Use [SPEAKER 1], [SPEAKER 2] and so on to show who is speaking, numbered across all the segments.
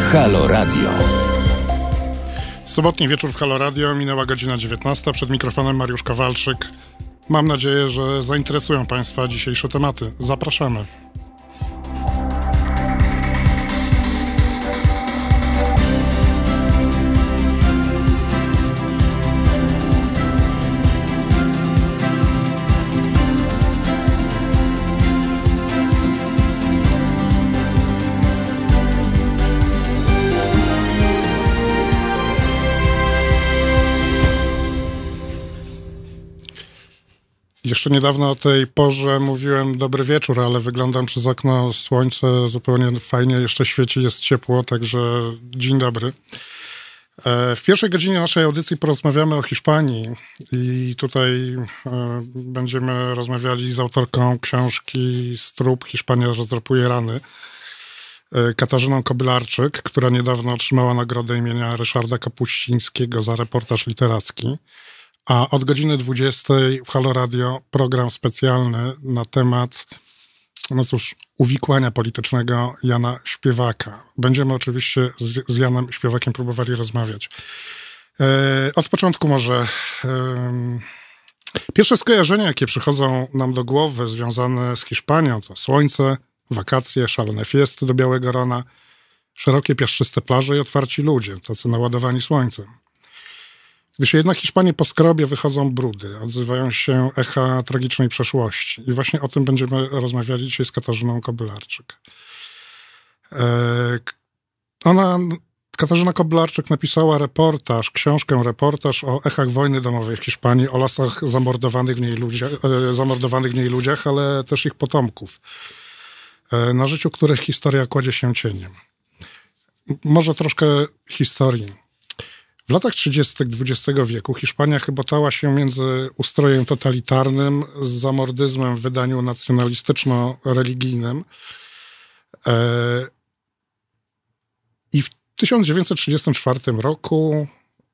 [SPEAKER 1] Halo Radio.
[SPEAKER 2] Sobotni wieczór w Halo Radio, minęła godzina 19. Przed mikrofonem Mariusz Kowalczyk. Mam nadzieję, że zainteresują Państwa dzisiejsze tematy. Zapraszamy. Jeszcze niedawno o tej porze mówiłem dobry wieczór, ale wyglądam przez okno, słońce zupełnie fajnie jeszcze świeci, jest ciepło, także dzień dobry. W pierwszej godzinie naszej audycji porozmawiamy o Hiszpanii i tutaj będziemy rozmawiali z autorką książki Strób, Hiszpania rozdrapuje rany, Katarzyną Kobylarczyk, która niedawno otrzymała nagrodę imienia Ryszarda Kapuścińskiego za reportaż literacki. A od godziny 20 w Halo Radio program specjalny na temat, uwikłania politycznego Jana Śpiewaka. Będziemy oczywiście z Janem Śpiewakiem próbowali rozmawiać. Od początku może. Pierwsze skojarzenia, jakie przychodzą nam do głowy związane z Hiszpanią, to słońce, wakacje, szalone fiesty do białego rana, szerokie piaszczyste plaże i otwarci ludzie, tacy naładowani słońcem. Gdy się jednak Hiszpanii poskrobie, wychodzą brudy, odzywają się echa tragicznej przeszłości. I właśnie o tym będziemy rozmawiali dzisiaj z Katarzyną Kobylarczyk. Katarzyna Kobylarczyk napisała książkę-reportaż o echach wojny domowej w Hiszpanii, o losach zamordowanych w niej ludziach, ale też ich potomków, na życiu których historia kładzie się cieniem. Może troszkę historii. W latach 30. XX wieku Hiszpania chybotała się między ustrojem totalitarnym z zamordyzmem w wydaniu nacjonalistyczno-religijnym. I w 1934 roku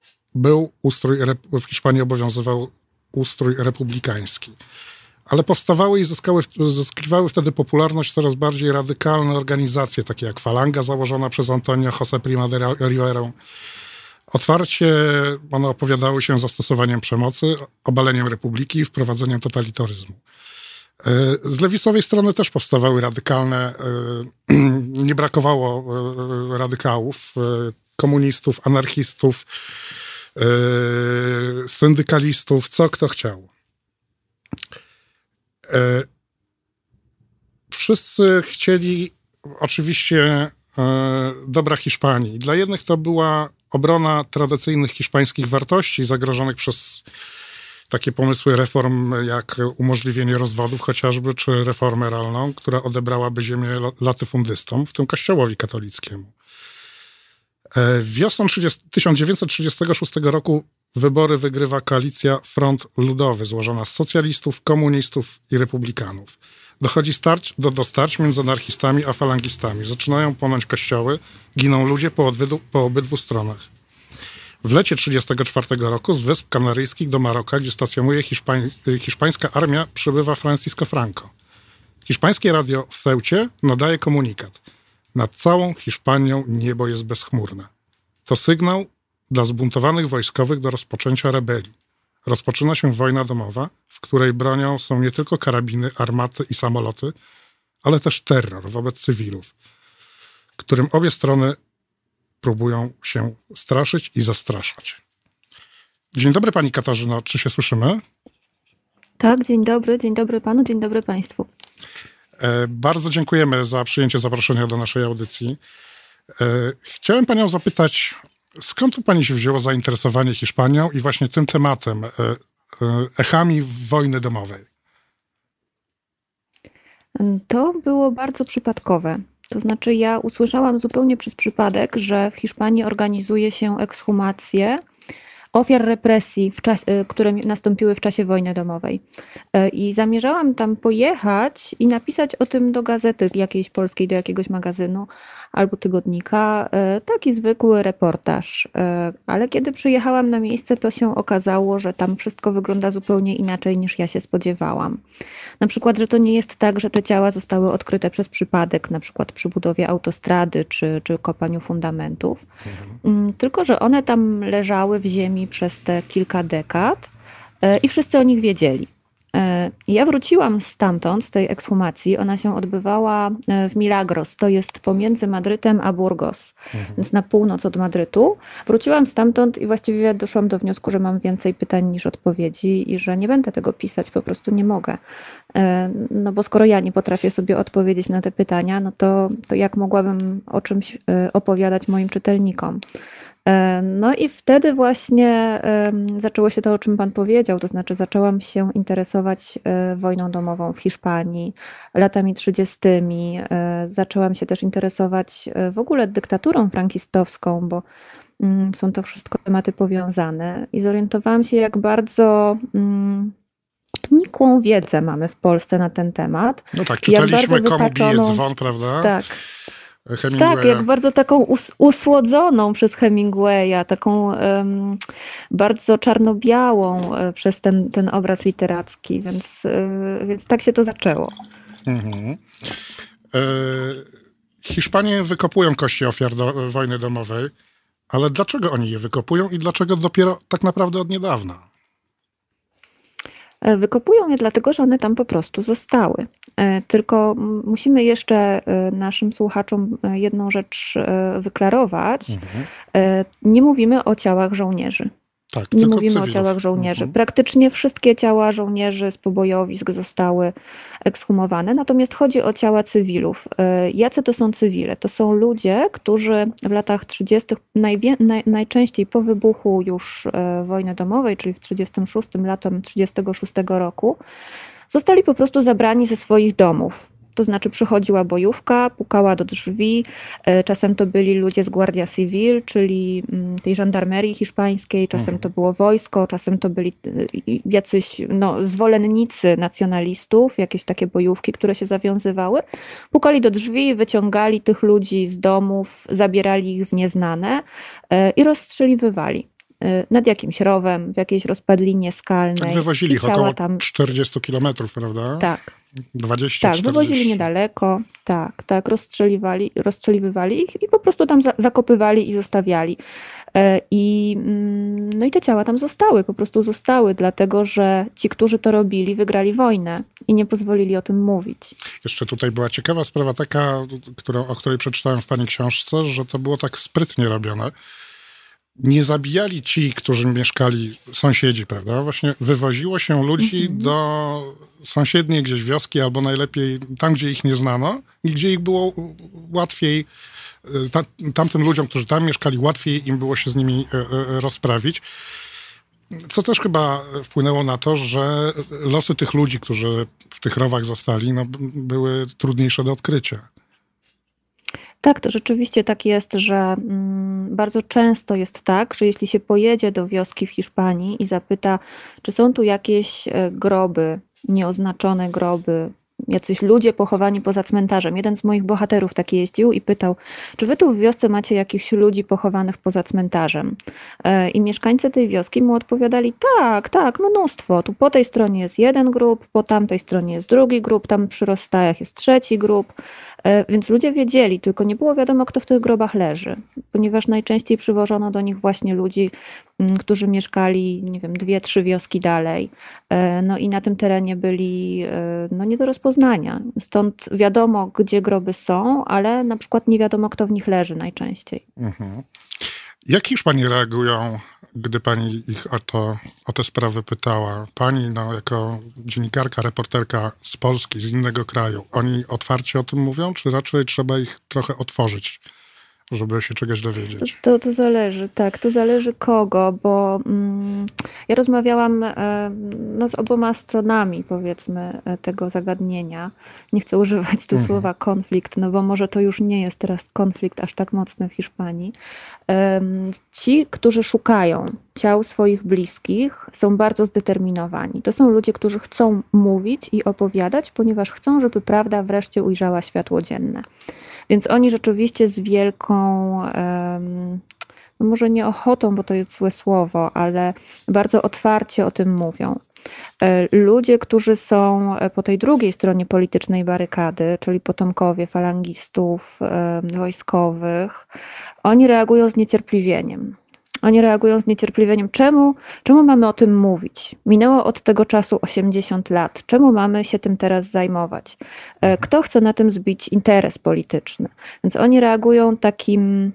[SPEAKER 2] w Hiszpanii obowiązywał ustrój republikański. Ale powstawały i zyskiwały wtedy popularność coraz bardziej radykalne organizacje, takie jak Falanga, założona przez Antonio José Primo de Rivera. Otwarcie one opowiadały się zastosowaniem przemocy, obaleniem republiki i wprowadzeniem totalitaryzmu. Z lewicowej strony też powstawały radykalne, nie brakowało radykałów, komunistów, anarchistów, syndykalistów, co kto chciał. Wszyscy chcieli oczywiście dobra Hiszpanii. Dla jednych to była obrona tradycyjnych hiszpańskich wartości zagrożonych przez takie pomysły reform jak umożliwienie rozwodów chociażby, czy reformę realną, która odebrałaby ziemię latyfundystom, w tym kościołowi katolickiemu. Wiosną 1936 roku wybory wygrywa koalicja Front Ludowy, złożona z socjalistów, komunistów i republikanów. Dochodzi do starć między anarchistami a falangistami. Zaczynają płonąć kościoły, giną ludzie po obydwu stronach. W lecie 1934 roku z Wysp Kanaryjskich do Maroka, gdzie stacjonuje hiszpańska armia, przybywa Francisco Franco. Hiszpańskie radio w Ceucie nadaje komunikat. Nad całą Hiszpanią niebo jest bezchmurne. To sygnał dla zbuntowanych wojskowych do rozpoczęcia rebelii. Rozpoczyna się wojna domowa, w której bronią są nie tylko karabiny, armaty i samoloty, ale też terror wobec cywilów, którym obie strony próbują się straszyć i zastraszać. Dzień dobry pani Katarzyno, czy się słyszymy?
[SPEAKER 3] Tak, dzień dobry panu, dzień dobry państwu.
[SPEAKER 2] Bardzo dziękujemy za przyjęcie zaproszenia do naszej audycji. Chciałem panią zapytać, skąd u pani się wzięło zainteresowanie Hiszpanią i właśnie tym tematem, echami wojny domowej?
[SPEAKER 3] To było bardzo przypadkowe. To znaczy ja usłyszałam zupełnie przez przypadek, że w Hiszpanii organizuje się ekshumację ofiar represji, które nastąpiły w czasie wojny domowej. I zamierzałam tam pojechać i napisać o tym do gazety jakiejś polskiej, do jakiegoś magazynu albo tygodnika. Taki zwykły reportaż. Ale kiedy przyjechałam na miejsce, to się okazało, że tam wszystko wygląda zupełnie inaczej niż ja się spodziewałam. Na przykład, że to nie jest tak, że te ciała zostały odkryte przez przypadek, na przykład przy budowie autostrady czy kopaniu fundamentów, tylko że one tam leżały w ziemi przez te kilka dekad i wszyscy o nich wiedzieli. Ja wróciłam stamtąd, z tej ekshumacji. Ona się odbywała w Milagros. To jest pomiędzy Madrytem a Burgos, więc na północ od Madrytu. Wróciłam stamtąd i właściwie doszłam do wniosku, że mam więcej pytań niż odpowiedzi i że nie będę tego pisać, po prostu nie mogę. No bo skoro ja nie potrafię sobie odpowiedzieć na te pytania, no to jak mogłabym o czymś opowiadać moim czytelnikom? No i wtedy właśnie zaczęło się to, o czym pan powiedział, to znaczy zaczęłam się interesować wojną domową w Hiszpanii, latami 30. Zaczęłam się też interesować w ogóle dyktaturą frankistowską, bo są to wszystko tematy powiązane i zorientowałam się, jak bardzo nikłą wiedzę mamy w Polsce na ten temat.
[SPEAKER 2] No tak, czytaliśmy Komu bije dzwon, prawda?
[SPEAKER 3] Tak. Tak, jak bardzo taką usłodzoną przez Hemingwaya, taką bardzo czarno-białą przez ten obraz literacki, więc tak się to zaczęło.
[SPEAKER 2] Hiszpanie wykopują kości ofiar wojny domowej, ale dlaczego oni je wykopują i dlaczego dopiero tak naprawdę od niedawna?
[SPEAKER 3] Wykopują je dlatego, że one tam po prostu zostały. Tylko musimy jeszcze naszym słuchaczom jedną rzecz wyklarować. Nie mówimy o ciałach żołnierzy.
[SPEAKER 2] Tak,
[SPEAKER 3] nie mówimy cywilów. O ciałach żołnierzy. Praktycznie wszystkie ciała żołnierzy z pobojowisk zostały ekshumowane, natomiast chodzi o ciała cywilów. Jacy to są cywile? To są ludzie, którzy w latach 30. najczęściej po wybuchu już wojny domowej, czyli w 36, latem 36 roku, zostali po prostu zabrani ze swoich domów. To znaczy przychodziła bojówka, pukała do drzwi, czasem to byli ludzie z Guardia Civil, czyli tej żandarmerii hiszpańskiej, czasem to było wojsko, czasem to byli jacyś zwolennicy nacjonalistów, jakieś takie bojówki, które się zawiązywały. Pukali do drzwi, wyciągali tych ludzi z domów, zabierali ich w nieznane i rozstrzeliwywali. Nad jakimś rowem, w jakiejś rozpadlinie skalnej.
[SPEAKER 2] Tak, wywozili ich około 40 kilometrów, prawda?
[SPEAKER 3] Tak.
[SPEAKER 2] 20,
[SPEAKER 3] tak,
[SPEAKER 2] 40.
[SPEAKER 3] wywozili niedaleko, tak, rozstrzeliwywali ich i po prostu tam zakopywali i zostawiali. No i te ciała tam po prostu zostały, dlatego że ci, którzy to robili, wygrali wojnę i nie pozwolili o tym mówić.
[SPEAKER 2] Jeszcze tutaj była ciekawa sprawa taka, o której przeczytałem w pani książce, że to było tak sprytnie robione. Nie zabijali ci, którzy mieszkali, sąsiedzi, prawda? Właśnie wywoziło się ludzi do sąsiedniej gdzieś wioski, albo najlepiej tam, gdzie ich nie znano i gdzie ich było łatwiej, tamtym ludziom, którzy tam mieszkali, łatwiej im było się z nimi rozprawić. Co też chyba wpłynęło na to, że losy tych ludzi, którzy w tych rowach zostali, były trudniejsze do odkrycia.
[SPEAKER 3] Tak, to rzeczywiście tak jest, że bardzo często jest tak, że jeśli się pojedzie do wioski w Hiszpanii i zapyta, czy są tu jakieś groby, nieoznaczone groby, jacyś ludzie pochowani poza cmentarzem. Jeden z moich bohaterów tak jeździł i pytał, czy wy tu w wiosce macie jakichś ludzi pochowanych poza cmentarzem? I mieszkańcy tej wioski mu odpowiadali, tak, mnóstwo. Tu po tej stronie jest jeden grób, po tamtej stronie jest drugi grób, tam przy rozstajach jest trzeci grób. Więc ludzie wiedzieli, tylko nie było wiadomo, kto w tych grobach leży, ponieważ najczęściej przywożono do nich właśnie ludzi, którzy mieszkali, nie wiem, 2-3 wioski dalej. No i na tym terenie byli nie do rozpoznania. Stąd wiadomo, gdzie groby są, ale na przykład nie wiadomo, kto w nich leży najczęściej.
[SPEAKER 2] Jak Hiszpanie reagują, gdy pani ich o te sprawy pytała? Pani, jako dziennikarka, reporterka z Polski, z innego kraju, oni otwarcie o tym mówią, czy raczej trzeba ich trochę otworzyć żeby się czegoś dowiedzieć?
[SPEAKER 3] To zależy, tak, to zależy kogo, bo ja rozmawiałam z oboma stronami, powiedzmy, tego zagadnienia. Nie chcę używać tu słowa konflikt, no bo może to już nie jest teraz konflikt aż tak mocny w Hiszpanii. Ci, którzy szukają ciał swoich bliskich, są bardzo zdeterminowani. To są ludzie, którzy chcą mówić i opowiadać, ponieważ chcą, żeby prawda wreszcie ujrzała światło dzienne. Więc oni rzeczywiście z wielką, no może nie ochotą, bo to jest złe słowo, ale bardzo otwarcie o tym mówią. Ludzie, którzy są po tej drugiej stronie politycznej barykady, czyli potomkowie falangistów wojskowych, oni reagują z niecierpliwieniem. Czemu mamy o tym mówić? Minęło od tego czasu 80 lat. Czemu mamy się tym teraz zajmować? Kto chce na tym zbić interes polityczny? Więc oni reagują takim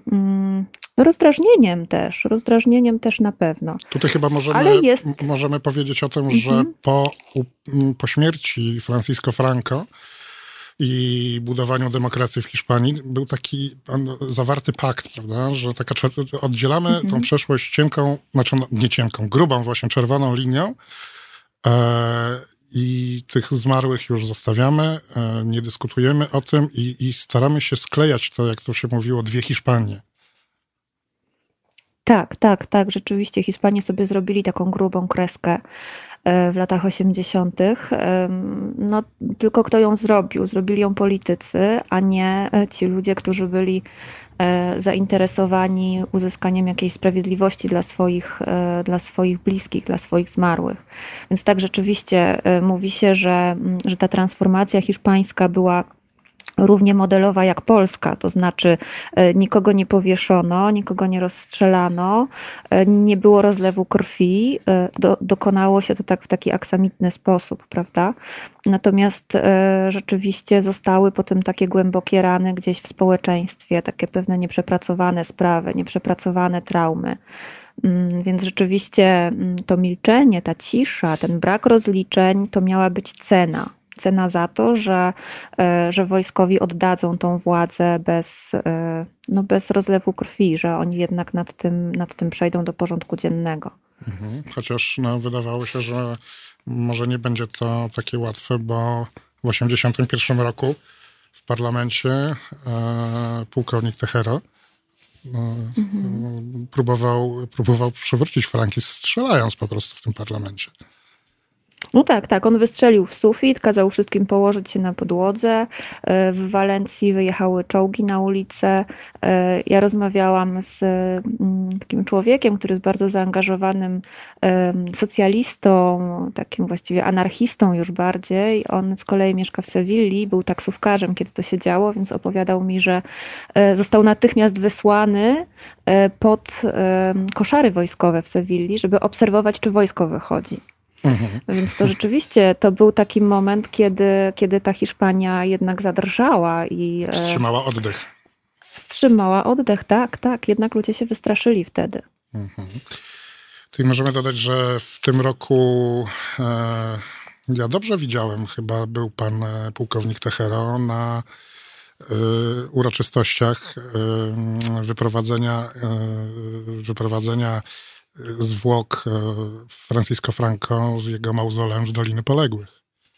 [SPEAKER 3] rozdrażnieniem też na pewno.
[SPEAKER 2] Tutaj chyba możemy powiedzieć o tym, że po śmierci Francisco Franco i budowaniu demokracji w Hiszpanii był taki zawarty pakt, prawda, że oddzielamy tą przeszłość cienką, znaczy nie cienką, grubą właśnie czerwoną linią i tych zmarłych już zostawiamy, nie dyskutujemy o tym i staramy się sklejać to, jak to się mówiło, dwie Hiszpanie.
[SPEAKER 3] Tak, rzeczywiście Hiszpanie sobie zrobili taką grubą kreskę w latach 80. No, tylko kto ją zrobił? Zrobili ją politycy, a nie ci ludzie, którzy byli zainteresowani uzyskaniem jakiejś sprawiedliwości dla swoich bliskich, dla swoich zmarłych. Więc tak rzeczywiście mówi się, że ta transformacja hiszpańska była równie modelowa jak Polska, to znaczy nikogo nie powieszono, nikogo nie rozstrzelano, nie było rozlewu krwi, dokonało się to tak w taki aksamitny sposób, prawda? Natomiast rzeczywiście zostały potem takie głębokie rany gdzieś w społeczeństwie, takie pewne nieprzepracowane sprawy, nieprzepracowane traumy. Więc rzeczywiście to milczenie, ta cisza, ten brak rozliczeń to miała być cena za to, że wojskowi oddadzą tą władzę bez rozlewu krwi, że oni jednak nad tym przejdą do porządku dziennego.
[SPEAKER 2] Chociaż wydawało się, że może nie będzie to takie łatwe, bo w 1981 roku w parlamencie pułkownik Tejero próbował przywrócić franki, strzelając po prostu w tym parlamencie.
[SPEAKER 3] No tak, on wystrzelił w sufit, kazał wszystkim położyć się na podłodze. W Walencji wyjechały czołgi na ulicę. Ja rozmawiałam z takim człowiekiem, który jest bardzo zaangażowanym socjalistą, takim właściwie anarchistą już bardziej. On z kolei mieszka w Sewilli, był taksówkarzem, kiedy to się działo, więc opowiadał mi, że został natychmiast wysłany pod koszary wojskowe w Sewilli, żeby obserwować, czy wojsko wychodzi. Więc to rzeczywiście to był taki moment, kiedy ta Hiszpania jednak zadrżała i wstrzymała oddech, tak. Jednak ludzie się wystraszyli wtedy.
[SPEAKER 2] Tutaj możemy dodać, że w tym roku ja dobrze widziałem, chyba był pan pułkownik Tejero na uroczystościach wyprowadzenia zwłok Francisco Franco z jego mauzoleum z Doliny Poległych.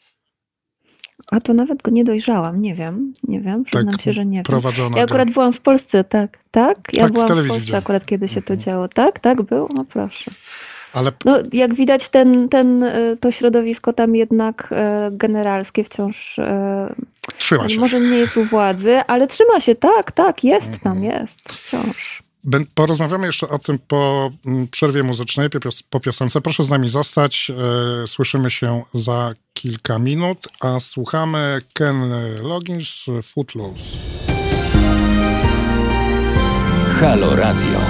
[SPEAKER 3] A to nawet go nie dojrzałam, nie wiem, przyznam się, że nie wiem. Ja akurat byłam w Polsce, tak? Ja byłam w Polsce akurat, kiedy się to działo. Tak było? No proszę.
[SPEAKER 2] Ale...
[SPEAKER 3] No, jak widać, to środowisko tam jednak generalskie wciąż
[SPEAKER 2] trzyma się.
[SPEAKER 3] Może nie jest u władzy, ale trzyma się, tak, jest tam, jest wciąż.
[SPEAKER 2] Porozmawiamy jeszcze o tym po przerwie muzycznej, po piosence. Proszę z nami zostać. Słyszymy się za kilka minut, a słuchamy Ken Loggins, Footloose.
[SPEAKER 1] Halo Radio.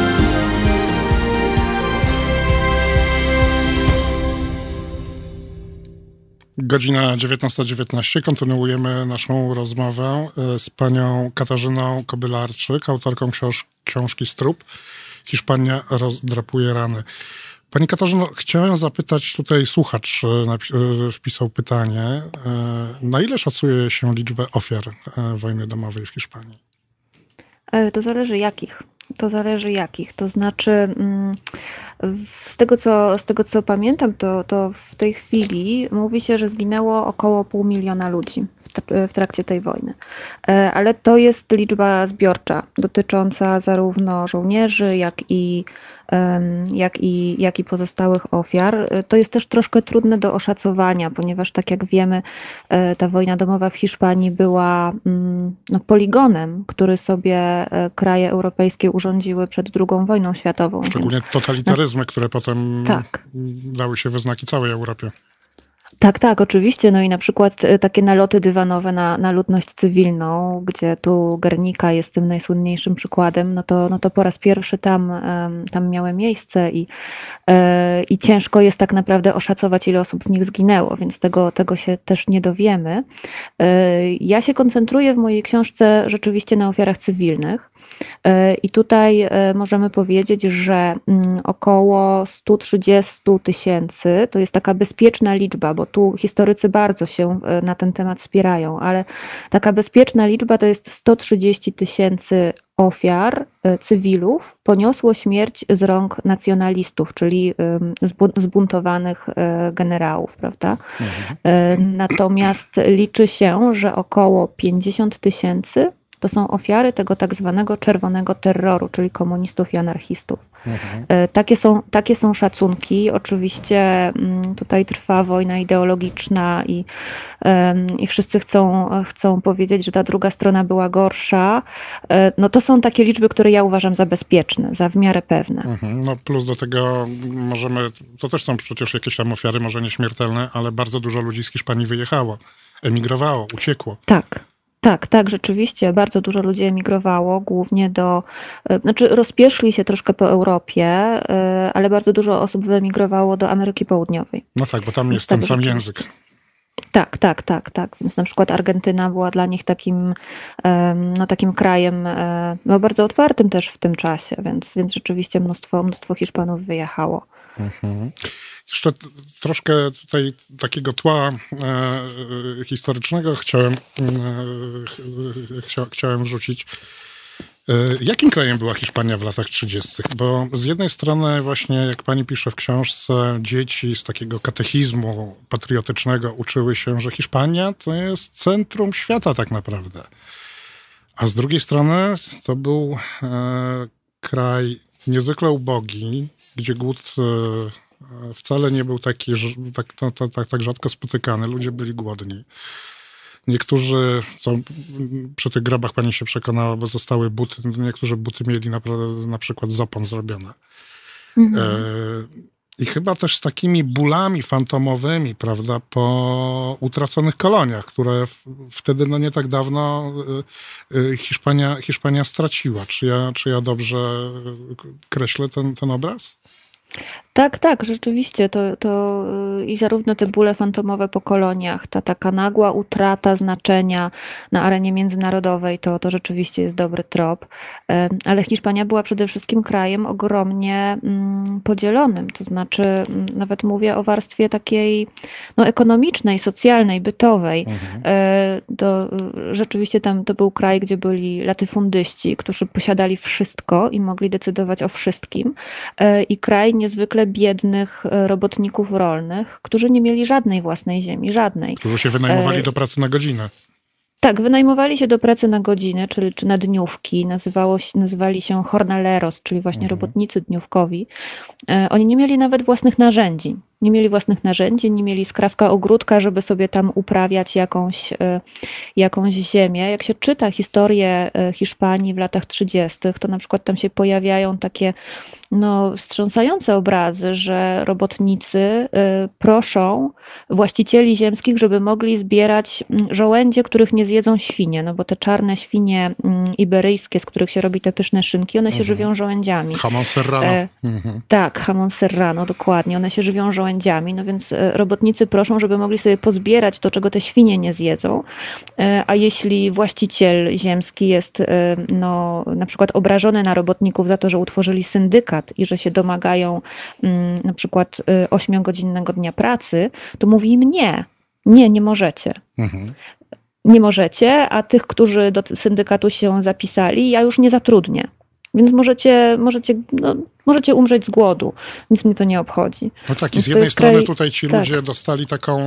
[SPEAKER 2] Godzina 19:19. Kontynuujemy naszą rozmowę z panią Katarzyną Kobylarczyk, autorką książki Strób. Hiszpania rozdrapuje rany. Pani Katarzyno, chciałem zapytać, tutaj słuchacz wpisał pytanie, na ile szacuje się liczbę ofiar wojny domowej w Hiszpanii?
[SPEAKER 3] To zależy jakich. To zależy jakich. To znaczy, z tego co pamiętam, to w tej chwili mówi się, że zginęło około 500 000 ludzi w trakcie tej wojny. Ale to jest liczba zbiorcza, dotycząca zarówno żołnierzy, jak i pozostałych ofiar. To jest też troszkę trudne do oszacowania, ponieważ tak jak wiemy, ta wojna domowa w Hiszpanii była poligonem, który sobie kraje europejskie urządziły przed II wojną światową.
[SPEAKER 2] Szczególnie totalitaryzmy, które potem
[SPEAKER 3] Tak.
[SPEAKER 2] dały się we znaki całej Europie.
[SPEAKER 3] Tak, oczywiście. No i na przykład takie naloty dywanowe na ludność cywilną, gdzie tu Guernica jest tym najsłynniejszym przykładem, no to po raz pierwszy tam miały miejsce i ciężko jest tak naprawdę oszacować, ile osób w nich zginęło, więc tego się też nie dowiemy. Ja się koncentruję w mojej książce rzeczywiście na ofiarach cywilnych. I tutaj możemy powiedzieć, że około 130 000 to jest taka bezpieczna liczba, bo tu historycy bardzo się na ten temat spierają, ale taka bezpieczna liczba to jest 130 000 ofiar cywilów poniosło śmierć z rąk nacjonalistów, czyli zbuntowanych generałów, prawda? Natomiast liczy się, że około 50 000 to są ofiary tego tak zwanego czerwonego terroru, czyli komunistów i anarchistów. Takie są szacunki. Oczywiście tutaj trwa wojna ideologiczna i wszyscy chcą powiedzieć, że ta druga strona była gorsza. No to są takie liczby, które ja uważam za bezpieczne, za w miarę pewne.
[SPEAKER 2] No plus do tego to też są przecież jakieś tam ofiary, może nieśmiertelne, ale bardzo dużo ludzi z Hiszpanii wyjechało, emigrowało, uciekło.
[SPEAKER 3] Tak, rzeczywiście. Bardzo dużo ludzi emigrowało, głównie rozpieszli się troszkę po Europie, ale bardzo dużo osób wyemigrowało do Ameryki Południowej.
[SPEAKER 2] No tak, bo tam jest ten sam język.
[SPEAKER 3] Tak. Więc na przykład Argentyna była dla nich takim krajem bardzo otwartym też w tym czasie, więc rzeczywiście mnóstwo Hiszpanów wyjechało.
[SPEAKER 2] Jeszcze troszkę tutaj takiego tła historycznego chciałem wrzucić. Jakim krajem była Hiszpania w latach 30.? Bo z jednej strony właśnie, jak pani pisze w książce, dzieci z takiego katechizmu patriotycznego uczyły się, że Hiszpania to jest centrum świata tak naprawdę. A z drugiej strony to był kraj niezwykle ubogi, gdzie głód wcale nie był taki tak rzadko spotykany. Ludzie byli głodni. Niektórzy, co przy tych grobach pani się przekonała, bo zostały buty, niektórzy buty mieli na przykład z opon zrobione. I chyba też z takimi bólami fantomowymi, prawda, po utraconych koloniach, które wtedy, nie tak dawno Hiszpania straciła. Czy ja dobrze kreślę ten obraz?
[SPEAKER 3] Tak, rzeczywiście. To i zarówno te bóle fantomowe po koloniach, ta taka nagła utrata znaczenia na arenie międzynarodowej, to rzeczywiście jest dobry trop. Ale Hiszpania była przede wszystkim krajem ogromnie podzielonym. To znaczy, nawet mówię o warstwie takiej ekonomicznej, socjalnej, bytowej. Rzeczywiście tam to był kraj, gdzie byli latyfundyści, którzy posiadali wszystko i mogli decydować o wszystkim. I kraj niezwykle biednych robotników rolnych, którzy nie mieli żadnej własnej ziemi, żadnej.
[SPEAKER 2] Którzy się wynajmowali do pracy na godzinę.
[SPEAKER 3] Tak, wynajmowali się do pracy na godzinę, czy na dniówki. Nazywali się jornaleros, czyli właśnie robotnicy dniówkowi. Oni nie mieli nawet własnych narzędzi. Nie mieli skrawka ogródka, żeby sobie tam uprawiać jakąś ziemię. Jak się czyta historię Hiszpanii w latach 30., to na przykład tam się pojawiają takie wstrząsające obrazy, że robotnicy proszą właścicieli ziemskich, żeby mogli zbierać żołędzie, których nie zjedzą świnie, bo te czarne świnie iberyjskie, z których się robi te pyszne szynki, one się żywią żołędziami.
[SPEAKER 2] Jamón serrano.
[SPEAKER 3] Tak, jamón serrano, dokładnie. One się żywią żołędziami, więc robotnicy proszą, żeby mogli sobie pozbierać to, czego te świnie nie zjedzą, a jeśli właściciel ziemski jest na przykład obrażony na robotników za to, że utworzyli syndykat i że się domagają na przykład 8-godzinnego dnia pracy, to mówi im nie możecie. nie możecie, a tych, którzy do syndykatu się zapisali, ja już nie zatrudnię. Więc możecie umrzeć z głodu. Nic mnie to nie obchodzi.
[SPEAKER 2] No tak, i z jednej strony tutaj ci ludzie dostali taką...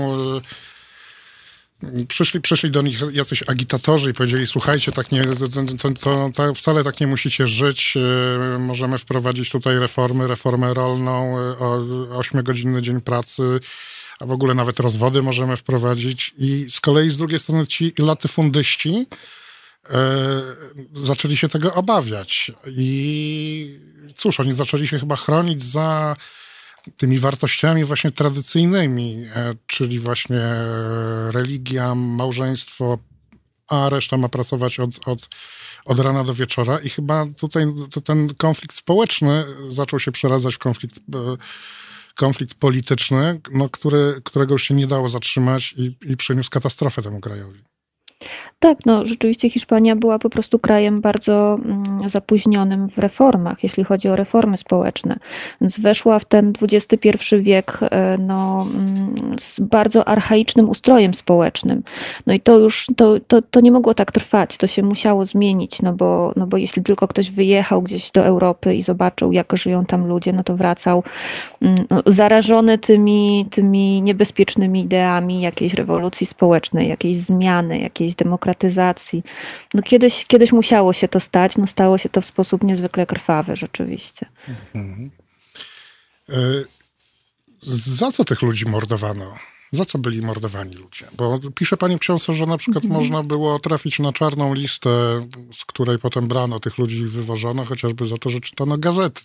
[SPEAKER 2] Przyszli do nich jacyś agitatorzy i powiedzieli, słuchajcie, tak nie, to wcale tak nie musicie żyć, możemy wprowadzić tutaj reformę rolną, 8-godzinny dzień pracy, a w ogóle nawet rozwody możemy wprowadzić. I z kolei z drugiej strony ci latyfundyści zaczęli się tego obawiać. I cóż, oni zaczęli się chyba chronić za tymi wartościami właśnie tradycyjnymi, czyli właśnie religia, małżeństwo, a reszta ma pracować od rana do wieczora. I chyba tutaj ten konflikt społeczny zaczął się przeradzać w konflikt polityczny, no, którego już się nie dało zatrzymać i przyniósł katastrofę temu krajowi.
[SPEAKER 3] Tak, no rzeczywiście Hiszpania była po prostu krajem bardzo zapóźnionym w reformach, jeśli chodzi o reformy społeczne. Więc weszła w ten XXI wiek z bardzo archaicznym ustrojem społecznym. No i to nie mogło tak trwać, to się musiało zmienić, no bo jeśli tylko ktoś wyjechał gdzieś do Europy i zobaczył, jak żyją tam ludzie, no to wracał zarażony tymi niebezpiecznymi ideami jakiejś rewolucji społecznej, jakiejś zmiany, jakiejś demokratyzacji. No kiedyś musiało się to stać, no stało się to w sposób niezwykle krwawy rzeczywiście.
[SPEAKER 2] Mhm. Za co tych ludzi mordowano? Za co byli mordowani ludzie? Bo pisze pani w książce, że na przykład można było trafić na czarną listę, z której potem brano tych ludzi i wywożono, chociażby za to, że czytano gazety.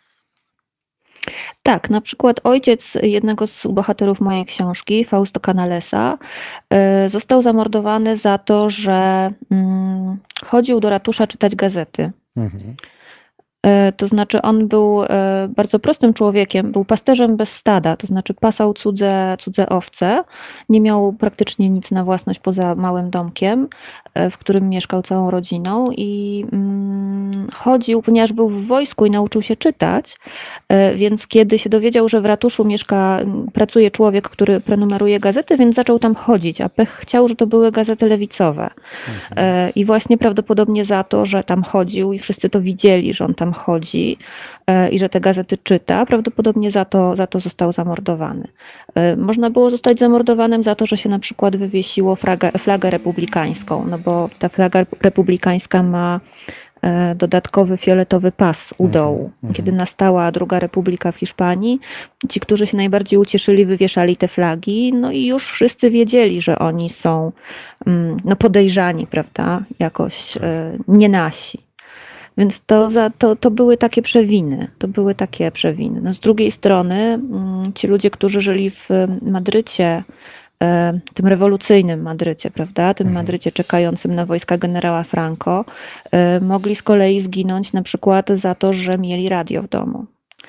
[SPEAKER 3] Tak, na przykład ojciec jednego z bohaterów mojej książki, Fausto Canalesa, został zamordowany za to, że chodził do ratusza czytać gazety. Mhm. To znaczy on był bardzo prostym człowiekiem, był pasterzem bez stada, to znaczy pasał cudze owce, nie miał praktycznie nic na własność poza małym domkiem, w którym mieszkał całą rodziną i chodził, ponieważ był w wojsku i nauczył się czytać, więc kiedy się dowiedział, że w ratuszu pracuje człowiek, który prenumeruje gazety, więc zaczął tam chodzić, a pech chciał, że to były gazety lewicowe. Mhm. I właśnie prawdopodobnie za to, że tam chodził i wszyscy to widzieli, że on tam chodzi i że te gazety czyta, prawdopodobnie za to został zamordowany. Można było zostać zamordowanym za to, że się na przykład wywiesiło flagę republikańską, no bo ta flaga republikańska ma dodatkowy fioletowy pas u dołu. Kiedy nastała druga republika w Hiszpanii, ci, którzy się najbardziej ucieszyli, wywieszali te flagi, no i już wszyscy wiedzieli, że oni są podejrzani, prawda, jakoś nie nasi. Więc to były takie przewiny. No z drugiej strony ci ludzie, którzy żyli w Madrycie, tym rewolucyjnym Madrycie, prawda, tym Madrycie czekającym na wojska generała Franco, mogli z kolei zginąć na przykład za to, że mieli radio w domu.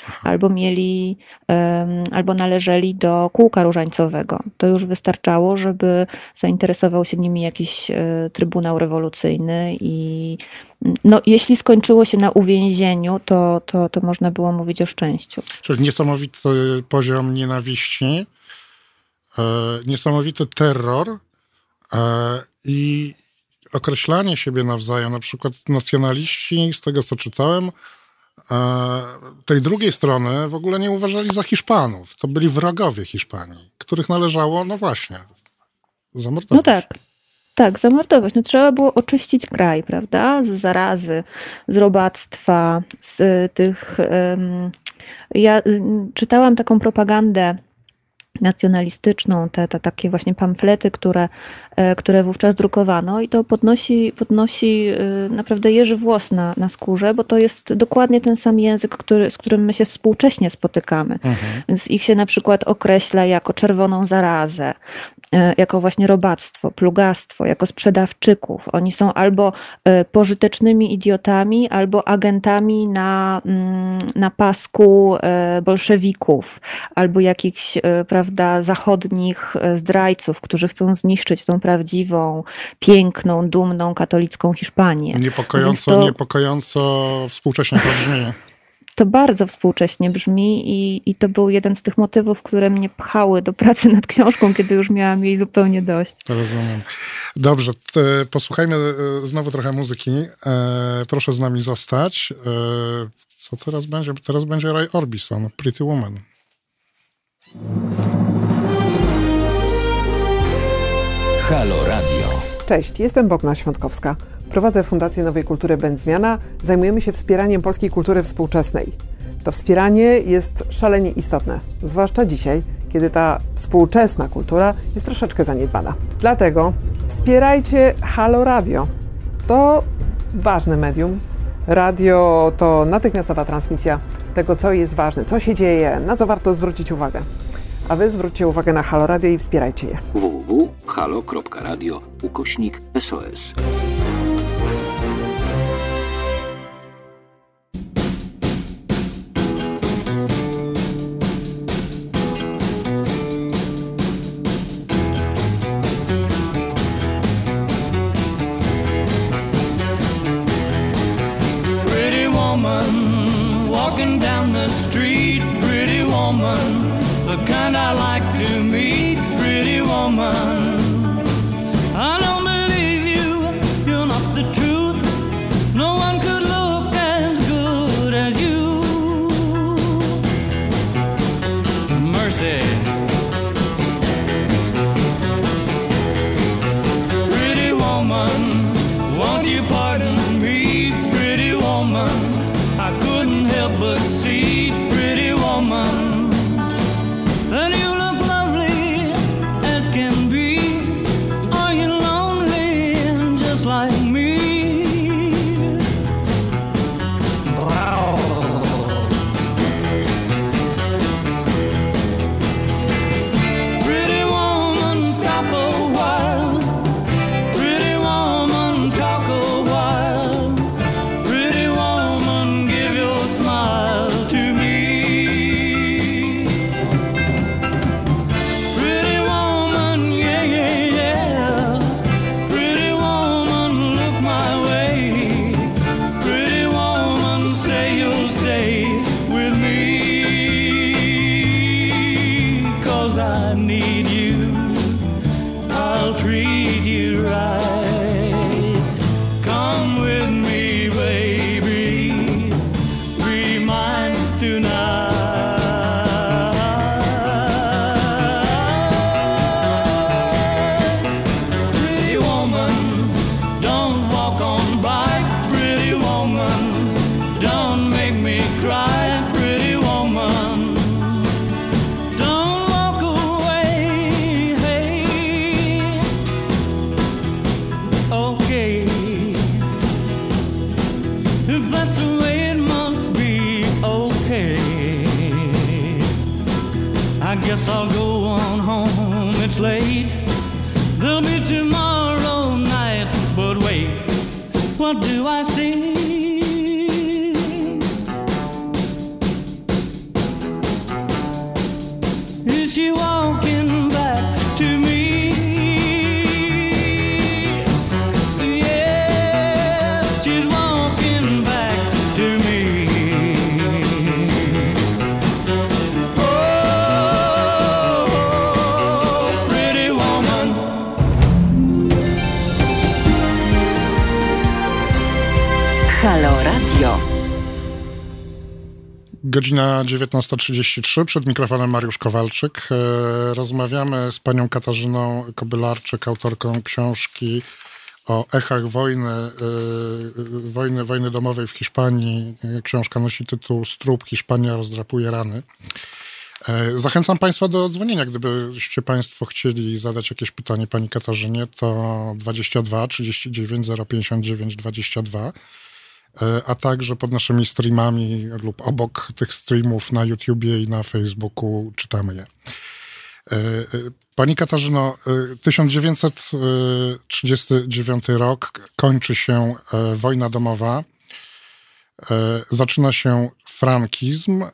[SPEAKER 3] Albo należeli do kółka różańcowego. To już wystarczało, żeby zainteresował się nimi jakiś trybunał rewolucyjny i jeśli skończyło się na uwięzieniu, to można było mówić o szczęściu.
[SPEAKER 2] Czyli niesamowity poziom nienawiści, niesamowity terror i określanie siebie nawzajem, na przykład nacjonaliści, z tego co czytałem, tej drugiej strony w ogóle nie uważali za Hiszpanów. To byli wrogowie Hiszpanii, których należało, no właśnie, zamordować.
[SPEAKER 3] No tak, zamordować. No trzeba było oczyścić kraj, prawda, z zarazy, z robactwa, z tych... Ja czytałam taką propagandę nacjonalistyczną, te takie właśnie pamflety, które wówczas drukowano i to podnosi naprawdę jeży włos na skórze, bo to jest dokładnie ten sam język, z którym my się współcześnie spotykamy. Więc ich się na przykład określa jako czerwoną zarazę, jako właśnie robactwo, plugastwo, jako sprzedawczyków. Oni są albo pożytecznymi idiotami, albo agentami na pasku bolszewików, albo jakichś, prawda, zachodnich zdrajców, którzy chcą zniszczyć tą prawdziwą, piękną, dumną, katolicką Hiszpanię.
[SPEAKER 2] Niepokojąco współcześnie to brzmi.
[SPEAKER 3] To bardzo współcześnie brzmi i to był jeden z tych motywów, które mnie pchały do pracy nad książką, kiedy już miałam jej zupełnie dość.
[SPEAKER 2] Rozumiem. Dobrze, posłuchajmy znowu trochę muzyki. Proszę z nami zostać. Co teraz będzie? Teraz będzie Roy Orbison, Pretty Woman.
[SPEAKER 1] Halo Radio.
[SPEAKER 4] Cześć, jestem Bogna Świątkowska. Prowadzę Fundację Nowej Kultury Będzmiana. Zajmujemy się wspieraniem polskiej kultury współczesnej. To wspieranie jest szalenie istotne, zwłaszcza dzisiaj, kiedy ta współczesna kultura jest troszeczkę zaniedbana. Dlatego wspierajcie Halo Radio. To ważne medium. Radio to natychmiastowa transmisja tego, co jest ważne, co się dzieje, na co warto zwrócić uwagę. A wy zwróćcie uwagę na Halo Radio i wspierajcie je.
[SPEAKER 1] www.halo.radio/SOS.
[SPEAKER 5] Pretty woman walking down the street, pretty woman, the kind I like to meet, pretty woman. I don't believe you, you're not the truth. No one could look as good as you. Mercy. Pretty woman, won't you pardon me, pretty woman? I couldn't help but see, pretty woman, that you look lovely as can be. Are you lonely just like me? Wow. Pretty woman, stop a while. Pretty woman, talk a while. Pretty woman, give your smile to me. Pretty woman, yeah, yeah, yeah. Pretty woman, look my way. Pretty woman, say you'll stay with me. 'Cause I need you, I'll treat you right. Come with me, baby, be mine tonight. Pretty woman, don't walk on by. Pretty woman, don't make me cry. Pretty woman, don't walk away. Hey, okay, if that's the way it must be, okay. I guess I'll go on home, it's late. There'll be tomorrow night, but wait, what do I see? Is she walking back to me? Yes, she's walking back to me. Oh, pretty woman.
[SPEAKER 1] Halo Radio.
[SPEAKER 2] Godzina 19:33, przed mikrofonem Mariusz Kowalczyk. Rozmawiamy z panią Katarzyną Kobylarczyk, autorką książki o echach wojny domowej w Hiszpanii. Książka nosi tytuł Strób, Hiszpania rozdrapuje rany. Zachęcam państwa do dzwonienia, gdybyście państwo chcieli zadać jakieś pytanie pani Katarzynie, to 22 39 059 22. A także pod naszymi streamami lub obok tych streamów na YouTubie i na Facebooku czytamy je. Pani Katarzyno, 1939 rok, kończy się wojna domowa, zaczyna się frankizm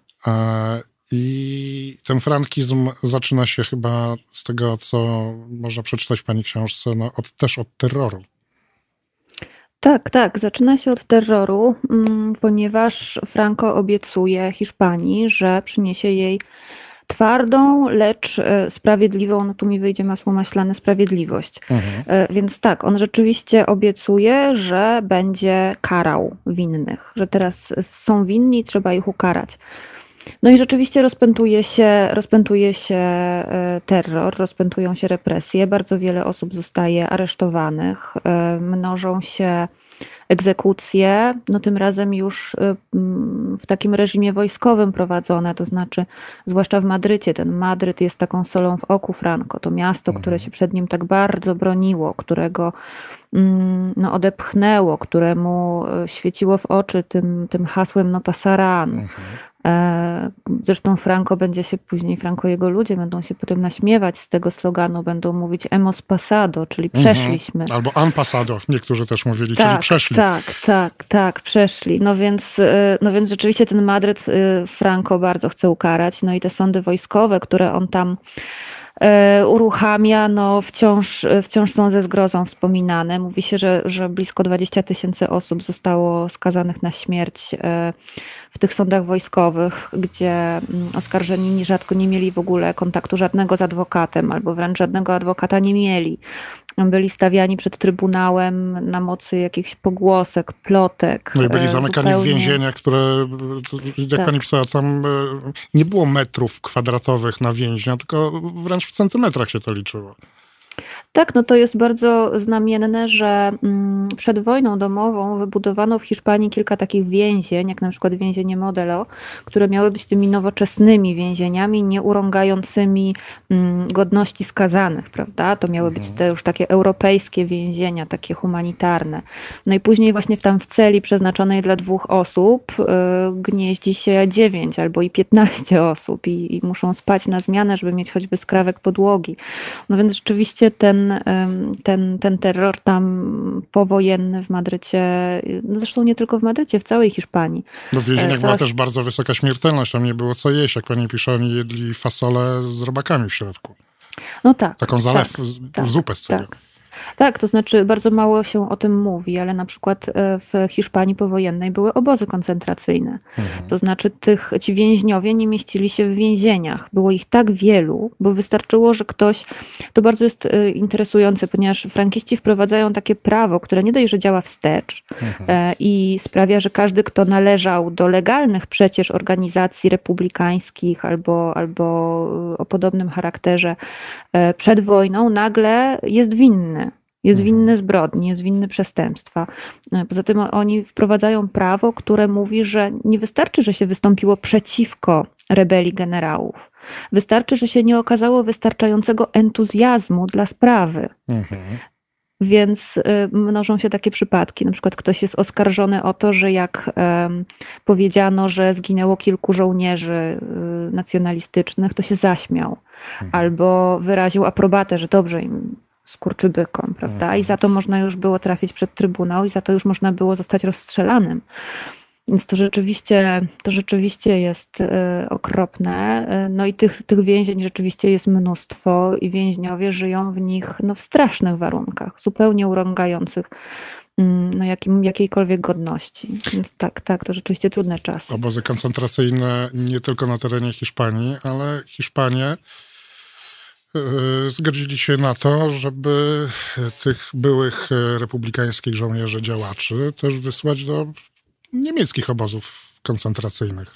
[SPEAKER 2] i ten frankizm zaczyna się chyba z tego, co można przeczytać w pani książce, też od terroru.
[SPEAKER 3] Tak, tak. Zaczyna się od terroru, ponieważ Franco obiecuje Hiszpanii, że przyniesie jej twardą, lecz sprawiedliwą, no tu mi wyjdzie masło maślane, sprawiedliwość. Więc tak, on rzeczywiście obiecuje, że będzie karał winnych, że teraz są winni i trzeba ich ukarać. No i rzeczywiście rozpętuje się terror, rozpętują się represje, bardzo wiele osób zostaje aresztowanych, mnożą się egzekucje, no tym razem już w takim reżimie wojskowym prowadzone, to znaczy zwłaszcza w Madrycie. Ten Madryt jest taką solą w oku Franco, to miasto, które się przed nim tak bardzo broniło, którego no, odepchnęło, któremu świeciło w oczy tym hasłem no pasaran. Zresztą Franco i jego ludzie będą się potem naśmiewać z tego sloganu, będą mówić hemos pasado, czyli przeszliśmy.
[SPEAKER 2] Albo han pasado, niektórzy też mówili, czyli przeszli.
[SPEAKER 3] Tak, przeszli. No więc rzeczywiście ten Madryt Franco bardzo chce ukarać, no i te sądy wojskowe, które on tam uruchamia, no wciąż są ze zgrozą wspominane. Mówi się, że blisko 20 000 osób zostało skazanych na śmierć w tych sądach wojskowych, gdzie oskarżeni nierzadko nie mieli w ogóle kontaktu żadnego z adwokatem, albo wręcz żadnego adwokata nie mieli. Byli stawiani przed trybunałem na mocy jakichś pogłosek, plotek.
[SPEAKER 2] No i byli zamykani w więzieniach, które, jak pani pisała, tam nie było metrów kwadratowych na więźnia, tylko wręcz w centymetrach się to liczyło.
[SPEAKER 3] Tak, no to jest bardzo znamienne, że przed wojną domową wybudowano w Hiszpanii kilka takich więzień, jak na przykład więzienie Modelo, które miały być tymi nowoczesnymi więzieniami, nie urągającymi godności skazanych, prawda? To miały być te już takie europejskie więzienia, takie humanitarne. No i później właśnie tam w celi przeznaczonej dla 2 osób gnieździ się 9 albo i 15 osób i muszą spać na zmianę, żeby mieć choćby skrawek podłogi. No więc rzeczywiście ten terror tam powojenny w Madrycie, no zresztą nie tylko w Madrycie, w całej Hiszpanii.
[SPEAKER 2] No w więzieniach była też bardzo wysoka śmiertelność, tam nie było co jeść, jak pani pisze, oni jedli fasolę z robakami w środku.
[SPEAKER 3] No tak.
[SPEAKER 2] Taką zalew, zupę z tego.
[SPEAKER 3] Tak, to znaczy bardzo mało się o tym mówi, ale na przykład w Hiszpanii powojennej były obozy koncentracyjne. To znaczy ci więźniowie nie mieścili się w więzieniach. Było ich tak wielu, bo wystarczyło, że ktoś... To bardzo jest interesujące, ponieważ frankiści wprowadzają takie prawo, które nie dość, że działa wstecz i sprawia, że każdy, kto należał do legalnych przecież organizacji republikańskich albo o podobnym charakterze przed wojną, nagle jest winny. Jest winny zbrodni, jest winny przestępstwa. Poza tym oni wprowadzają prawo, które mówi, że nie wystarczy, że się wystąpiło przeciwko rebelii generałów. Wystarczy, że się nie okazało wystarczającego entuzjazmu dla sprawy. Więc mnożą się takie przypadki. Na przykład ktoś jest oskarżony o to, że jak powiedziano, że zginęło kilku żołnierzy nacjonalistycznych, to się zaśmiał. Albo wyraził aprobatę, że dobrze im skurczybykom, prawda? I za to można już było trafić przed trybunał i za to już można było zostać rozstrzelanym. Więc to rzeczywiście jest okropne. No i tych więzień rzeczywiście jest mnóstwo i więźniowie żyją w nich w strasznych warunkach, zupełnie urągających jakiejkolwiek godności. Więc tak, to rzeczywiście trudne czasy.
[SPEAKER 2] Obozy koncentracyjne nie tylko na terenie Hiszpanii, ale Hiszpanie zgodzili się na to, żeby tych byłych republikańskich żołnierzy działaczy też wysłać do niemieckich obozów koncentracyjnych.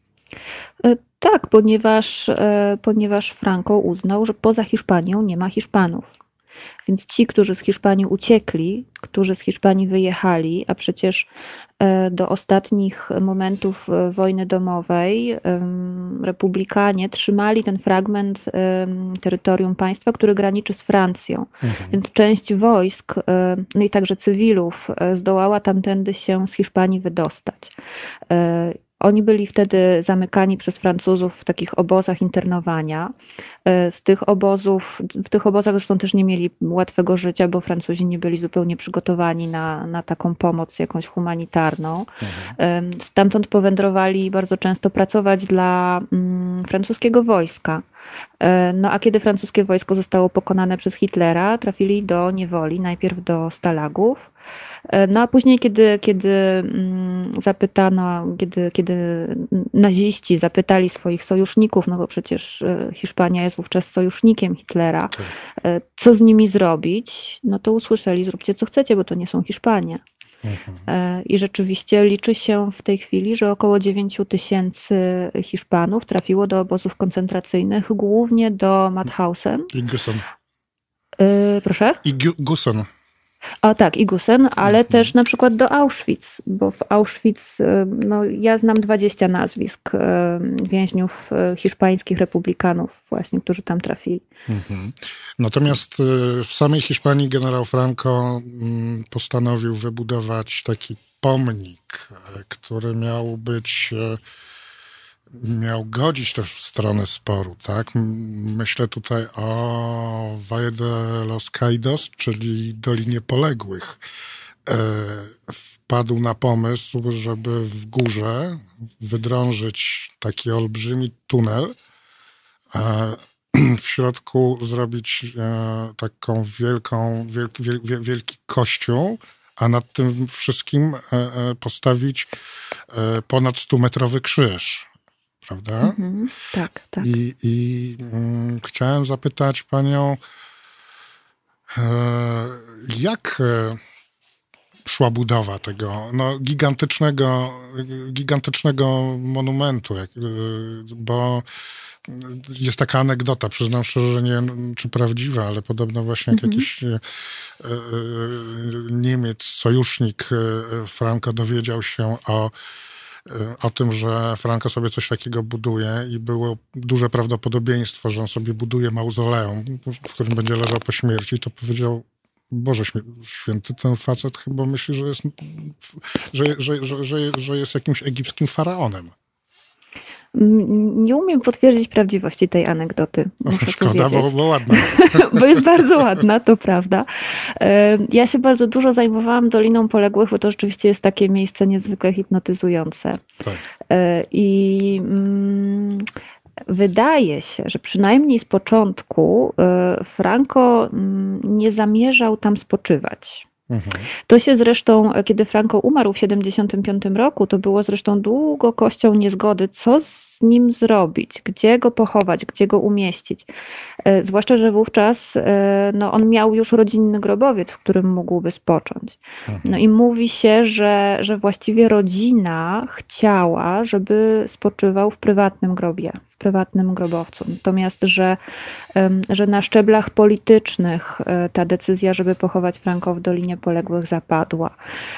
[SPEAKER 3] Tak, ponieważ Franco uznał, że poza Hiszpanią nie ma Hiszpanów. Więc ci, którzy z Hiszpanii uciekli, którzy z Hiszpanii wyjechali, a przecież do ostatnich momentów wojny domowej republikanie trzymali ten fragment terytorium państwa, który graniczy z Francją. Więc część wojsk, no i także cywilów zdołała tamtędy się z Hiszpanii wydostać. Oni byli wtedy zamykani przez Francuzów w takich obozach internowania. W tych obozach zresztą też nie mieli łatwego życia, bo Francuzi nie byli zupełnie przygotowani na taką pomoc jakąś humanitarną. Stamtąd powędrowali bardzo często pracować dla francuskiego wojska. No a kiedy francuskie wojsko zostało pokonane przez Hitlera, trafili do niewoli, najpierw do Stallagów. No a później, kiedy naziści zapytali swoich sojuszników, no bo przecież Hiszpania jest wówczas sojusznikiem Hitlera, co z nimi zrobić, no to usłyszeli: zróbcie co chcecie, bo to nie są Hiszpanie. I rzeczywiście liczy się w tej chwili, że około 9 000 Hiszpanów trafiło do obozów koncentracyjnych, głównie do Mauthausen.
[SPEAKER 2] I Gusen.
[SPEAKER 3] Proszę?
[SPEAKER 2] I Gusen.
[SPEAKER 3] O tak, i Gusen, ale też na przykład do Auschwitz, bo w Auschwitz, no ja znam 20 nazwisk więźniów hiszpańskich republikanów właśnie, którzy tam trafili.
[SPEAKER 2] Natomiast w samej Hiszpanii generał Franco postanowił wybudować taki pomnik, który miał godzić też w stronę sporu, tak? Myślę tutaj o Valle de los Caídos, czyli Dolinie Poległych. Wpadł na pomysł, żeby w górze wydrążyć taki olbrzymi tunel, w środku zrobić taką wielki kościół, a nad tym wszystkim postawić ponad 100-metrowy krzyż. Prawda?
[SPEAKER 3] Tak.
[SPEAKER 2] I chciałem zapytać panią, jak szła budowa tego gigantycznego monumentu, bo jest taka anegdota, przyznam szczerze, że nie wiem, czy prawdziwa, ale podobno właśnie jak jakiś Niemiec, sojusznik Franco dowiedział się o tym, że Franco sobie coś takiego buduje i było duże prawdopodobieństwo, że on sobie buduje mauzoleum, w którym będzie leżał po śmierci, to powiedział: Boże święty, ten facet chyba myśli, że jest jakimś egipskim faraonem.
[SPEAKER 3] Nie umiem potwierdzić prawdziwości tej anegdoty.
[SPEAKER 2] Szkoda, bo ładna.
[SPEAKER 3] Bo jest bardzo ładna, to prawda. Ja się bardzo dużo zajmowałam Doliną Poległych, bo to rzeczywiście jest takie miejsce niezwykle hipnotyzujące.
[SPEAKER 2] Tak.
[SPEAKER 3] I wydaje się, że przynajmniej z początku Franco nie zamierzał tam spoczywać. To się zresztą, kiedy Franco umarł w 1975 roku, to było zresztą długo kością niezgody, co z nim zrobić, gdzie go pochować, gdzie go umieścić. Zwłaszcza, że wówczas on miał już rodzinny grobowiec, w którym mógłby spocząć. No i mówi się, że właściwie rodzina chciała, żeby spoczywał w prywatnym grobie, w prywatnym grobowcu. Natomiast, że na szczeblach politycznych ta decyzja, żeby pochować Franco w Dolinie Poległych, zapadła.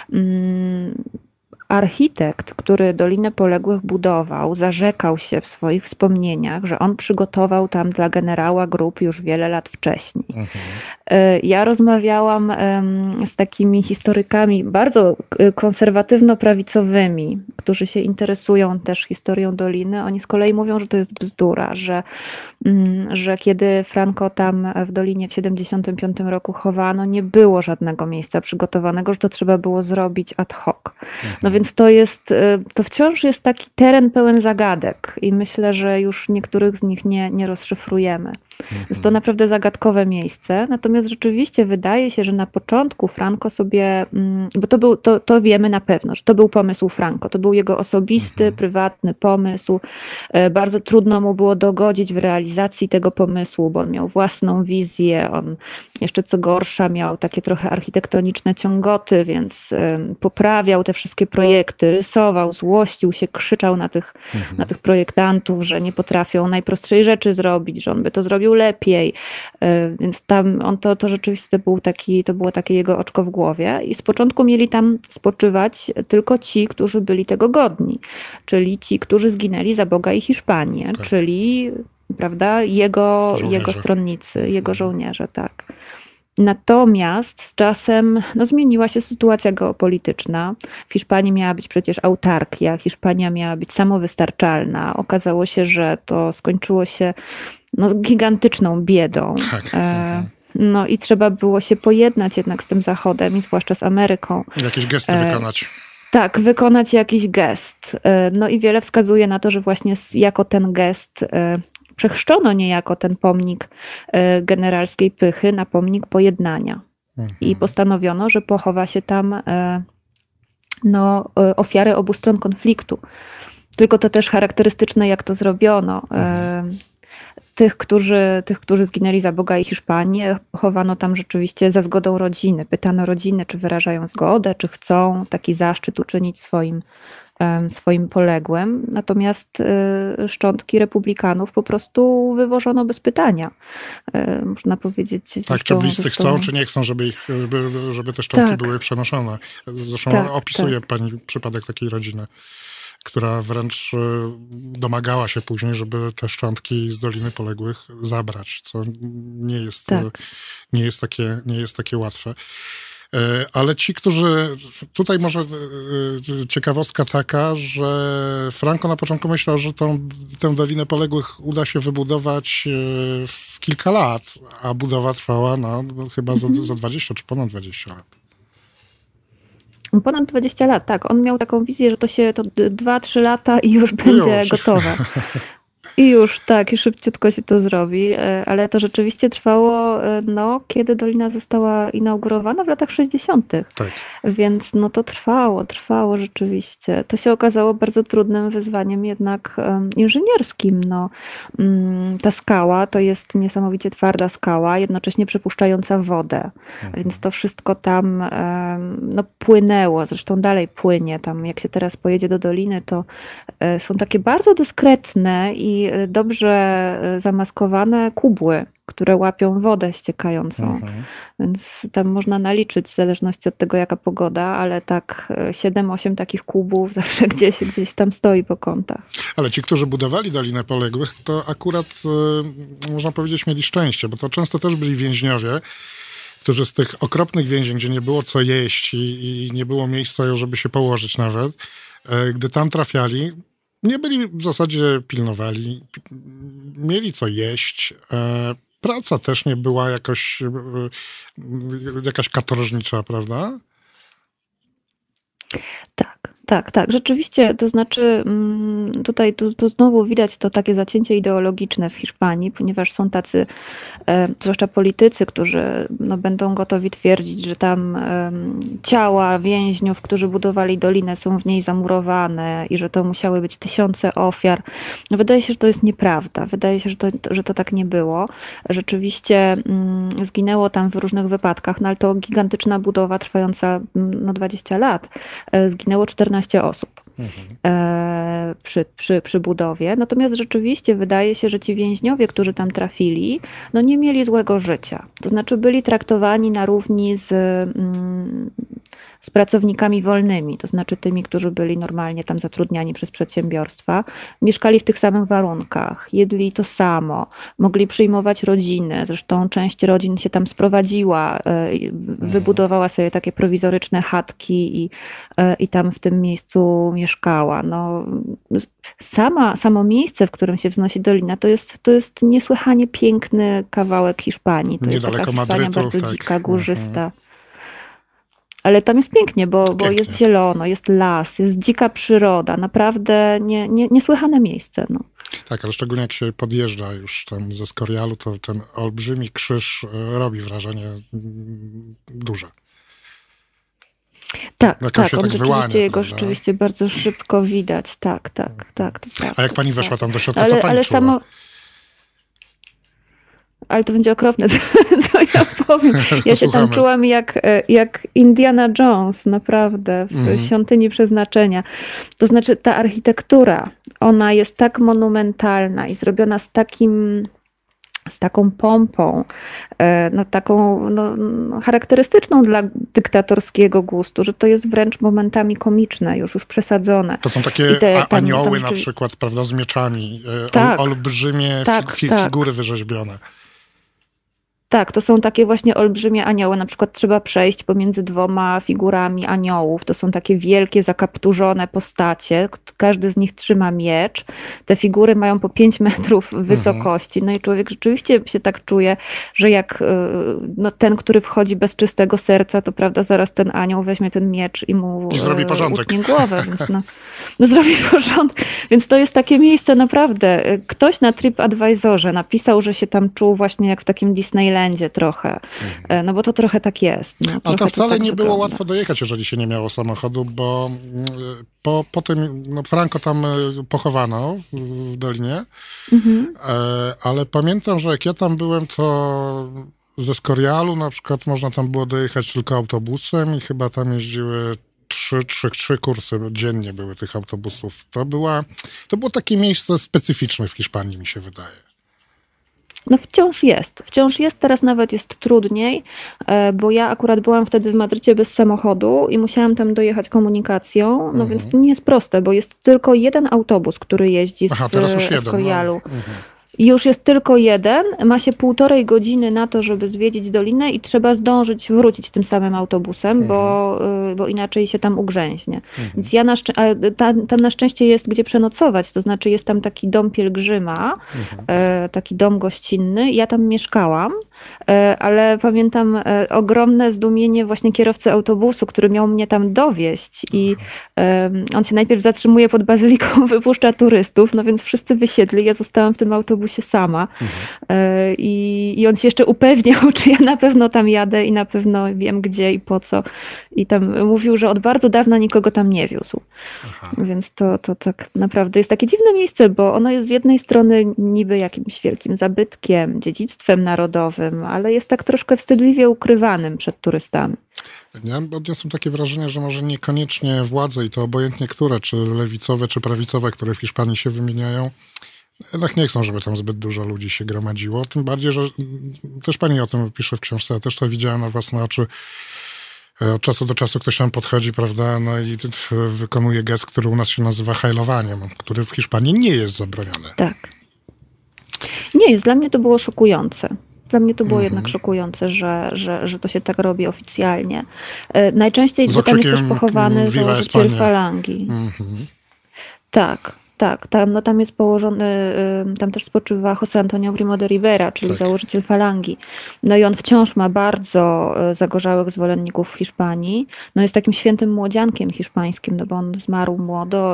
[SPEAKER 3] Architekt, który Dolinę Poległych budował, zarzekał się w swoich wspomnieniach, że on przygotował tam dla generała grób już wiele lat wcześniej. Ja rozmawiałam z takimi historykami bardzo konserwatywno-prawicowymi, którzy się interesują też historią Doliny. Oni z kolei mówią, że to jest bzdura, że kiedy Franco tam w Dolinie w 1975 roku chowano, nie było żadnego miejsca przygotowanego, że to trzeba było zrobić ad hoc. No więc to wciąż jest taki teren pełen zagadek i myślę, że już niektórych z nich nie rozszyfrujemy. Jest to naprawdę zagadkowe miejsce, natomiast rzeczywiście wydaje się, że na początku Franco sobie, bo to wiemy na pewno, że to był pomysł Franco, to był jego osobisty, prywatny pomysł. Bardzo trudno mu było dogodzić w realizacji tego pomysłu, bo on miał własną wizję, on jeszcze co gorsza miał takie trochę architektoniczne ciągoty, więc poprawiał te wszystkie projekty, rysował, złościł się, krzyczał na tych projektantów, że nie potrafią najprostszej rzeczy zrobić, że on by to zrobił lepiej, więc tam to rzeczywiście to było takie jego oczko w głowie i z początku mieli tam spoczywać tylko ci, którzy byli tego godni, czyli ci, którzy zginęli za Boga i Hiszpanię, czyli, prawda, jego stronnicy, jego żołnierze, tak. Natomiast z czasem zmieniła się sytuacja geopolityczna. W Hiszpanii miała być przecież autarkia, Hiszpania miała być samowystarczalna. Okazało się, że to skończyło się gigantyczną biedą.
[SPEAKER 2] Tak.
[SPEAKER 3] No i trzeba było się pojednać jednak z tym Zachodem i zwłaszcza z Ameryką.
[SPEAKER 2] Jakieś gesty wykonać.
[SPEAKER 3] Tak, wykonać jakiś gest. No i wiele wskazuje na to, że właśnie jako ten gest przechrzczono niejako ten pomnik generalskiej pychy na pomnik pojednania. I postanowiono, że pochowa się tam ofiary obu stron konfliktu. Tylko to też charakterystyczne, jak to zrobiono. Tych, którzy zginęli za Boga i Hiszpanię, chowano tam rzeczywiście za zgodą rodziny. Pytano rodziny, czy wyrażają zgodę, czy chcą taki zaszczyt uczynić swoim poległym. Natomiast szczątki republikanów po prostu wywożono bez pytania. Można powiedzieć.
[SPEAKER 2] Tak, czy bliscy chcą, czy nie chcą, żeby te szczątki były przenoszone. Zresztą opisuje pani przypadek takiej rodziny, która wręcz domagała się później, żeby te szczątki z Doliny Poległych zabrać, co nie jest takie łatwe. Ale ci, którzy... Tutaj może ciekawostka taka, że Franco na początku myślał, że tę Dolinę Poległych uda się wybudować w kilka lat, a budowa trwała chyba za 20 czy ponad 20 lat.
[SPEAKER 3] Ponad 20 lat, tak. On miał taką wizję, że to 2-3 lata i już będzie gotowe. I już, tak, i szybciutko się to zrobi, ale to rzeczywiście trwało, kiedy Dolina została inaugurowana w latach 60.
[SPEAKER 2] Tak.
[SPEAKER 3] Więc to trwało rzeczywiście. To się okazało bardzo trudnym wyzwaniem jednak inżynierskim. Ta skała to jest niesamowicie twarda skała, jednocześnie przepuszczająca wodę, więc to wszystko tam płynęło, zresztą dalej płynie. Tam jak się teraz pojedzie do Doliny, to są takie bardzo dyskretne i dobrze zamaskowane kubły, które łapią wodę ściekającą. Więc tam można naliczyć w zależności od tego, jaka pogoda, ale tak 7-8 takich kubów zawsze gdzieś tam stoi po kątach.
[SPEAKER 2] Ale ci, którzy budowali Dolinę Poległych, to akurat można powiedzieć mieli szczęście, bo to często też byli więźniowie, którzy z tych okropnych więzień, gdzie nie było co jeść i nie było miejsca, żeby się położyć nawet, gdy tam trafiali, nie byli w zasadzie pilnowali, mieli co jeść. Praca też nie była jakaś katorżnicza, prawda?
[SPEAKER 3] Tak. Rzeczywiście, to znaczy tutaj tu znowu widać to takie zacięcie ideologiczne w Hiszpanii, ponieważ są tacy, zwłaszcza politycy, którzy będą gotowi twierdzić, że tam ciała więźniów, którzy budowali dolinę, są w niej zamurowane i że to musiały być tysiące ofiar. Wydaje się, że to jest nieprawda. Wydaje się, że to tak nie było. Rzeczywiście zginęło tam w różnych wypadkach, ale to gigantyczna budowa trwająca 20 lat. Zginęło 14 osób przy budowie. Natomiast rzeczywiście wydaje się, że ci więźniowie, którzy tam trafili, nie mieli złego życia. To znaczy byli traktowani na równi z pracownikami wolnymi, to znaczy tymi, którzy byli normalnie tam zatrudniani przez przedsiębiorstwa, mieszkali w tych samych warunkach, jedli to samo, mogli przyjmować rodziny, zresztą część rodzin się tam sprowadziła, wybudowała sobie takie prowizoryczne chatki i tam w tym miejscu mieszkała. Samo miejsce, w którym się wznosi dolina, to jest niesłychanie piękny kawałek Hiszpanii. To
[SPEAKER 2] niedaleko
[SPEAKER 3] jest taka Hiszpania
[SPEAKER 2] Madrytu,
[SPEAKER 3] bardzo dzika, górzysta. Ale tam jest pięknie, bo jest zielono, jest las, jest dzika przyroda. Naprawdę niesłychane miejsce.
[SPEAKER 2] Tak, ale szczególnie jak się podjeżdża już tam ze Escorialu, to ten olbrzymi krzyż robi wrażenie duże.
[SPEAKER 3] Tak,
[SPEAKER 2] on
[SPEAKER 3] rzeczywiście jego rzeczywiście bardzo szybko widać. Tak.
[SPEAKER 2] A jak pani weszła tam do środka, co pani czuła?
[SPEAKER 3] Ale to będzie okropne, co ja powiem. Ja się tam czułam jak Indiana Jones, naprawdę, w Świątyni Przeznaczenia. To znaczy ta architektura, ona jest tak monumentalna i zrobiona z taką pompą, taką charakterystyczną dla dyktatorskiego gustu, że to jest wręcz momentami komiczne, już przesadzone.
[SPEAKER 2] To są takie anioły na przykład, prawda, z mieczami, olbrzymie figury wyrzeźbione.
[SPEAKER 3] Tak, to są takie właśnie olbrzymie anioły. Na przykład trzeba przejść pomiędzy 2 figurami aniołów. To są takie wielkie, zakapturzone postacie. Każdy z nich trzyma miecz. Te figury mają po 5 metrów wysokości. No i człowiek rzeczywiście się tak czuje, że jak ten, który wchodzi bez czystego serca, to prawda, zaraz ten anioł weźmie ten miecz i mu
[SPEAKER 2] zrobi porządek.
[SPEAKER 3] Utnie głowę. Więc zrobi porządek. Więc to jest takie miejsce naprawdę. Ktoś na TripAdvisorze napisał, że się tam czuł właśnie jak w takim Disneylandzie trochę. No bo to trochę tak jest. No,
[SPEAKER 2] ale to wcale
[SPEAKER 3] tak
[SPEAKER 2] nie
[SPEAKER 3] wygląda.
[SPEAKER 2] było łatwo dojechać, jeżeli się nie miało samochodu, bo po tym Franco tam pochowano w dolinie, ale pamiętam, że jak ja tam byłem, to ze Scorialu na przykład można tam było dojechać tylko autobusem i chyba tam jeździły trzy kursy dziennie były tych autobusów. To było takie miejsce specyficzne w Hiszpanii, mi się wydaje.
[SPEAKER 3] No wciąż jest. Teraz nawet jest trudniej, bo ja akurat byłam wtedy w Madrycie bez samochodu i musiałam tam dojechać komunikacją, no więc to nie jest proste, bo jest tylko jeden autobus, który jeździ z Escorialu. I już jest tylko jeden, ma się 1,5 godziny na to, żeby zwiedzić dolinę i trzeba zdążyć wrócić tym samym autobusem, bo inaczej się tam ugrzęźnie. Więc ja tam na szczęście jest gdzie przenocować, to znaczy jest tam taki dom pielgrzyma, taki dom gościnny. Ja tam mieszkałam, ale pamiętam ogromne zdumienie właśnie kierowcy autobusu, który miał mnie tam dowieźć i on się najpierw zatrzymuje pod bazyliką, wypuszcza turystów, no więc wszyscy wysiedli, ja zostałam w tym autobusie sama i on się jeszcze upewniał, czy ja na pewno tam jadę i na pewno wiem gdzie i po co. I tam mówił, że od bardzo dawna nikogo tam nie wiózł. Więc to tak naprawdę jest takie dziwne miejsce, bo ono jest z jednej strony niby jakimś wielkim zabytkiem, dziedzictwem narodowym, ale jest tak troszkę wstydliwie ukrywanym przed turystami.
[SPEAKER 2] Ja odniosłem takie wrażenie, że może niekoniecznie władze i to obojętnie które, czy lewicowe, czy prawicowe, które w Hiszpanii się wymieniają, jednak nie chcą, żeby tam zbyt dużo ludzi się gromadziło. Tym bardziej, że też pani o tym pisze w książce, ja też to widziałem na własne oczy. Od czasu do czasu ktoś tam podchodzi, prawda, no i wykonuje gest, który u nas się nazywa hajlowaniem, który w Hiszpanii nie jest zabroniony.
[SPEAKER 3] Tak. Nie jest. Dla mnie to było szokujące. Dla mnie to było jednak szokujące, że to się tak robi oficjalnie. Najczęściej tam jest też pochowany założyciel falangi. Tak. Tam jest położony, tam też spoczywa José Antonio Primo de Rivera, czyli założyciel falangi. No i on wciąż ma bardzo zagorzałych zwolenników w Hiszpanii. No jest takim świętym młodziankiem hiszpańskim, no bo on zmarł młodo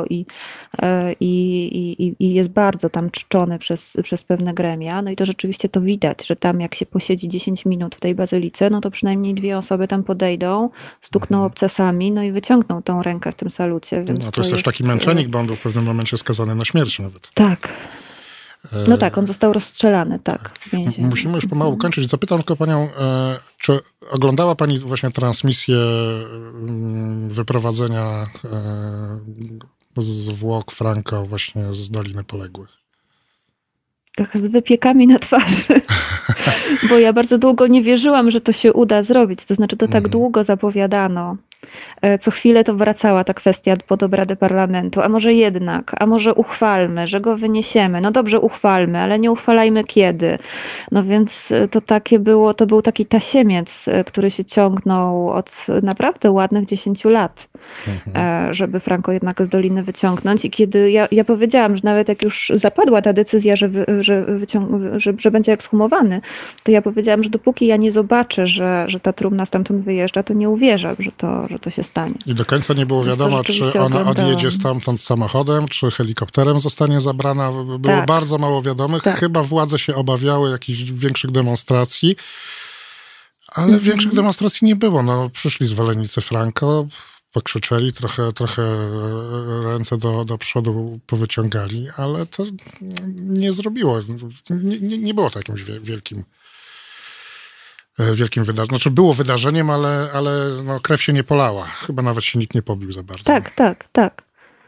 [SPEAKER 3] i jest bardzo tam czczony przez pewne gremia. No i to rzeczywiście to widać, że tam jak się posiedzi 10 minut w tej bazylice, no to przynajmniej 2 osoby tam podejdą, stukną obcasami, no i wyciągną tą rękę w tym salucie. Więc
[SPEAKER 2] no to jest też taki męczennik, bo on był w pewnym momencie skazany na śmierć nawet.
[SPEAKER 3] Tak. No tak, on został rozstrzelany, tak.
[SPEAKER 2] Musimy już pomału kończyć. Zapytam tylko panią, czy oglądała pani właśnie transmisję wyprowadzenia zwłok Franco właśnie z Doliny Poległych?
[SPEAKER 3] Trochę z wypiekami na twarzy, bo ja bardzo długo nie wierzyłam, że to się uda zrobić. To znaczy to tak długo zapowiadano. Co chwilę to wracała ta kwestia pod obrady parlamentu. A może jednak, a może uchwalmy, że go wyniesiemy. No dobrze, uchwalmy, ale nie uchwalajmy kiedy. No więc to był taki tasiemiec, który się ciągnął od naprawdę ładnych 10 lat, żeby Franco jednak z Doliny wyciągnąć. I kiedy ja powiedziałam, że nawet jak już zapadła ta decyzja, że będzie ekshumowany, to ja powiedziałam, że dopóki ja nie zobaczę, że ta trumna stamtąd wyjeżdża, to nie uwierzę, że to się stanie.
[SPEAKER 2] I do końca nie było wiadomo, czy ona odjedzie stamtąd samochodem, czy helikopterem zostanie zabrana. Było bardzo mało wiadomych. Chyba władze się obawiały jakichś większych demonstracji, ale większych demonstracji nie było. No, przyszli zwolennicy Franco, pokrzyczeli, trochę ręce do przodu powyciągali, ale to nie zrobiło. Nie było to jakimś wielkim wydarzeniem. Znaczy było wydarzeniem, ale no, krew się nie polała. Chyba nawet się nikt nie pobił za bardzo.
[SPEAKER 3] Tak.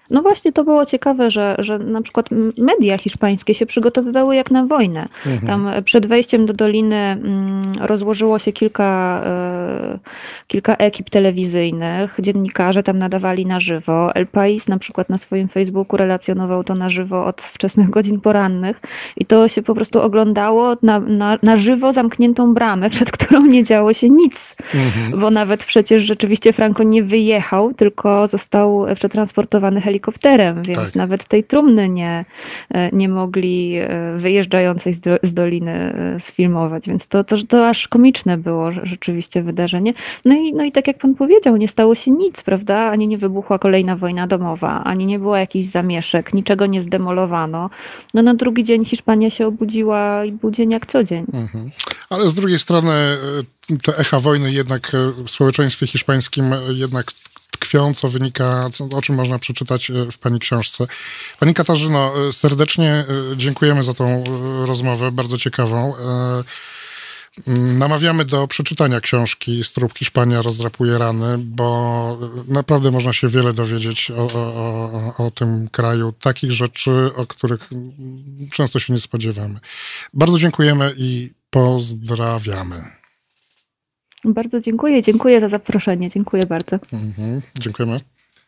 [SPEAKER 3] No właśnie to było ciekawe, że na przykład media hiszpańskie się przygotowywały jak na wojnę. Tam przed wejściem do Doliny rozłożyło się kilka ekip telewizyjnych, dziennikarze tam nadawali na żywo. El País na przykład na swoim Facebooku relacjonował to na żywo od wczesnych godzin porannych i to się po prostu oglądało na żywo zamkniętą bramę, przed którą nie działo się nic, bo nawet przecież rzeczywiście Franco nie wyjechał, tylko został przetransportowany helikopterem, więc nawet tej trumny nie mogli wyjeżdżającej z Doliny sfilmować, więc to aż komiczne było rzeczywiście wydarzenie. No i tak jak pan powiedział, nie stało się nic, prawda? Ani nie wybuchła kolejna wojna domowa, ani nie było jakichś zamieszek, niczego nie zdemolowano. No na drugi dzień Hiszpania się obudziła i był dzień jak co dzień.
[SPEAKER 2] Ale z drugiej strony te echa wojny jednak w społeczeństwie hiszpańskim jednak tkwią, co wynika, o czym można przeczytać w pani książce. Pani Katarzyno, serdecznie dziękujemy za tą rozmowę, bardzo ciekawą. Namawiamy do przeczytania książki Strób Hiszpania rozdrapuje rany, bo naprawdę można się wiele dowiedzieć o tym kraju, takich rzeczy, o których często się nie spodziewamy. Bardzo dziękujemy i pozdrawiamy.
[SPEAKER 3] Bardzo dziękuję za zaproszenie, dziękuję bardzo.
[SPEAKER 2] Dziękujemy.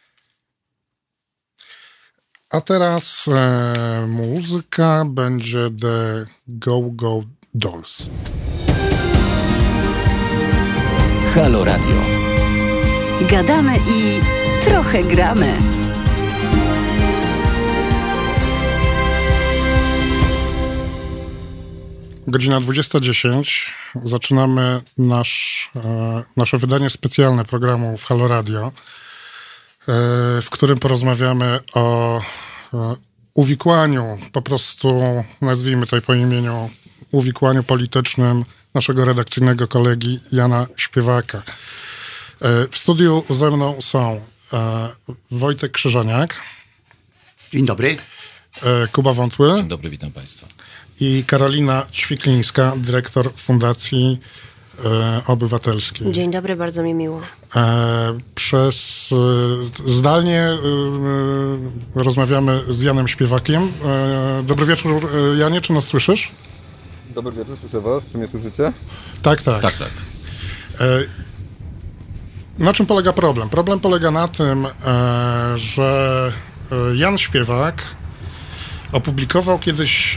[SPEAKER 2] A teraz muzyka będzie The Go-Go Dolls.
[SPEAKER 1] Halo Radio. Gadamy i trochę gramy.
[SPEAKER 2] Godzina 20:10. Zaczynamy nasze wydanie specjalne programu w Halo Radio, w którym porozmawiamy o uwikłaniu, po prostu nazwijmy to po imieniu, uwikłaniu politycznym naszego redakcyjnego kolegi Jana Śpiewaka. W studiu ze mną są Wojtek Krzyżaniak.
[SPEAKER 6] Dzień dobry.
[SPEAKER 2] Kuba Wątły.
[SPEAKER 7] Dzień dobry, witam Państwa.
[SPEAKER 2] I Karolina Ćwiklińska, dyrektor Fundacji Obywatelskiej.
[SPEAKER 8] Dzień dobry, bardzo mi miło.
[SPEAKER 2] Zdalnie rozmawiamy z Janem Śpiewakiem. Dobry wieczór, Janie, czy nas słyszysz?
[SPEAKER 9] Dobry wieczór, słyszę was. Czy mnie słyszycie?
[SPEAKER 2] Tak. Na czym polega problem? Problem polega na tym, że Jan Śpiewak opublikował kiedyś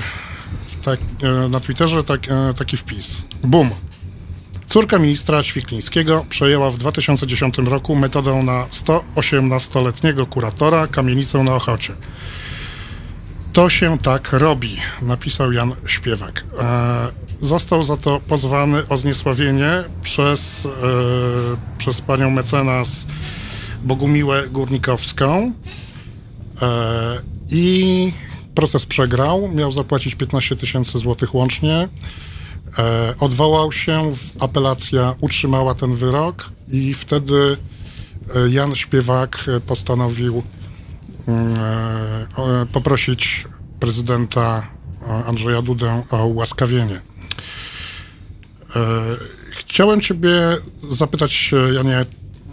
[SPEAKER 2] na Twitterze taki wpis. Bum. Córka ministra Ćwiklińskiego przejęła w 2010 roku metodę na 118-letniego kuratora kamienicę na Ochocie. To się tak robi, napisał Jan Śpiewak. Został za to pozwany o zniesławienie przez panią mecenas Bogumiłę Górnikowską i proces przegrał. Miał zapłacić 15 000 złotych łącznie. Odwołał się, apelacja utrzymała ten wyrok i wtedy Jan Śpiewak postanowił poprosić prezydenta Andrzeja Dudę o ułaskawienie. Chciałem ciebie zapytać, Janie,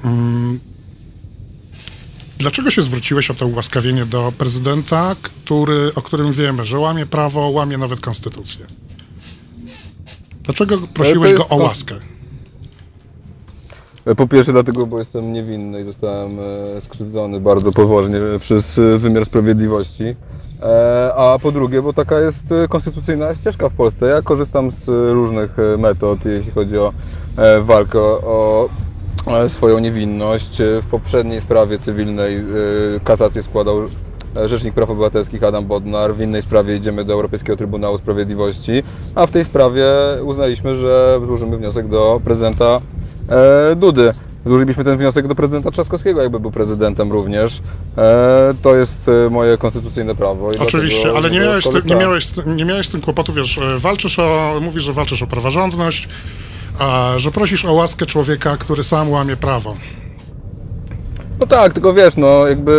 [SPEAKER 2] dlaczego się zwróciłeś o to ułaskawienie do prezydenta, o którym wiemy, że łamie prawo, łamie nawet konstytucję? Dlaczego prosiłeś go o łaskę?
[SPEAKER 9] Po pierwsze dlatego, bo jestem niewinny i zostałem skrzywdzony bardzo poważnie przez wymiar sprawiedliwości. A po drugie, bo taka jest konstytucyjna ścieżka w Polsce. Ja korzystam z różnych metod, jeśli chodzi o walkę o swoją niewinność. W poprzedniej sprawie cywilnej kasację składał Rzecznik Praw Obywatelskich Adam Bodnar. W innej sprawie idziemy do Europejskiego Trybunału Sprawiedliwości, a w tej sprawie uznaliśmy, że złożymy wniosek do prezydenta Dudy. Złożyliśmy ten wniosek do prezydenta Trzaskowskiego, jakby był prezydentem również. To jest moje konstytucyjne prawo.
[SPEAKER 2] Oczywiście, ale nie miałeś z tym kłopotu, wiesz, mówisz, że walczysz o praworządność, a że prosisz o łaskę człowieka, który sam łamie prawo.
[SPEAKER 9] No tak, tylko wiesz, no jakby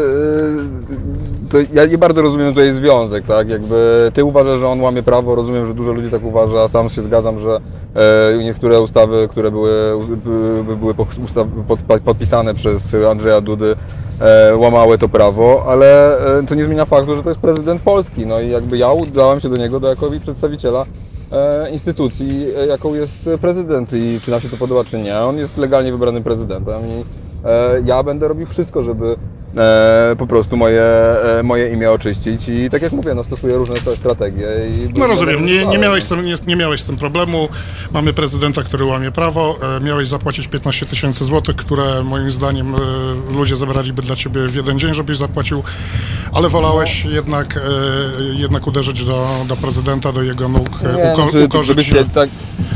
[SPEAKER 9] to ja nie bardzo rozumiem tutaj związek, tak, jakby ty uważasz, że on łamie prawo, rozumiem, że dużo ludzi tak uważa, sam się zgadzam, że niektóre ustawy, które były podpisane przez Andrzeja Dudy, łamały to prawo, ale to nie zmienia faktu, że to jest prezydent Polski. No i jakby ja udałem się do niego jako przedstawiciela instytucji, jaką jest prezydent i czy nam się to podoba, czy nie. On jest legalnie wybranym prezydentem i ja będę robił wszystko, żeby po prostu moje imię oczyścić i tak jak mówię, no stosuję różne strategie.
[SPEAKER 2] No rozumiem, nie miałeś z tym problemu. Mamy prezydenta, który łamie prawo. Miałeś zapłacić 15 000 złotych, które moim zdaniem ludzie zebraliby dla ciebie w jeden dzień, żebyś zapłacił, ale wolałeś jednak uderzyć do prezydenta, do jego nóg, ukorzyć się.
[SPEAKER 9] Tak...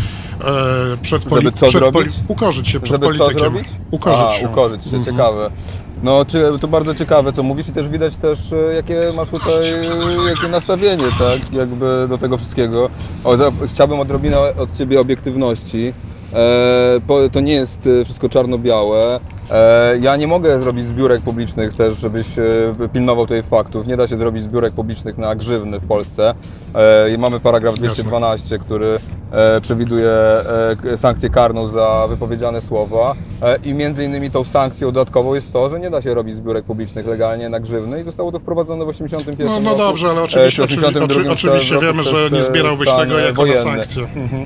[SPEAKER 2] ukorzyć się przed
[SPEAKER 9] żeby
[SPEAKER 2] politykiem.
[SPEAKER 9] Ukorzyć się, ciekawe. No, to bardzo ciekawe, co mówisz i też widać też, jakie masz tutaj jakie nastawienie, tak, jakby do tego wszystkiego. Chciałbym odrobinę od ciebie obiektywności. To nie jest wszystko czarno-białe. Ja nie mogę zrobić zbiórek publicznych też, żebyś pilnował tutaj faktów. Nie da się zrobić zbiórek publicznych na grzywny w Polsce. Mamy paragraf 212, który przewiduje sankcję karną za wypowiedziane słowa i między innymi tą sankcją dodatkową jest to, że nie da się robić zbiórek publicznych legalnie na grzywny i zostało to wprowadzone w 81 roku.
[SPEAKER 2] No dobrze, ale oczywiście wiemy, że nie zbierałbyś tego jako na sankcję.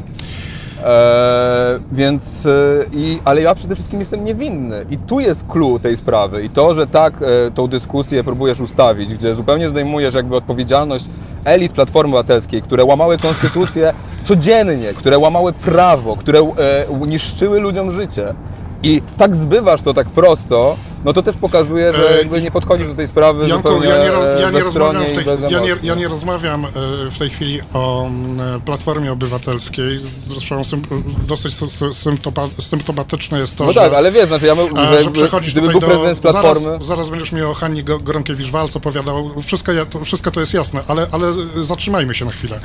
[SPEAKER 9] Ale ja przede wszystkim jestem niewinny i tu jest clue tej sprawy i to, że tak tą dyskusję próbujesz ustawić, gdzie zupełnie zdejmujesz jakby odpowiedzialność elit Platformy Obywatelskiej, które łamały konstytucję codziennie, które łamały prawo, które niszczyły ludziom życie i tak zbywasz to tak prosto, no to też pokazuje, że jakby nie podchodzisz do tej sprawy
[SPEAKER 2] Janku,
[SPEAKER 9] zupełnie
[SPEAKER 2] ja nie rozmawiam w tej chwili o Platformie Obywatelskiej. Zresztą dosyć symptomatyczne jest to,
[SPEAKER 9] no
[SPEAKER 2] że...
[SPEAKER 9] tak, ale wiesz, znaczy
[SPEAKER 2] że przechodzisz
[SPEAKER 9] gdyby był prezydent z Platformy...
[SPEAKER 2] Zaraz będziesz mi o Hanni Gronkiewicz-Waltz opowiadał. Wszystko to jest jasne, ale zatrzymajmy się na chwilę.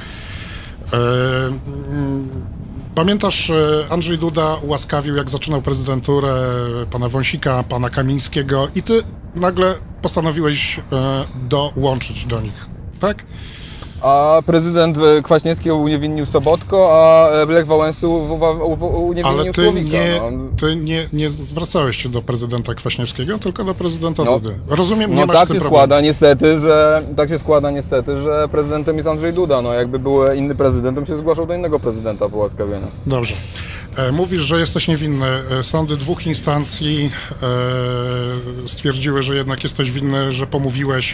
[SPEAKER 2] Pamiętasz, Andrzej Duda ułaskawił, jak zaczynał prezydenturę, pana Wąsika, pana Kamińskiego i ty nagle postanowiłeś dołączyć do nich, tak?
[SPEAKER 9] A prezydent Kwaśniewski uniewinnił Sobotko, a Lech Wałęsa uniewinnił Słowika.
[SPEAKER 2] Ty nie zwracałeś się do prezydenta Kwaśniewskiego, tylko do prezydenta Dudy. Rozumiem, nie masz
[SPEAKER 9] tak
[SPEAKER 2] z tym
[SPEAKER 9] się
[SPEAKER 2] problemu.
[SPEAKER 9] Tak się składa niestety, że prezydentem jest Andrzej Duda. No jakby był inny prezydent, bym się zgłaszał do innego prezydenta po ułaskawieniu.
[SPEAKER 2] Dobrze. Mówisz, że jesteś niewinny. Sądy 2 instancji stwierdziły, że jednak jesteś winny, że pomówiłeś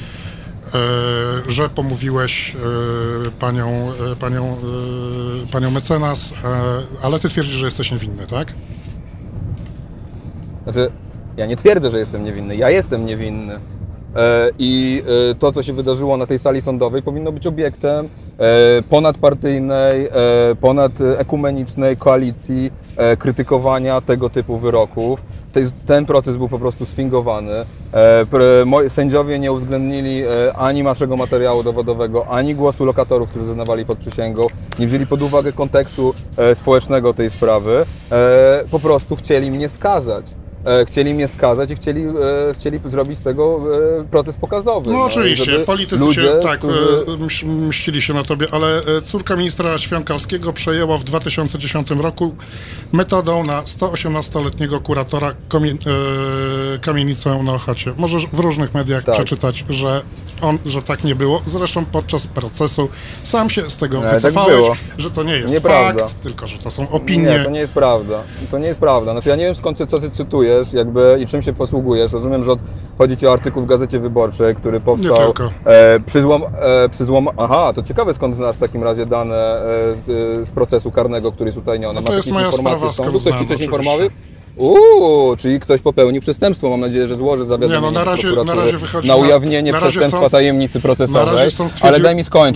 [SPEAKER 2] panią mecenas, ale ty twierdzisz, że jesteś niewinny, tak?
[SPEAKER 9] Znaczy, ja nie twierdzę, że jestem niewinny, ja jestem niewinny. I to, co się wydarzyło na tej sali sądowej, powinno być obiektem ponadpartyjnej, ponadekumenicznej koalicji krytykowania tego typu wyroków. Ten proces był po prostu sfingowany. Sędziowie nie uwzględnili ani naszego materiału dowodowego, ani głosu lokatorów, którzy zeznawali pod przysięgą. Nie wzięli pod uwagę kontekstu społecznego tej sprawy. Po prostu chcieli mnie skazać. I chcieli zrobić z tego proces pokazowy.
[SPEAKER 2] No oczywiście, politycy
[SPEAKER 9] ludzie,
[SPEAKER 2] mścili się na tobie, ale córka ministra Świąkalskiego przejęła w 2010 roku metodą na 118-letniego kuratora kamienicę na Ochocie. Możesz w różnych mediach przeczytać, że tak nie było. Zresztą podczas procesu sam się z tego wycofałeś, że to nie jest fakt, tylko że to są opinie.
[SPEAKER 9] Nie, to nie jest prawda. To nie jest prawda. Znaczy ja nie wiem skąd co ty cytujesz jakby i czym się posługujesz. Rozumiem, że chodzi ci o artykuł w Gazecie Wyborczej, który powstał przy złom... Aha, to ciekawe skąd znasz w takim razie dane z procesu karnego, który jest utajniony.
[SPEAKER 2] No to jest moja sprawa, skąd
[SPEAKER 9] ktoś ci coś informował? Czyli ktoś popełnił przestępstwo. Mam nadzieję, że złoży zawiadomienie
[SPEAKER 2] na razie wychodzi
[SPEAKER 9] na ujawnienie przestępstwa tajemnicy procesowej. Ale daj mi skończyć.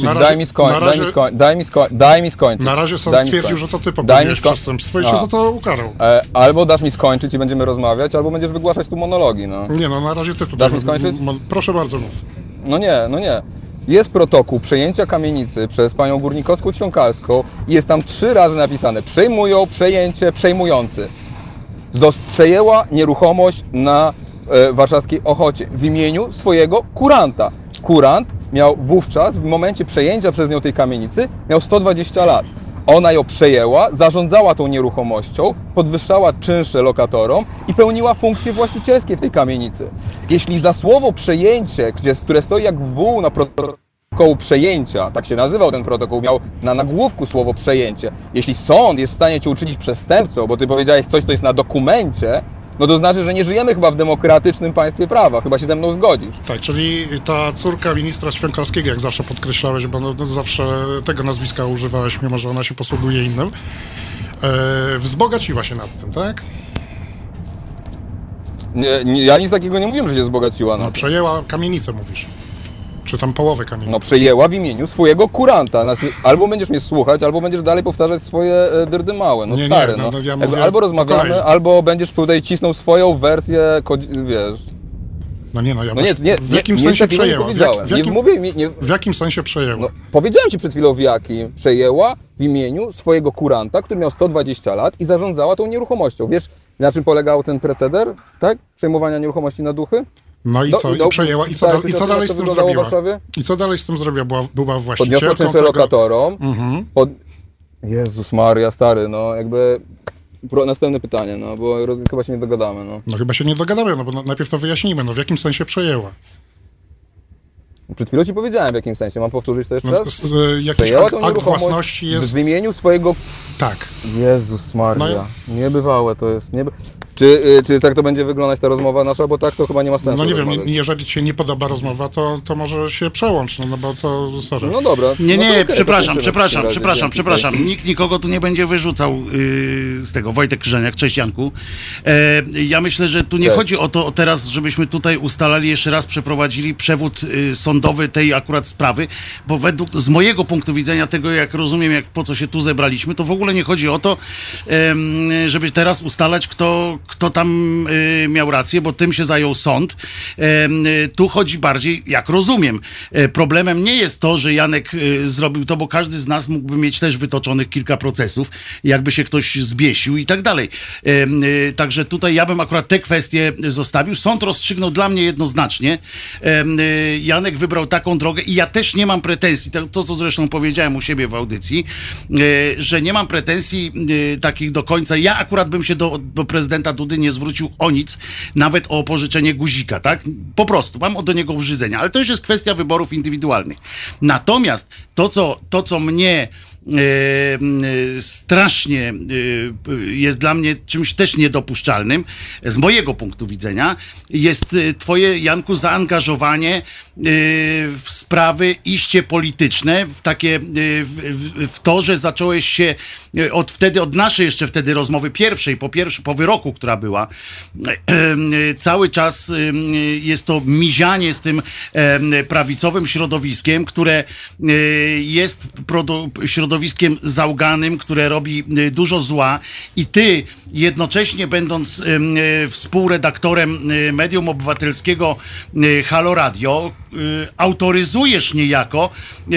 [SPEAKER 2] Na razie sąd stwierdził, że to ty popełniłeś przestępstwo i się za to ukarał.
[SPEAKER 9] Albo dasz mi skończyć i będziemy rozmawiać, albo będziesz wygłaszać tu monologi. No.
[SPEAKER 2] Nie, na razie ty tutaj...
[SPEAKER 9] Dasz mi skończyć?
[SPEAKER 2] Proszę bardzo, mów.
[SPEAKER 9] No nie. Jest protokół przejęcia kamienicy przez panią Górnikowską-Ćwiąkalską i jest tam 3 razy napisane: przejmują, przejęcie, przejmujący. Przejęła nieruchomość na warszawskiej Ochocie w imieniu swojego kuranta. Kurant miał wówczas, w momencie przejęcia przez nią tej kamienicy, miał 120 lat. Ona ją przejęła, zarządzała tą nieruchomością, podwyższała czynsze lokatorom i pełniła funkcje właścicielskie w tej kamienicy. Jeśli za słowo przejęcie, które stoi jak wół na protokołu przejęcia, tak się nazywał ten protokół, miał na nagłówku słowo przejęcie. Jeśli sąd jest w stanie cię uczynić przestępcą, bo ty powiedziałeś coś, co jest na dokumencie, no to znaczy, że nie żyjemy chyba w demokratycznym państwie prawa. Chyba się ze mną zgodzisz.
[SPEAKER 2] Tak, czyli ta córka ministra Świękowskiego, jak zawsze podkreślałeś, bo no zawsze tego nazwiska używałeś, mimo że ona się posługuje innym, wzbogaciła się nad tym, tak?
[SPEAKER 9] Nie, ja nic takiego nie mówiłem, że się wzbogaciła na tym.
[SPEAKER 2] Przejęła kamienicę, mówisz. Czy tam połowę kamienicy.
[SPEAKER 9] No przejęła w imieniu swojego kuranta. Znaczy, albo będziesz mnie słuchać, albo będziesz dalej powtarzać swoje dyrdy małe. No stary,
[SPEAKER 2] ja mówię
[SPEAKER 9] albo rozmawiamy, albo będziesz tutaj cisnął swoją wersję, wiesz...
[SPEAKER 2] W jakim sensie przejęła? W jakim sensie przejęła?
[SPEAKER 9] No, powiedziałem ci przed chwilą w jakim. Przejęła w imieniu swojego kuranta, który miał 120 lat i zarządzała tą nieruchomością. Wiesz, na czym polegał ten proceder, tak? Przejmowania nieruchomości na duchy?
[SPEAKER 2] No i co? I przejęła. I co dalej z tym zrobiła? I co dalej z tym zrobiła? Była właścicielką
[SPEAKER 9] podniosła czynsze lokatorom. Jezus Maria, stary, no jakby... Następne pytanie, no bo chyba się nie dogadamy, no.
[SPEAKER 2] No chyba się nie dogadamy, no bo najpierw to wyjaśnijmy, no w jakim sensie przejęła?
[SPEAKER 9] Przed chwilą ci powiedziałem w jakim sensie, mam powtórzyć to jeszcze raz?
[SPEAKER 2] Jakiś akt własności jest...
[SPEAKER 9] W imieniu swojego...
[SPEAKER 2] Tak.
[SPEAKER 9] Jezus Maria, niebywałe to jest. Czy tak to będzie wyglądać ta rozmowa nasza, bo tak to chyba nie ma sensu.
[SPEAKER 2] No nie wiem, jeżeli ci się nie podoba rozmowa, to może się przełącz, no bo to... Sorry.
[SPEAKER 9] No dobra.
[SPEAKER 7] Nie, przepraszam. Nikt nikogo tu nie będzie wyrzucał z tego. Wojtek Krzyżaniak, cześć Janku. Ja myślę, że tu nie chodzi o to teraz, żebyśmy tutaj ustalali jeszcze raz, przeprowadzili przewód sądowy tej akurat sprawy, bo z mojego punktu widzenia tego, jak rozumiem, po co się tu zebraliśmy, to w ogóle nie chodzi o to, żeby teraz ustalać, kto tam miał rację, bo tym się zajął sąd. Tu chodzi bardziej, jak rozumiem, problemem nie jest to, że Janek zrobił to, bo każdy z nas mógłby mieć też wytoczonych kilka procesów, jakby się ktoś zbiesił i tak dalej. Także tutaj ja bym akurat te kwestie zostawił. Sąd rozstrzygnął dla mnie jednoznacznie. Janek wybrał taką drogę i ja też nie mam pretensji, to co zresztą powiedziałem u siebie w audycji, że nie mam pretensji takich do końca. Ja akurat bym się do prezydenta Dudy nie zwrócił o nic, nawet o pożyczenie guzika, tak? Po prostu, mam do niego brzydzenia, ale to już jest kwestia wyborów indywidualnych. Natomiast to, co mnie strasznie jest dla mnie czymś też niedopuszczalnym, z mojego punktu widzenia, jest twoje, Janku, zaangażowanie w sprawy iście polityczne, w takie, w to, że zacząłeś się od naszej jeszcze wtedy rozmowy pierwszej, po wyroku, która była, cały czas jest to mizianie z tym prawicowym środowiskiem, które jest środowiskiem załganym, które robi dużo zła i ty jednocześnie będąc współredaktorem Medium Obywatelskiego Halo Radio, autoryzujesz niejako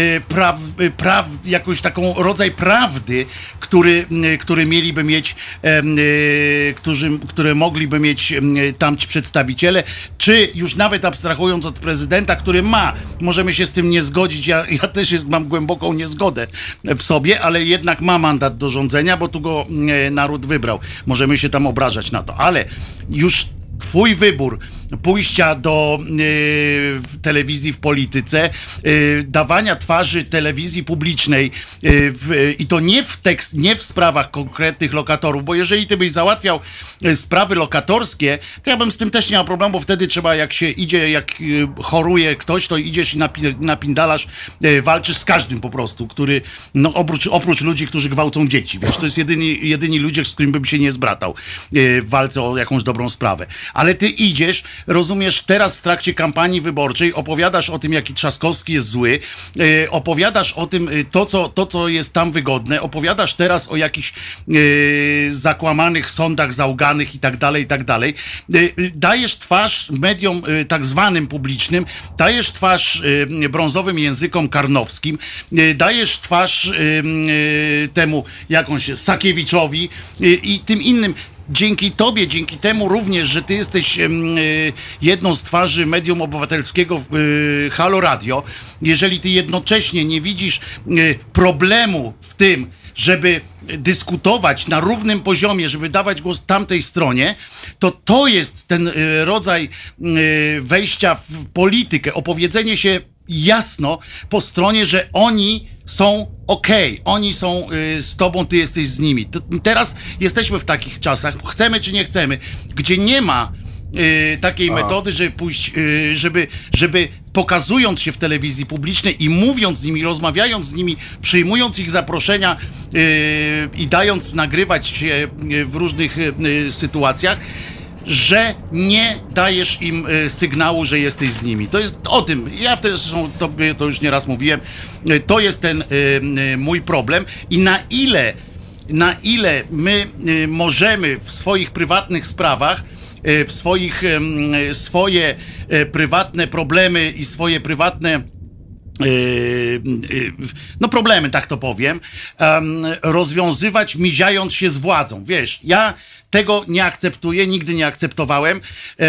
[SPEAKER 7] jakąś taką rodzaj prawdy, który mieliby mieć, które mogliby mieć tamci przedstawiciele, czy już nawet abstrahując od prezydenta, który możemy się z tym nie zgodzić, ja też mam głęboką niezgodę w sobie, ale jednak ma mandat do rządzenia, bo tu go naród wybrał. Możemy się tam obrażać na to, ale już twój wybór pójścia do telewizji w polityce, dawania twarzy telewizji publicznej i to nie w sprawach konkretnych lokatorów, bo jeżeli ty byś załatwiał sprawy lokatorskie, to ja bym z tym też nie miał problemu, bo wtedy trzeba, jak się idzie, jak choruje ktoś, to idziesz i napindalasz, walczysz z każdym po prostu, który, no oprócz ludzi, którzy gwałcą dzieci, wiesz, to jest jedyni ludzie, z którymi bym się nie zbratał w walce o jakąś dobrą sprawę. Ale ty idziesz, rozumiesz, teraz w trakcie kampanii wyborczej opowiadasz o tym, jaki Trzaskowski jest zły, opowiadasz o tym, to co jest tam wygodne, opowiadasz teraz o jakichś zakłamanych sądach załganych i tak dalej, dajesz twarz mediom tak zwanym publicznym, dajesz twarz brązowym językom karnowskim, dajesz twarz temu, jakąś Sakiewiczowi i tym innym. dzięki tobie, dzięki temu również, że ty jesteś jedną z twarzy medium obywatelskiego Halo Radio, jeżeli ty jednocześnie nie widzisz problemu w tym, żeby dyskutować na równym poziomie, żeby dawać głos tamtej stronie, to jest ten rodzaj wejścia w politykę, opowiedzenie się jasno po stronie, że oni są okej, oni są z tobą, ty jesteś z nimi. Teraz jesteśmy w takich czasach, chcemy czy nie chcemy, gdzie nie ma takiej metody, żeby pójść, żeby pokazując się w telewizji publicznej i mówiąc z nimi, rozmawiając z nimi, przyjmując ich zaproszenia i dając nagrywać się w różnych sytuacjach, że nie dajesz im sygnału, że jesteś z nimi. To jest o tym. Ja wtedy zresztą to już nieraz mówiłem. To jest ten mój problem. I na ile my możemy w swoich prywatnych sprawach, swoje prywatne problemy i swoje prywatne problemy, tak to powiem, rozwiązywać miziając się z władzą. Wiesz, ja tego nie akceptuję, nigdy nie akceptowałem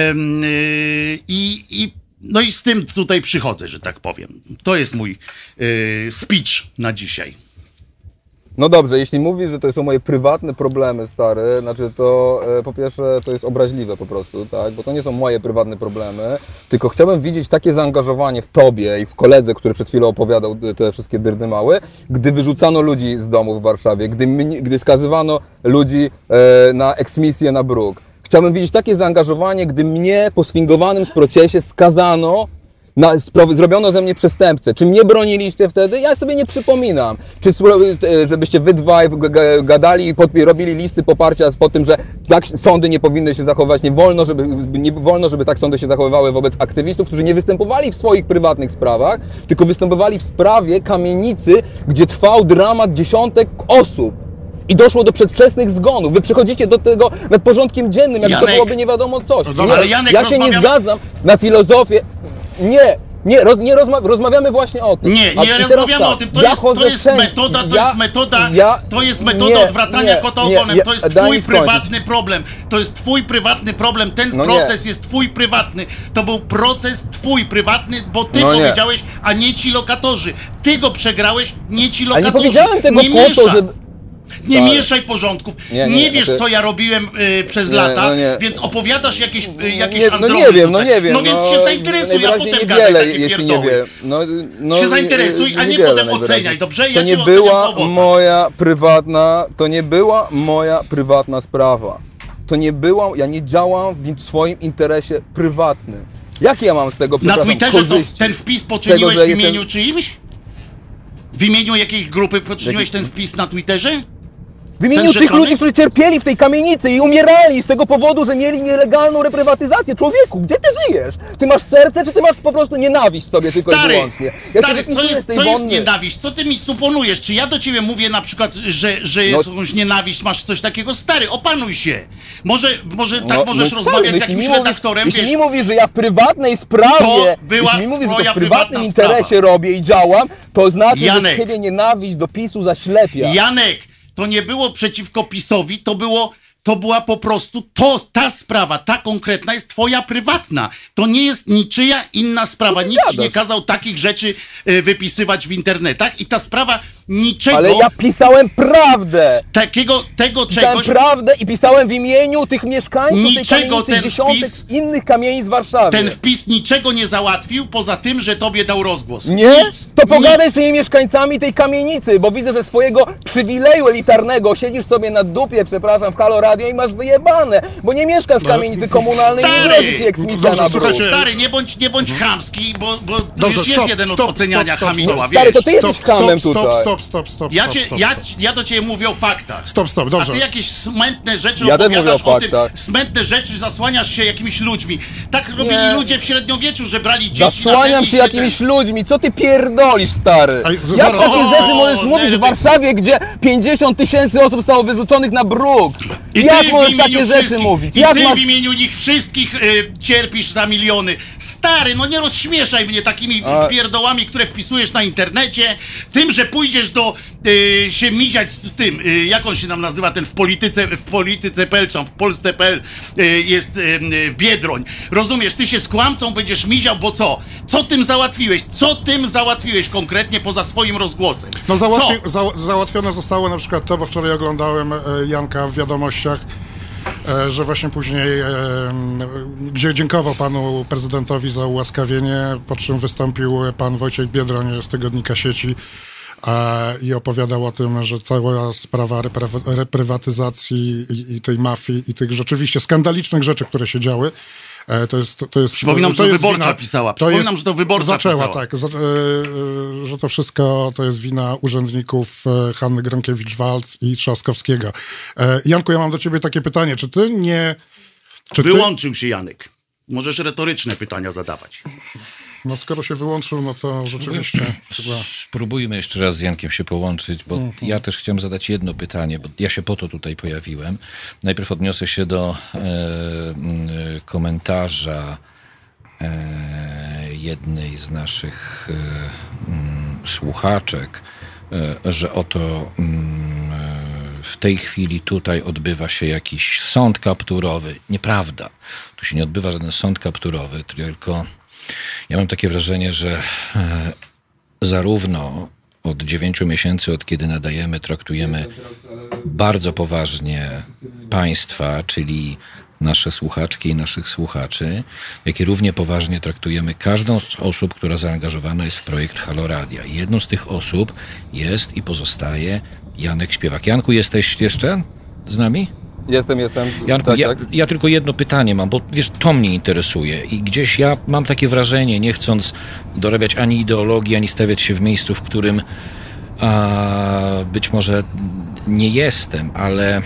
[SPEAKER 7] i z tym tutaj przychodzę, że tak powiem. To jest mój speech na dzisiaj.
[SPEAKER 9] No dobrze, jeśli mówisz, że to są moje prywatne problemy, stary, znaczy to po pierwsze to jest obraźliwe po prostu, tak, bo to nie są moje prywatne problemy, tylko chciałbym widzieć takie zaangażowanie w tobie i w koledze, który przed chwilą opowiadał te wszystkie dyrdy małe, gdy wyrzucano ludzi z domu w Warszawie, gdy skazywano ludzi na eksmisję na bruk. Chciałbym widzieć takie zaangażowanie, gdy mnie po sfingowanym procesie skazano, zrobiono ze mnie przestępcę. Czy mnie broniliście wtedy? Ja sobie nie przypominam. Czy żebyście wy dwaj gadali i robili listy poparcia po tym, że tak sądy nie powinny się zachowywać, nie wolno, żeby tak sądy się zachowywały wobec aktywistów, którzy nie występowali w swoich prywatnych sprawach, tylko występowali w sprawie kamienicy, gdzie trwał dramat dziesiątek osób. I doszło do przedwczesnych zgonów. Wy przychodzicie do tego nad porządkiem dziennym, jak to byłoby nie wiadomo coś.
[SPEAKER 7] Ale Janek,
[SPEAKER 9] ja się nie zgadzam na filozofię. Rozmawiamy właśnie o tym.
[SPEAKER 7] Nie rozmawiamy o tym. To jest metoda odwracania kota ogonem. To jest twój prywatny problem. To jest twój prywatny problem. Ten proces jest twój prywatny. To był proces twój prywatny, bo ty powiedziałeś, a nie ci lokatorzy. Ty go przegrałeś, nie ci lokatorzy.
[SPEAKER 9] Ale nie powiedziałem tego po to, żeby...
[SPEAKER 7] Nie mieszaj porządków. Nie wiesz, co ja robiłem przez lata, więc opowiadasz jakieś androzy.
[SPEAKER 9] Nie wiem.
[SPEAKER 7] No więc się zainteresuj, a potem gadaj takie pierdoły. Się zainteresuj, a nie potem oceniaj, dobrze?
[SPEAKER 9] To nie była moja prywatna sprawa. Ja nie działam w swoim interesie prywatnym. Jakie ja mam z tego,
[SPEAKER 7] na Twitterze to ten wpis poczyniłeś w imieniu czyimś? W imieniu jakiejś grupy poczyniłeś ten wpis na Twitterze?
[SPEAKER 9] W imieniu tych ludzi, którzy cierpieli w tej kamienicy i umierali z tego powodu, że mieli nielegalną reprywatyzację. Człowieku, gdzie ty żyjesz? Ty masz serce, czy ty masz po prostu nienawiść sobie tylko i wyłącznie?
[SPEAKER 7] Stary, co jest nienawiść? Co ty mi suponujesz? Czy ja do ciebie mówię na przykład, że jakąś nienawiść, masz coś takiego? Stary, opanuj się. Może możesz rozmawiać z jakimś redaktorem,
[SPEAKER 9] jeśli mi mówisz, że ja w prywatnej sprawie, jeśli mi mówisz, że to w prywatnym interesie robię i działam, to znaczy, że ciebie nienawiść do PiS-u zaślepia.
[SPEAKER 7] Janek! To nie było przeciwko PiS-owi, to była po prostu ta sprawa, ta konkretna jest twoja prywatna. To nie jest niczyja inna sprawa. Nikt ci nie kazał takich rzeczy wypisywać w internetach i ta sprawa niczego...
[SPEAKER 9] Ale ja pisałem prawdę!
[SPEAKER 7] Tego
[SPEAKER 9] pisałem
[SPEAKER 7] czegoś...
[SPEAKER 9] prawdę i pisałem w imieniu tych mieszkańców tej kamienicy, dziesiątek innych kamienic w Warszawie.
[SPEAKER 7] Ten wpis niczego nie załatwił, poza tym, że tobie dał rozgłos.
[SPEAKER 9] Nie? To pogadaj z tymi mieszkańcami tej kamienicy, bo widzę, że swojego przywileju elitarnego siedzisz sobie na dupie, przepraszam, w Halo Radio i masz wyjebane, bo nie mieszkasz w kamienicy komunalnej i nie grozi ci eksmisja na bruk.
[SPEAKER 7] Stary, nie bądź chamski, bo już jest jeden od oceniania chamidła, wiesz.
[SPEAKER 9] Stary, to ty jesteś chamem tutaj.
[SPEAKER 2] Stop.
[SPEAKER 7] Ja do ciebie mówię o faktach.
[SPEAKER 2] Stop, dobrze.
[SPEAKER 7] A ty jakieś smętne rzeczy opowiadasz o tym, smętne rzeczy, zasłaniasz się jakimiś ludźmi. Tak robili ludzie w średniowieczu, że brali dzieci.
[SPEAKER 9] Zasłaniam się jakimiś ludźmi, co ty pierdolisz, stary? Jak takie rzeczy możesz mówić w Warszawie, gdzie 50 000 osób zostało wyrzuconych na bruk? Jak możesz takie rzeczy mówić?
[SPEAKER 7] I ty w imieniu nich wszystkich cierpisz za miliony. Stary, no nie rozśmieszaj mnie takimi pierdołami, które wpisujesz na internecie. Tym, że pójdziesz się miziać z tym, jak on się nam nazywa, ten w polityce.pl, czy w Polsce.pl jest Biedroń. Rozumiesz, ty się z kłamcą będziesz miział, bo co? Co tym załatwiłeś? Co tym załatwiłeś konkretnie poza swoim rozgłosem?
[SPEAKER 2] No załatwione zostało na przykład to, bo wczoraj oglądałem Janka w Wiadomościach, że właśnie później, gdzie dziękował panu prezydentowi za ułaskawienie, po czym wystąpił pan Wojciech Biedroń z tygodnika Sieci i opowiadał o tym, że cała sprawa reprywatyzacji i tej mafii i tych rzeczywiście skandalicznych rzeczy, które się działy, to jest
[SPEAKER 7] Przypominam, że to Wyborcza pisała. Przypominam, że to Wyborcza
[SPEAKER 2] zaczęła,
[SPEAKER 7] pisała.
[SPEAKER 2] tak, że to wszystko to jest wina urzędników Hanny Gronkiewicz-Waltz i Trzaskowskiego. Janku, ja mam do ciebie takie pytanie. Czy ty nie...
[SPEAKER 7] Wyłączył się Janek. Możesz retoryczne pytania zadawać.
[SPEAKER 2] No skoro się wyłączył, no to rzeczywiście chyba...
[SPEAKER 8] Spróbujmy jeszcze raz z Jankiem się połączyć, bo ja też chciałem zadać jedno pytanie, bo ja się po to tutaj pojawiłem. Najpierw odniosę się do komentarza jednej z naszych słuchaczek, że oto w tej chwili tutaj odbywa się jakiś sąd kapturowy. Nieprawda. Tu się nie odbywa żaden sąd kapturowy, tylko ja mam takie wrażenie, że zarówno od 9 miesięcy, od kiedy nadajemy, traktujemy bardzo poważnie państwa, czyli nasze słuchaczki i naszych słuchaczy, jak i równie poważnie traktujemy każdą z osób, która zaangażowana jest w projekt Halo Radia. I jedną z tych osób jest i pozostaje Janek Śpiewak. Janku, jesteś jeszcze z nami?
[SPEAKER 9] Jestem.
[SPEAKER 8] Janku,
[SPEAKER 9] tak.
[SPEAKER 8] Ja tylko jedno pytanie mam, bo wiesz, to mnie interesuje i gdzieś ja mam takie wrażenie, nie chcąc dorabiać ani ideologii, ani stawiać się w miejscu, w którym być może nie jestem, ale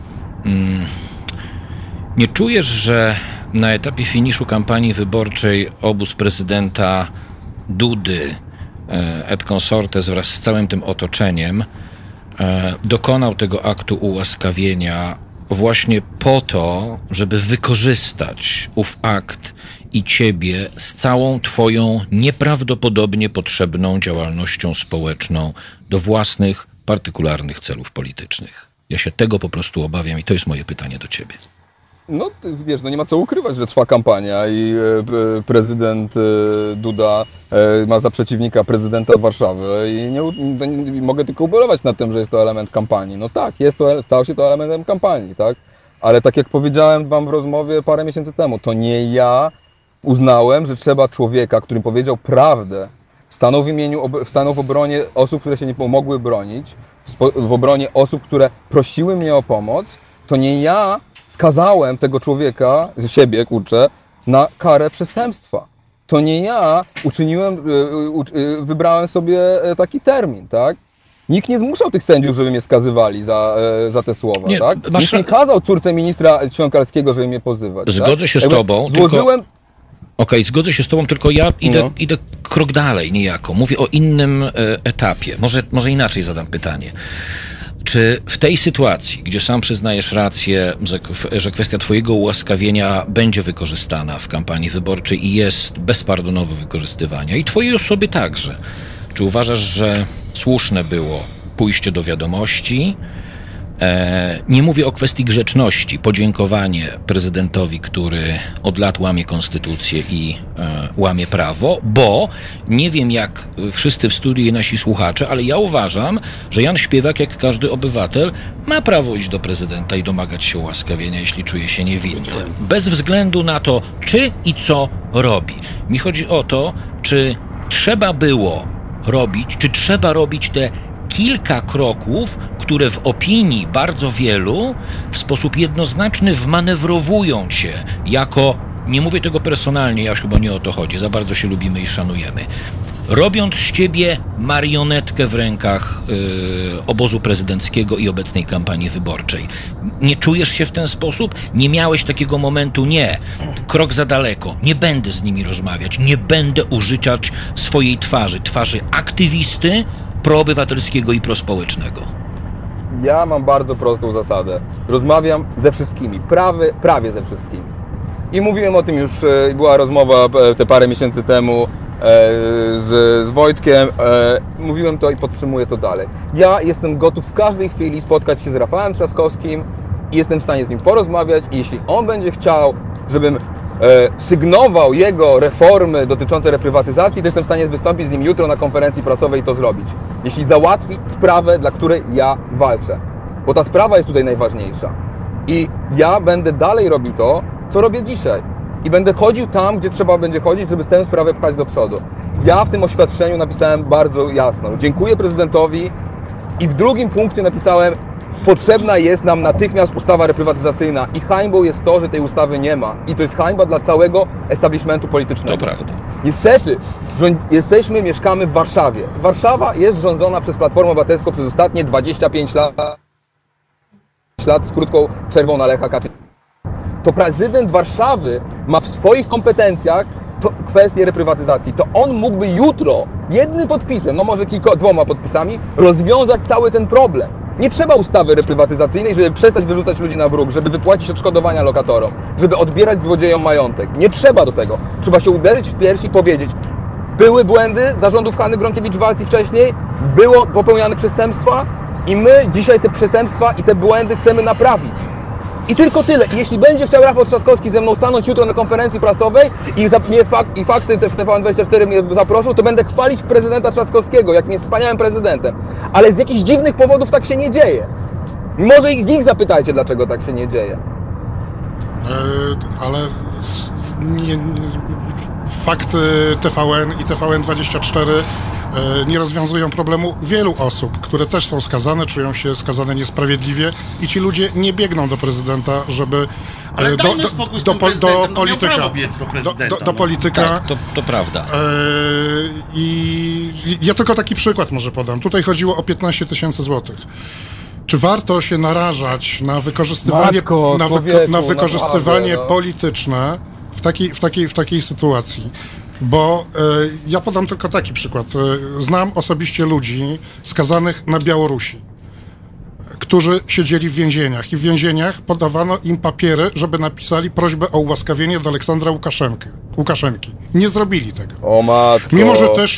[SPEAKER 8] nie czujesz, że na etapie finiszu kampanii wyborczej obóz prezydenta Dudy et consortes wraz z całym tym otoczeniem dokonał tego aktu ułaskawienia właśnie po to, żeby wykorzystać ów akt i ciebie z całą twoją nieprawdopodobnie potrzebną działalnością społeczną do własnych, partykularnych celów politycznych. Ja się tego po prostu obawiam i to jest moje pytanie do ciebie.
[SPEAKER 9] No wiesz, no nie ma co ukrywać, że trwa kampania i prezydent Duda ma za przeciwnika prezydenta Warszawy i mogę tylko ubolewać nad tym, że jest to element kampanii. No tak, stał się to elementem kampanii, tak? Ale tak jak powiedziałem wam w rozmowie parę miesięcy temu, to nie ja uznałem, że trzeba człowieka, który powiedział prawdę, stanął w obronie osób, które się nie mogły bronić, w obronie osób, które prosiły mnie o pomoc, to nie ja skazałem tego człowieka, siebie, na karę przestępstwa. To nie ja wybrałem sobie taki termin, tak? Nikt nie zmuszał tych sędziów, żeby mnie skazywali za te słowa, nie, tak? Nikt nie kazał córce ministra Świąkalskiego, żeby mnie pozywać.
[SPEAKER 8] Zgodzę się z tobą. Okej, zgodzę się z tobą, tylko ja idę krok dalej niejako. Mówię o innym etapie. Może inaczej zadam pytanie. Czy w tej sytuacji, gdzie sam przyznajesz rację, że kwestia twojego ułaskawienia będzie wykorzystana w kampanii wyborczej i jest bezpardonowo wykorzystywania i twojej osoby także, czy uważasz, że słuszne było pójście do Wiadomości? Nie mówię o kwestii grzeczności, podziękowanie prezydentowi, który od lat łamie konstytucję i łamie prawo, bo nie wiem jak wszyscy w studiu i nasi słuchacze, ale ja uważam, że Jan Śpiewak, jak każdy obywatel, ma prawo iść do prezydenta i domagać się ułaskawienia, jeśli czuje się niewinny. Bez względu na to, czy i co robi. Mi chodzi o to, czy trzeba było robić, czy trzeba robić te kilka kroków, które w opinii bardzo wielu w sposób jednoznaczny wmanewrowują cię jako, nie mówię tego personalnie, Jasiu, bo nie o to chodzi, za bardzo się lubimy i szanujemy, robiąc z ciebie marionetkę w rękach obozu prezydenckiego i obecnej kampanii wyborczej. Nie czujesz się w ten sposób? Nie miałeś takiego momentu? Nie. Krok za daleko. Nie będę z nimi rozmawiać. Nie będę użyczać swojej twarzy aktywisty, proobywatelskiego i prospołecznego.
[SPEAKER 9] ja mam bardzo prostą zasadę. Rozmawiam ze wszystkimi, prawie ze wszystkimi. I mówiłem o tym już, była rozmowa te parę miesięcy temu z Wojtkiem. Mówiłem to i podtrzymuję to dalej. Ja jestem gotów w każdej chwili spotkać się z Rafałem Trzaskowskim i jestem w stanie z nim porozmawiać i jeśli on będzie chciał, żebym sygnował jego reformy dotyczące reprywatyzacji, to jestem w stanie wystąpić z nim jutro na konferencji prasowej i to zrobić. Jeśli załatwi sprawę, dla której ja walczę. Bo ta sprawa jest tutaj najważniejsza. I ja będę dalej robił to, co robię dzisiaj. I będę chodził tam, gdzie trzeba będzie chodzić, żeby tę sprawę pchać do przodu. Ja w tym oświadczeniu napisałem bardzo jasno. Dziękuję prezydentowi i w drugim punkcie napisałem: potrzebna jest nam natychmiast ustawa reprywatyzacyjna i hańbą jest to, że tej ustawy nie ma. I to jest hańba dla całego establishmentu politycznego.
[SPEAKER 8] To prawda.
[SPEAKER 9] Niestety, mieszkamy w Warszawie. Warszawa jest rządzona przez Platformę Obywatelską przez ostatnie 25 lat z krótką przerwą na Lecha Kaczyńskiego. To prezydent Warszawy ma w swoich kompetencjach kwestię reprywatyzacji. To on mógłby jutro jednym podpisem, no może dwoma podpisami, rozwiązać cały ten problem. Nie trzeba ustawy reprywatyzacyjnej, żeby przestać wyrzucać ludzi na bruk, żeby wypłacić odszkodowania lokatorom, żeby odbierać złodziejom majątek. Nie trzeba do tego. Trzeba się uderzyć w piersi i powiedzieć: były błędy zarządów Hanny Gronkiewicz-Waltz wcześniej, było popełniane przestępstwa i my dzisiaj te przestępstwa i te błędy chcemy naprawić. I tylko tyle. I jeśli będzie chciał Rafał Trzaskowski ze mną stanąć jutro na konferencji prasowej i fakty w TVN24 mnie zaproszą, to będę chwalić prezydenta Trzaskowskiego, jakim jest wspaniałym prezydentem. Ale z jakichś dziwnych powodów tak się nie dzieje. Może ich zapytajcie, dlaczego tak się nie dzieje.
[SPEAKER 2] Ale fakty TVN i TVN24 nie rozwiązują problemu wielu osób, które też są skazane, czują się skazane niesprawiedliwie i ci ludzie nie biegną do prezydenta, żeby do polityka.
[SPEAKER 8] Tak, to prawda.
[SPEAKER 2] I ja tylko taki przykład może podam. Tutaj chodziło o 15 000 złotych. Czy warto się narażać na wykorzystywanie, wykorzystywanie polityczne w takiej sytuacji? Bo ja podam tylko taki przykład. Znam osobiście ludzi skazanych na Białorusi, którzy siedzieli w więzieniach i w więzieniach podawano im papiery, żeby napisali prośbę o ułaskawienie do Aleksandra Łukaszenki. Nie zrobili tego.
[SPEAKER 9] O matko.
[SPEAKER 2] Mimo, że też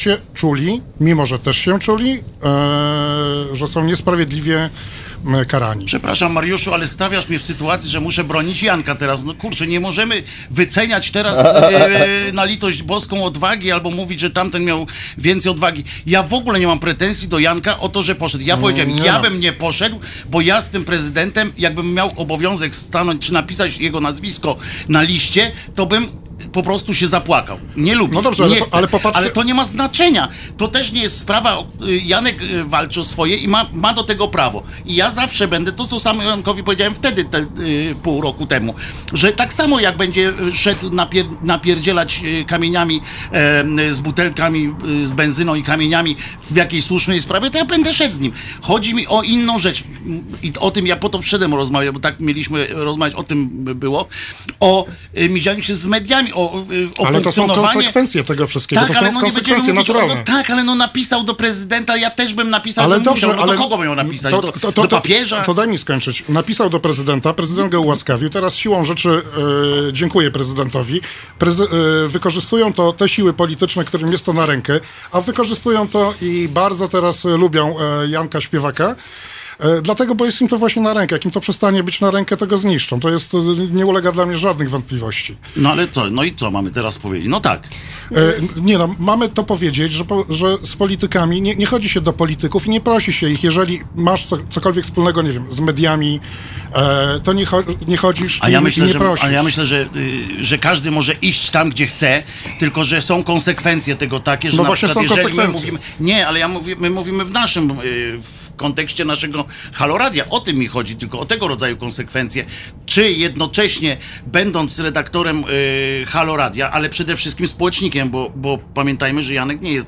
[SPEAKER 2] się czuli, że są niesprawiedliwie karani.
[SPEAKER 7] Przepraszam, Mariuszu, ale stawiasz mnie w sytuacji, że muszę bronić Janka teraz. No kurczę, nie możemy wyceniać teraz na litość boską odwagi albo mówić, że tamten miał więcej odwagi. Ja w ogóle nie mam pretensji do Janka o to, że poszedł. Ja powiedziałem, ja bym nie poszedł, bo ja z tym prezydentem, jakbym miał obowiązek stanąć czy napisać jego nazwisko na liście, to bym po prostu się zapłakał. Nie lubię.
[SPEAKER 2] No dobrze, ale popatrzcie...
[SPEAKER 7] Ale to nie ma znaczenia. To też nie jest sprawa. Janek walczy o swoje i ma do tego prawo. I ja zawsze będę, to co sam Jankowi powiedziałem wtedy, pół roku temu, że tak samo jak będzie szedł napierdzielać kamieniami z butelkami, z benzyną i kamieniami w jakiejś słusznej sprawie, to ja będę szedł z nim. Chodzi mi o inną rzecz. I o tym ja po to przyszedłem rozmawiać, bo tak mieliśmy rozmawiać, o tym było, o mizianiu się z mediami,
[SPEAKER 2] ale to są konsekwencje tego wszystkiego,
[SPEAKER 7] tak, to są konsekwencje naturalne. Tak, ale napisał do prezydenta, ja też bym napisał,
[SPEAKER 2] ale dobrze,
[SPEAKER 7] musiał, do kogo miał napisać? Do papieża?
[SPEAKER 2] To daj mi skończyć. Napisał do prezydenta, prezydent go ułaskawił, teraz siłą rzeczy dziękuję prezydentowi. Wykorzystują to te siły polityczne, którym jest to na rękę, a wykorzystują to i bardzo teraz lubią Janka Śpiewaka. Dlatego, bo jest im to właśnie na rękę. Jak im to przestanie być na rękę, to go zniszczą. Nie ulega dla mnie żadnych wątpliwości.
[SPEAKER 7] No ale co? No i co mamy teraz powiedzieć? No tak.
[SPEAKER 2] Mamy to powiedzieć, że z politykami nie chodzi się do polityków i nie prosi się ich. Jeżeli masz cokolwiek wspólnego, nie wiem, z mediami, to nie chodzisz i nie prosisz.
[SPEAKER 7] Ale ja myślę, że każdy może iść tam, gdzie chce, tylko że są konsekwencje tego takie, że
[SPEAKER 2] no
[SPEAKER 7] na
[SPEAKER 2] właśnie
[SPEAKER 7] przykład,
[SPEAKER 2] są konsekwencje.
[SPEAKER 7] My mówimy w naszym w kontekście naszego Haloradia. O tym mi chodzi, tylko o tego rodzaju konsekwencje. Czy jednocześnie, będąc redaktorem Haloradia, ale przede wszystkim społecznikiem, bo pamiętajmy, że Janek nie jest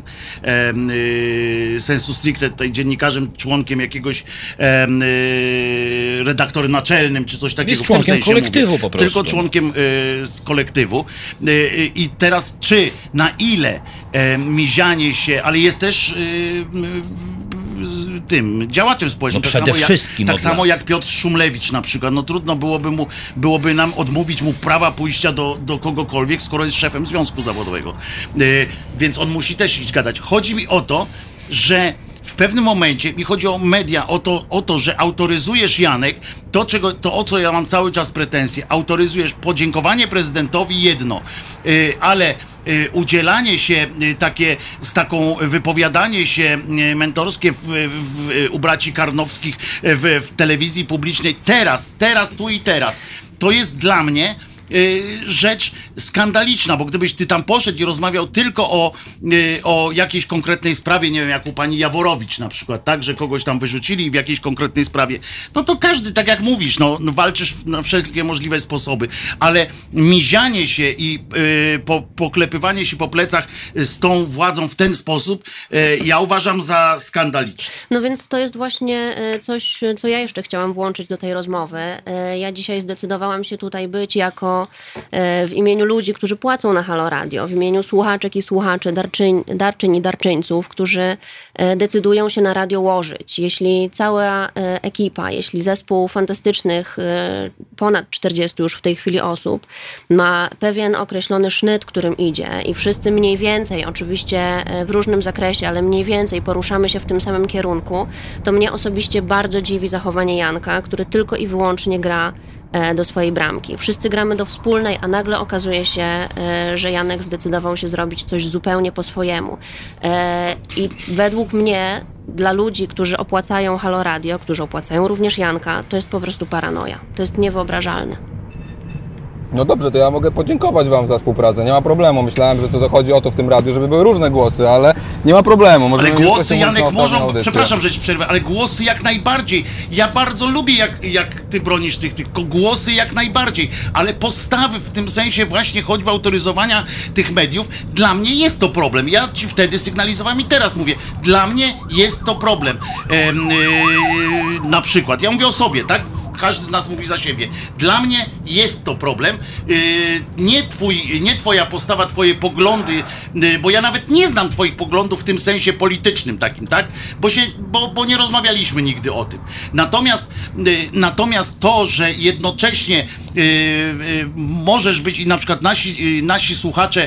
[SPEAKER 7] sensu stricte tutaj dziennikarzem, członkiem jakiegoś redaktorem naczelnym, czy coś takiego.
[SPEAKER 8] Jest członkiem kolektywu
[SPEAKER 7] mówię,
[SPEAKER 8] po prostu.
[SPEAKER 7] Tylko członkiem z kolektywu. I teraz czy, na ile mizianie się, ale jest też tym działaczem społecznym.
[SPEAKER 8] No przede wszystkim.
[SPEAKER 7] Tak samo jak Piotr Szumlewicz na przykład. No trudno byłoby nam odmówić mu prawa pójścia do kogokolwiek, skoro jest szefem związku zawodowego. Więc on musi też iść gadać. Chodzi mi o to, że w pewnym momencie mi chodzi o media, o to, że autoryzujesz, Janek, to o co ja mam cały czas pretensje, autoryzujesz podziękowanie prezydentowi jedno, ale udzielanie się wypowiadanie się mentorskie u braci Karnowskich w telewizji publicznej teraz, tu i teraz, to jest dla mnie rzecz skandaliczna, bo gdybyś ty tam poszedł i rozmawiał tylko o jakiejś konkretnej sprawie, nie wiem, jak u pani Jaworowicz na przykład, tak, że kogoś tam wyrzucili w jakiejś konkretnej sprawie, no to każdy, tak jak mówisz, no walczysz na wszelkie możliwe sposoby, ale mizianie się i poklepywanie się po plecach z tą władzą w ten sposób, ja uważam za skandaliczne.
[SPEAKER 10] No więc to jest właśnie coś, co ja jeszcze chciałam włączyć do tej rozmowy. Ja dzisiaj zdecydowałam się tutaj być jako w imieniu ludzi, którzy płacą na Halo Radio, w imieniu słuchaczek i słuchaczy, darczyń i darczyńców, którzy decydują się na radio łożyć. Jeśli cała ekipa, jeśli zespół fantastycznych, ponad 40 już w tej chwili osób, ma pewien określony sznyt, którym idzie i wszyscy mniej więcej, oczywiście w różnym zakresie, ale mniej więcej poruszamy się w tym samym kierunku, to mnie osobiście bardzo dziwi zachowanie Janka, który tylko i wyłącznie gra do swojej bramki. Wszyscy gramy do wspólnej, a nagle okazuje się, że Janek zdecydował się zrobić coś zupełnie po swojemu. I według mnie, dla ludzi, którzy opłacają Halo Radio, którzy opłacają również Janka, to jest po prostu paranoja. To jest niewyobrażalne.
[SPEAKER 9] No dobrze, to ja mogę podziękować wam za współpracę, nie ma problemu. Myślałem, że to chodzi o to w tym radiu, żeby były różne głosy, ale nie ma problemu.
[SPEAKER 7] Ale głosy, Janek, przepraszam, że ci przerwę, ale głosy jak najbardziej. Ja bardzo lubię, jak ty bronisz tylko głosy jak najbardziej, ale postawy w tym sensie właśnie choćby autoryzowania tych mediów, dla mnie jest to problem. Ja ci wtedy sygnalizowałem i teraz mówię, dla mnie jest to problem. Na przykład, ja mówię o sobie, tak? Każdy z nas mówi za siebie. Dla mnie jest to problem. Nie twoja postawa, twoje poglądy, bo ja nawet nie znam twoich poglądów w tym sensie politycznym takim, tak? Bo nie rozmawialiśmy nigdy o tym. Natomiast to, że jednocześnie możesz być i na przykład nasi słuchacze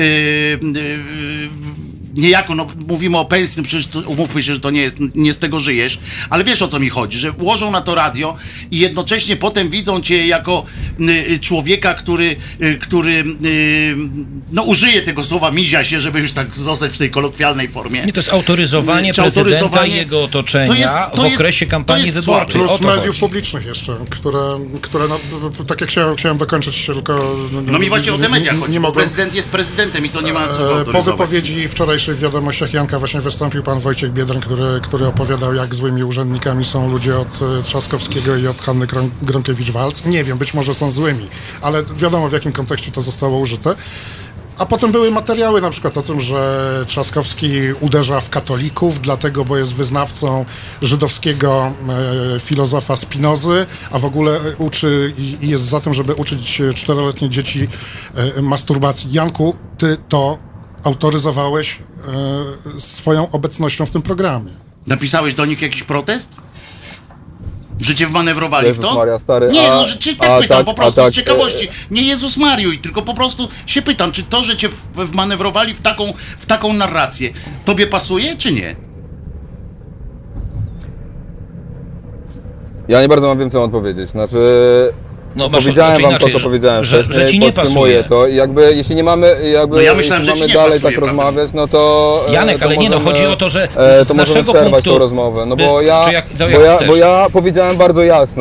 [SPEAKER 7] niejako, no mówimy o pensji, no przecież umówmy się, że to nie z tego żyjesz, ale wiesz, o co mi chodzi, że włożą na to radio i jednocześnie potem widzą cię jako człowieka, który no użyje tego słowa, mizia się, żeby już tak zostać w tej kolokwialnej formie.
[SPEAKER 8] Nie, to jest autoryzowanie prezydenta i jego otoczenia w okresie kampanii wyborczej.
[SPEAKER 2] Plus mediów publicznych jeszcze, które no, tak jak chciałem dokończyć, tylko...
[SPEAKER 7] No mi właśnie o te media chodzi, bo prezydent jest prezydentem i to nie ma co autoryzować.
[SPEAKER 2] Po wypowiedzi wczorajszej w Wiadomościach Janka właśnie wystąpił pan Wojciech Biedroń, który opowiadał, jak złymi urzędnikami są ludzie od Trzaskowskiego i od Hanny Gronkiewicz-Waltz. Nie wiem, być może są złymi, ale wiadomo, w jakim kontekście to zostało użyte. A potem były materiały na przykład o tym, że Trzaskowski uderza w katolików, dlatego, bo jest wyznawcą żydowskiego filozofa Spinozy, a w ogóle uczy i jest za tym, żeby uczyć 4-letnie dzieci masturbacji. Janku, ty to autoryzowałeś swoją obecnością w tym programie.
[SPEAKER 7] Napisałeś do nich jakiś protest? Że cię wmanewrowali
[SPEAKER 9] Jezus
[SPEAKER 7] w to?
[SPEAKER 9] Maria, stary,
[SPEAKER 7] nie, no, że cię tak pytam, po prostu z ciekawości. Nie Jezus Mariuj, tylko po prostu się pytam, czy to, że cię wmanewrowali w taką narrację, tobie pasuje, czy nie?
[SPEAKER 9] Ja nie bardzo wiem, co mam odpowiedzieć. Znaczy...
[SPEAKER 8] No,
[SPEAKER 9] powiedziałem wam to, co powiedziałem
[SPEAKER 8] że ci nie pasuje.
[SPEAKER 9] To jakby, jeśli nie mamy,
[SPEAKER 7] no ja myślałem,
[SPEAKER 9] jeśli mamy dalej tak rozmawiać, no to...
[SPEAKER 8] Janek, ale nie, no chodzi o to, że z
[SPEAKER 9] to
[SPEAKER 8] naszego
[SPEAKER 9] możemy przerwać
[SPEAKER 8] punktu...
[SPEAKER 9] tą rozmowę, no
[SPEAKER 8] bo
[SPEAKER 9] ja powiedziałem bardzo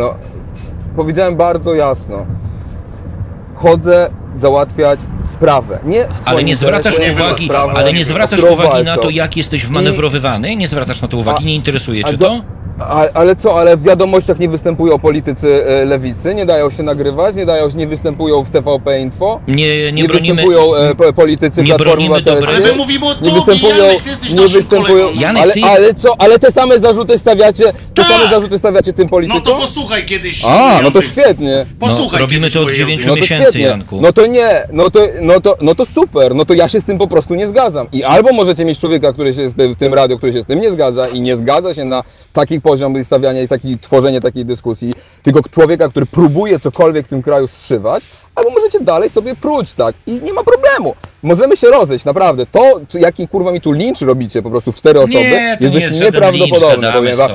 [SPEAKER 9] jasno, chodzę załatwiać sprawę.
[SPEAKER 8] Ale nie zwracasz uwagi, na to, jak jesteś wmanewrowywany? Nie zwracasz na to uwagi? Nie interesuje cię to?
[SPEAKER 9] Ale co, ale w wiadomościach nie występują politycy lewicy, nie dają się nagrywać, nie występują w TVP Info, nie
[SPEAKER 8] bronimy,
[SPEAKER 9] występują politycy Platformy Obywatelskiej,
[SPEAKER 7] ale my mówimy o tobie,
[SPEAKER 9] nie występują,
[SPEAKER 7] Janek, ty jesteś naszym kolegą.
[SPEAKER 9] Ale te same zarzuty stawiacie tym politykom?
[SPEAKER 7] No to posłuchaj kiedyś.
[SPEAKER 9] No to świetnie.
[SPEAKER 7] Posłuchaj.
[SPEAKER 8] Robimy to od 9
[SPEAKER 9] no
[SPEAKER 8] miesięcy,
[SPEAKER 9] świetnie.
[SPEAKER 8] Janku.
[SPEAKER 9] No to nie, no to super, no to ja się z tym po prostu nie zgadzam. I albo możecie mieć człowieka, który się w tym radio, który się z tym nie zgadza i nie zgadza się na taki poziom stawiania i tworzenie takiej dyskusji, tylko człowieka, który próbuje cokolwiek w tym kraju zszywać, albo możecie dalej sobie pruć, tak? I nie ma problemu. Możemy się rozejść, naprawdę. To, jaki kurwa mi tu lincz robicie po prostu w 4 osoby, jest dość nieprawdopodobne.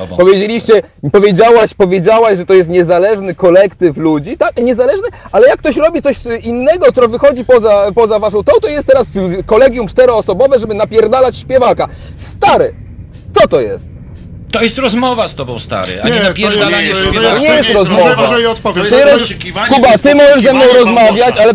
[SPEAKER 9] Powiedziałaś, że to jest niezależny kolektyw ludzi, tak? Niezależny, ale jak ktoś robi coś innego, co wychodzi poza waszą to jest teraz kolegium 4-osobowe, żeby napierdalać śpiewaka. Stary, co to jest?
[SPEAKER 8] To jest rozmowa z tobą, stary, a nie napierdalanie śpiewaka.
[SPEAKER 9] To nie jest rozmowa.
[SPEAKER 2] Może je odpowiem.
[SPEAKER 9] Kuba, ty możesz ze mną rozmawiać, ale...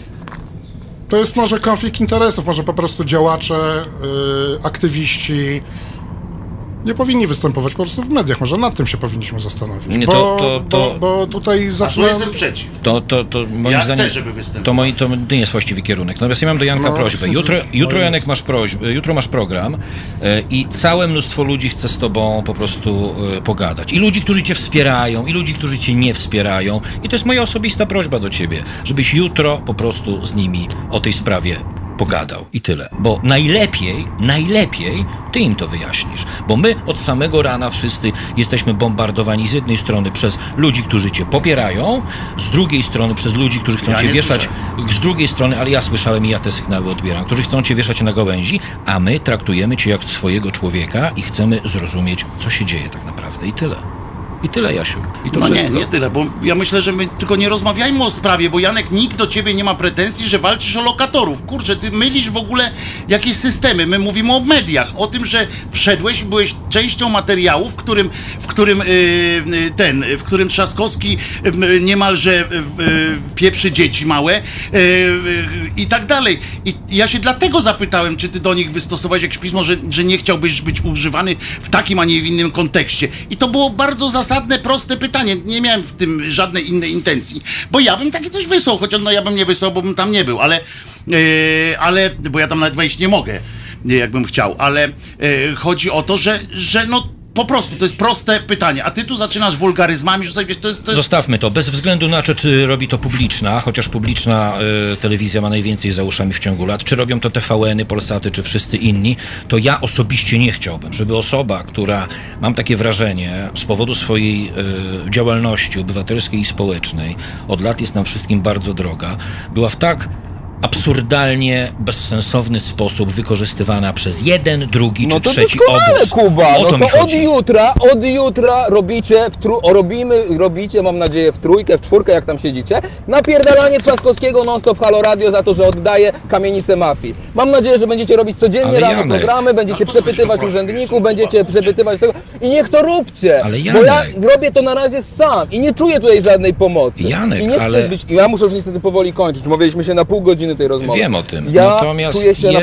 [SPEAKER 2] To jest może konflikt interesów, może po prostu działacze, aktywiści nie powinni występować po prostu w mediach. Może nad tym się powinniśmy zastanowić.
[SPEAKER 8] Nie,
[SPEAKER 2] bo tutaj zaczyna...
[SPEAKER 7] jestem przeciw.
[SPEAKER 8] Moim
[SPEAKER 7] ja
[SPEAKER 8] zdaniem,
[SPEAKER 7] chcę, żeby występować.
[SPEAKER 8] to nie jest właściwy kierunek. Natomiast ja mam do Janka prośbę. Jutro Janek masz prośbę, jutro masz program i całe mnóstwo ludzi chce z tobą po prostu pogadać. I ludzi, którzy cię wspierają, i ludzi, którzy cię nie wspierają. I to jest moja osobista prośba do ciebie, żebyś jutro po prostu z nimi o tej sprawie pogadał i tyle. Bo najlepiej ty im to wyjaśnisz. Bo my od samego rana wszyscy jesteśmy bombardowani z jednej strony przez ludzi, którzy cię popierają, z drugiej strony przez ludzi, którzy chcą cię wieszać, z drugiej strony, ale ja słyszałem i ja te sygnały odbieram, którzy chcą cię wieszać na gałęzi, a my traktujemy cię jak swojego człowieka i chcemy zrozumieć, co się dzieje tak naprawdę i tyle. I tyle, Jasiu. I to
[SPEAKER 7] nie tyle, bo ja myślę, że my tylko nie rozmawiajmy o sprawie, bo Janek, nikt do ciebie nie ma pretensji, że walczysz o lokatorów. Kurczę, ty mylisz w ogóle jakieś systemy. My mówimy o mediach, o tym, że wszedłeś, byłeś częścią materiału, w którym Trzaskowski niemalże pieprzy dzieci małe i tak dalej. I ja się dlatego zapytałem, czy ty do nich wystosowałeś jakieś pismo, że nie chciałbyś być używany w takim, a nie w innym kontekście. I to było bardzo zasadne, proste pytanie. Nie miałem w tym żadnej innej intencji. Bo ja bym takie coś wysłał, chociaż ja bym nie wysłał, bo bym tam nie był, ale bo ja tam nawet wejść nie mogę, jakbym chciał, ale chodzi o to, że po prostu, to jest proste pytanie, a ty tu zaczynasz wulgaryzmami rzucać, wiesz, to jest...
[SPEAKER 8] Zostawmy to, bez względu na to, czy robi to publiczna, chociaż publiczna telewizja ma najwięcej za uszami w ciągu lat, czy robią to TVN-y, Polsaty, czy wszyscy inni, to ja osobiście nie chciałbym, żeby osoba, która, mam takie wrażenie, z powodu swojej działalności obywatelskiej i społecznej, od lat jest nam wszystkim bardzo droga, była w tak absurdalnie bezsensowny sposób wykorzystywana przez jeden, drugi czy trzeci obóz.
[SPEAKER 9] Kuba, no to od jutra robicie, mam nadzieję, w trójkę, w czwórkę, jak tam siedzicie, napierdalanie Trzaskowskiego non-stop w Halo Radio za to, że oddaje kamienicę mafii. Mam nadzieję, że będziecie robić codziennie rano programy, będziecie przepytywać urzędników, będziecie przepytywać tego i niech to róbcie, bo ja robię to na razie sam i nie czuję tutaj żadnej pomocy.
[SPEAKER 8] Janek,
[SPEAKER 9] i nie chcę być, ja muszę już niestety powoli kończyć, mówiliśmy się na pół godziny tej rozmowy.
[SPEAKER 8] Wiem o tym.
[SPEAKER 9] Ja
[SPEAKER 8] Natomiast
[SPEAKER 9] czuję się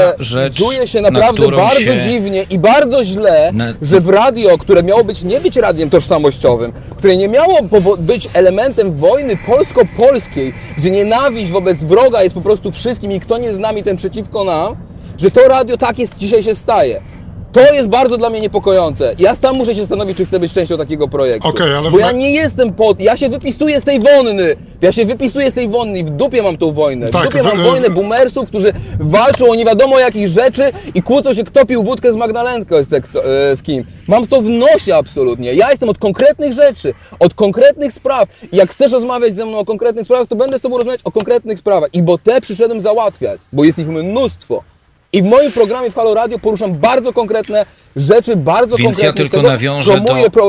[SPEAKER 9] naprawdę bardzo dziwnie i bardzo źle, że w radio, które miało nie być radiem tożsamościowym, które nie miało być elementem wojny polsko-polskiej, gdzie nienawiść wobec wroga jest po prostu wszystkim i kto nie z nami, ten przeciwko nam, że to radio tak jest, dzisiaj się staje. To jest bardzo dla mnie niepokojące. Ja sam muszę się zastanowić, czy chcę być częścią takiego projektu. Bo ja nie jestem ja się wypisuję z tej wojny. I w dupie mam tą wojnę. W dupie mam wojnę boomersów, którzy walczą o nie wiadomo jakich rzeczy i kłócą się, kto pił wódkę z Magdalenką z kim. Mam to w nosie absolutnie. Ja jestem od konkretnych rzeczy, od konkretnych spraw. I jak chcesz rozmawiać ze mną o konkretnych sprawach, to będę z tobą rozmawiać o konkretnych sprawach. I bo te przyszedłem załatwiać, bo jest ich mnóstwo. I w moim programie w Halo Radio poruszam bardzo konkretne rzeczy,
[SPEAKER 8] Więc ja tylko nawiążę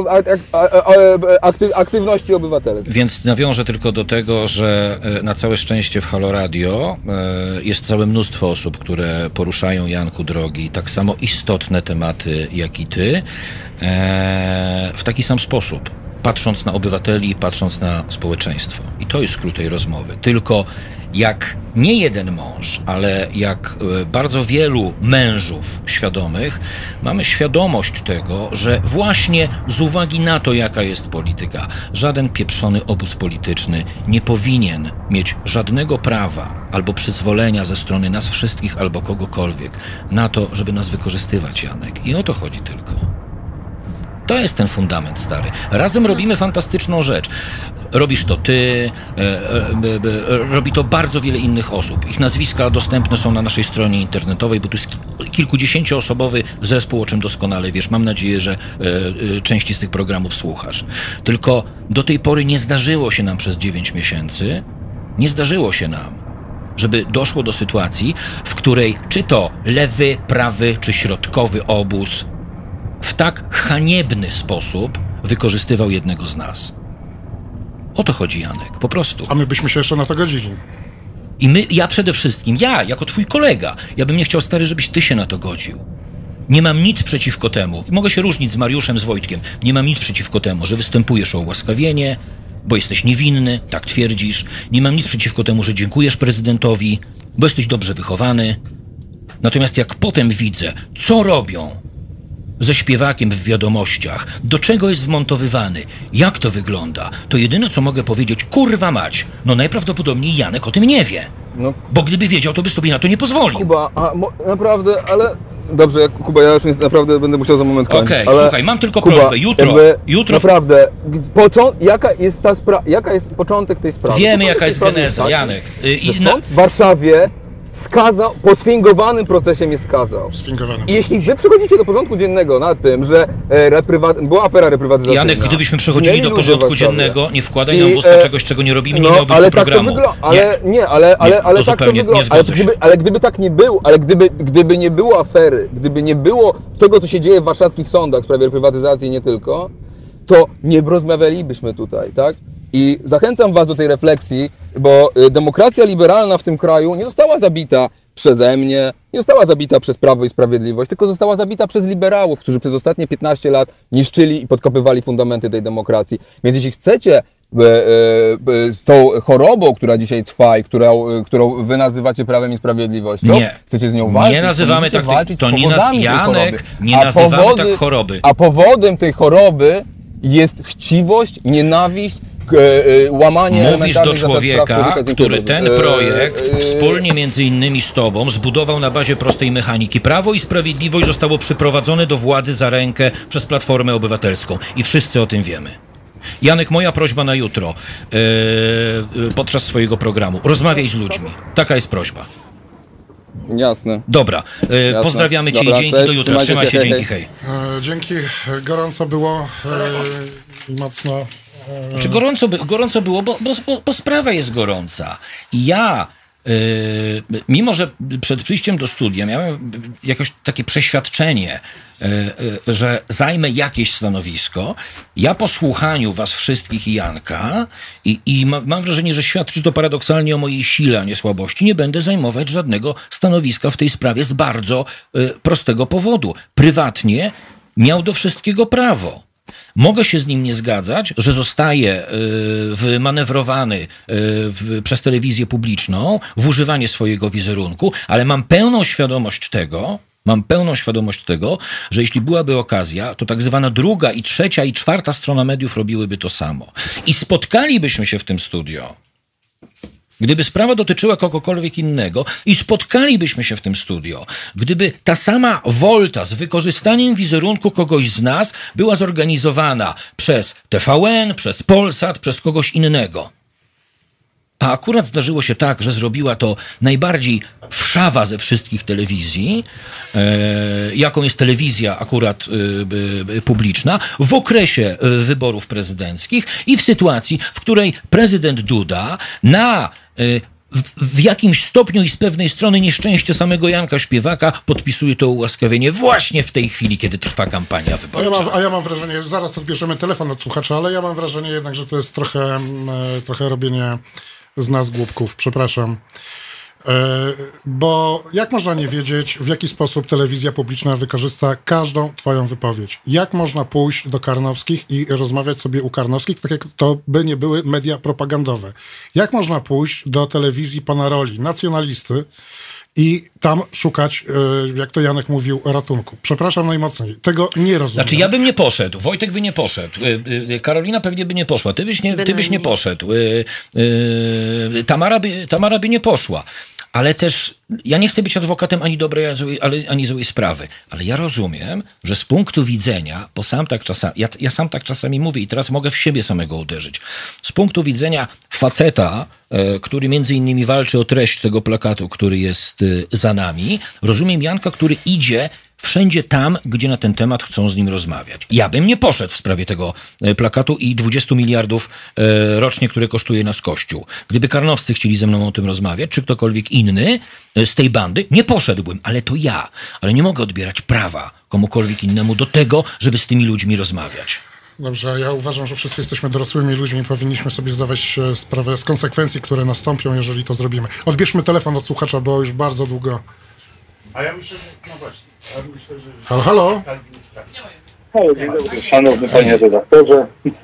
[SPEAKER 9] aktywności obywatelskie.
[SPEAKER 8] Więc nawiążę tylko do tego, że na całe szczęście w Halo Radio jest całe mnóstwo osób, które poruszają, Janku drogi, tak samo istotne tematy jak i ty, w taki sam sposób. Patrząc na obywateli, patrząc na społeczeństwo. I to jest skrót tej rozmowy. Tylko jak nie jeden mąż, ale jak bardzo wielu mężów świadomych, mamy świadomość tego, że właśnie z uwagi na to, jaka jest polityka, żaden pieprzony obóz polityczny nie powinien mieć żadnego prawa albo przyzwolenia ze strony nas wszystkich albo kogokolwiek na to, żeby nas wykorzystywać, Janek. I o to chodzi tylko. To jest ten fundament, stary. Razem robimy fantastyczną rzecz. Robisz to ty, robi to bardzo wiele innych osób. Ich nazwiska dostępne są na naszej stronie internetowej, bo tu jest kilkudziesięcioosobowy zespół, o czym doskonale wiesz. Mam nadzieję, że części z tych programów słuchasz. Tylko do tej pory nie zdarzyło się nam przez 9 miesięcy, żeby doszło do sytuacji, w której czy to lewy, prawy, czy środkowy obóz w tak haniebny sposób wykorzystywał jednego z nas. O to chodzi, Janek, po prostu.
[SPEAKER 2] A my byśmy się jeszcze na to godzili.
[SPEAKER 8] I ja przede wszystkim, jako twój kolega, ja bym nie chciał, stary, żebyś ty się na to godził. Nie mam nic przeciwko temu. Mogę się różnić z Mariuszem, z Wojtkiem. Nie mam nic przeciwko temu, że występujesz o ułaskawienie, bo jesteś niewinny, tak twierdzisz. Nie mam nic przeciwko temu, że dziękujesz prezydentowi, bo jesteś dobrze wychowany. Natomiast jak potem widzę, co robią ze śpiewakiem w wiadomościach, do czego jest wmontowywany, jak to wygląda, to jedyne, co mogę powiedzieć, kurwa mać, no najprawdopodobniej Janek o tym nie wie. No. Bo gdyby wiedział, to by sobie na to nie pozwolił.
[SPEAKER 9] Kuba, naprawdę, ale... Dobrze, Kuba, ja już naprawdę będę musiał za moment kończyć.
[SPEAKER 8] Okej, słuchaj, mam tylko prośbę, jutro...
[SPEAKER 9] Naprawdę, jaka jest początek tej sprawy?
[SPEAKER 8] Wiemy, jaka jest geneza, Janek.
[SPEAKER 9] Sąd w Warszawie skazał, po sfingowanym procesie mnie skazał. I jeśli wy przechodzicie do porządku dziennego na tym, że była afera reprywatyzacyjna...
[SPEAKER 8] Janek, gdybyśmy przechodzili do porządku dziennego, nie wkładaj nam w usta czegoś, czego nie robimy, nie miałbyś do programu.
[SPEAKER 9] Ale tak to wygląda. Ale gdyby tak nie było, gdyby nie było afery, gdyby nie było tego, co się dzieje w warszawskich sądach w sprawie reprywatyzacji i nie tylko, to nie rozmawialibyśmy tutaj, tak? I zachęcam was do tej refleksji, bo demokracja liberalna w tym kraju nie została zabita przeze mnie, nie została zabita przez Prawo i Sprawiedliwość, tylko została zabita przez liberałów, którzy przez ostatnie 15 lat niszczyli i podkopywali fundamenty tej demokracji. Więc jeśli chcecie z tą chorobą, która dzisiaj trwa i którą wy nazywacie Prawem i Sprawiedliwością, chcecie z nią walczyć.
[SPEAKER 8] Nie nazywamy tak walczyć to Janek, nie nazywamy tak choroby.
[SPEAKER 9] A powodem tej choroby jest chciwość, nienawiść, łamanie
[SPEAKER 8] Mówisz do człowieka, który ten projekt wspólnie między innymi z tobą zbudował na bazie prostej mechaniki. Prawo i Sprawiedliwość zostało przyprowadzone do władzy za rękę przez Platformę Obywatelską i wszyscy o tym wiemy. Janek, moja prośba na jutro podczas swojego programu. Rozmawiaj z ludźmi. Taka jest prośba.
[SPEAKER 9] Jasne.
[SPEAKER 8] Dobra. Pozdrawiamy cię i dzięki, cześć, do jutra. Trzymaj się, dzięki, hej.
[SPEAKER 2] Dzięki, gorąco było i mocno...
[SPEAKER 8] Znaczy gorąco było, bo sprawa jest gorąca. I ja, mimo że przed przyjściem do studia miałem jakoś takie przeświadczenie, że zajmę jakieś stanowisko, ja po słuchaniu was wszystkich i Janka i mam wrażenie, że świadczy to paradoksalnie o mojej sile, a nie słabości, nie będę zajmować żadnego stanowiska w tej sprawie z bardzo prostego powodu. Prywatnie miał do wszystkiego prawo. Mogę się z nim nie zgadzać, że zostaje wymanewrowany przez telewizję publiczną w używanie swojego wizerunku, ale mam pełną świadomość tego, że jeśli byłaby okazja, to tak zwana druga i trzecia i czwarta strona mediów robiłyby to samo. I spotkalibyśmy się w tym studio, gdyby sprawa dotyczyła kogokolwiek innego i spotkalibyśmy się w tym studio, gdyby ta sama wolta z wykorzystaniem wizerunku kogoś z nas była zorganizowana przez TVN, przez Polsat, przez kogoś innego. A akurat zdarzyło się tak, że zrobiła to najbardziej wszawa ze wszystkich telewizji, jaką jest telewizja akurat publiczna, w okresie wyborów prezydenckich i w sytuacji, w której prezydent Duda w jakimś stopniu i z pewnej strony nieszczęście samego Janka Śpiewaka podpisuje to ułaskawienie właśnie w tej chwili, kiedy trwa kampania wyborcza.
[SPEAKER 2] A ja mam wrażenie, zaraz odbierzemy telefon od słuchacza, ale ja mam wrażenie jednak, że to jest trochę robienie z nas głupków. Przepraszam. Bo jak można nie wiedzieć, w jaki sposób telewizja publiczna wykorzysta każdą twoją wypowiedź? Jak można pójść do Karnowskich i rozmawiać sobie u Karnowskich, tak jak to by nie były media propagandowe? Jak można pójść do telewizji pana Roli, nacjonalisty, i tam szukać, jak to Janek mówił, ratunku? Przepraszam najmocniej, tego nie rozumiem.
[SPEAKER 8] Znaczy ja bym nie poszedł, Wojtek by nie poszedł, Karolina pewnie by nie poszła, ty byś nie poszedł, Tamara by nie poszła. Ale też ja nie chcę być adwokatem ani dobrej, ani złej sprawy, ale ja rozumiem, że z punktu widzenia, bo sam tak czasami, ja sam tak czasami mówię i teraz mogę w siebie samego uderzyć, z punktu widzenia faceta, który między innymi walczy o treść tego plakatu, który jest za nami, rozumiem Janka, który idzie wszędzie tam, gdzie na ten temat chcą z nim rozmawiać. Ja bym nie poszedł w sprawie tego plakatu i 20 miliardów rocznie, które kosztuje nas Kościół. Gdyby Karnowscy chcieli ze mną o tym rozmawiać, czy ktokolwiek inny z tej bandy, nie poszedłbym, ale to ja. Ale nie mogę odbierać prawa komukolwiek innemu do tego, żeby z tymi ludźmi rozmawiać.
[SPEAKER 2] Dobrze, ja uważam, że wszyscy jesteśmy dorosłymi ludźmi, powinniśmy sobie zdawać sprawę z konsekwencji, które nastąpią, jeżeli to zrobimy. Odbierzmy telefon od słuchacza, bo już bardzo długo...
[SPEAKER 7] A ja myślę, że... No właśnie.
[SPEAKER 2] Halo, halo?
[SPEAKER 11] Halo, dzień dobry, szanowny panie redaktorze.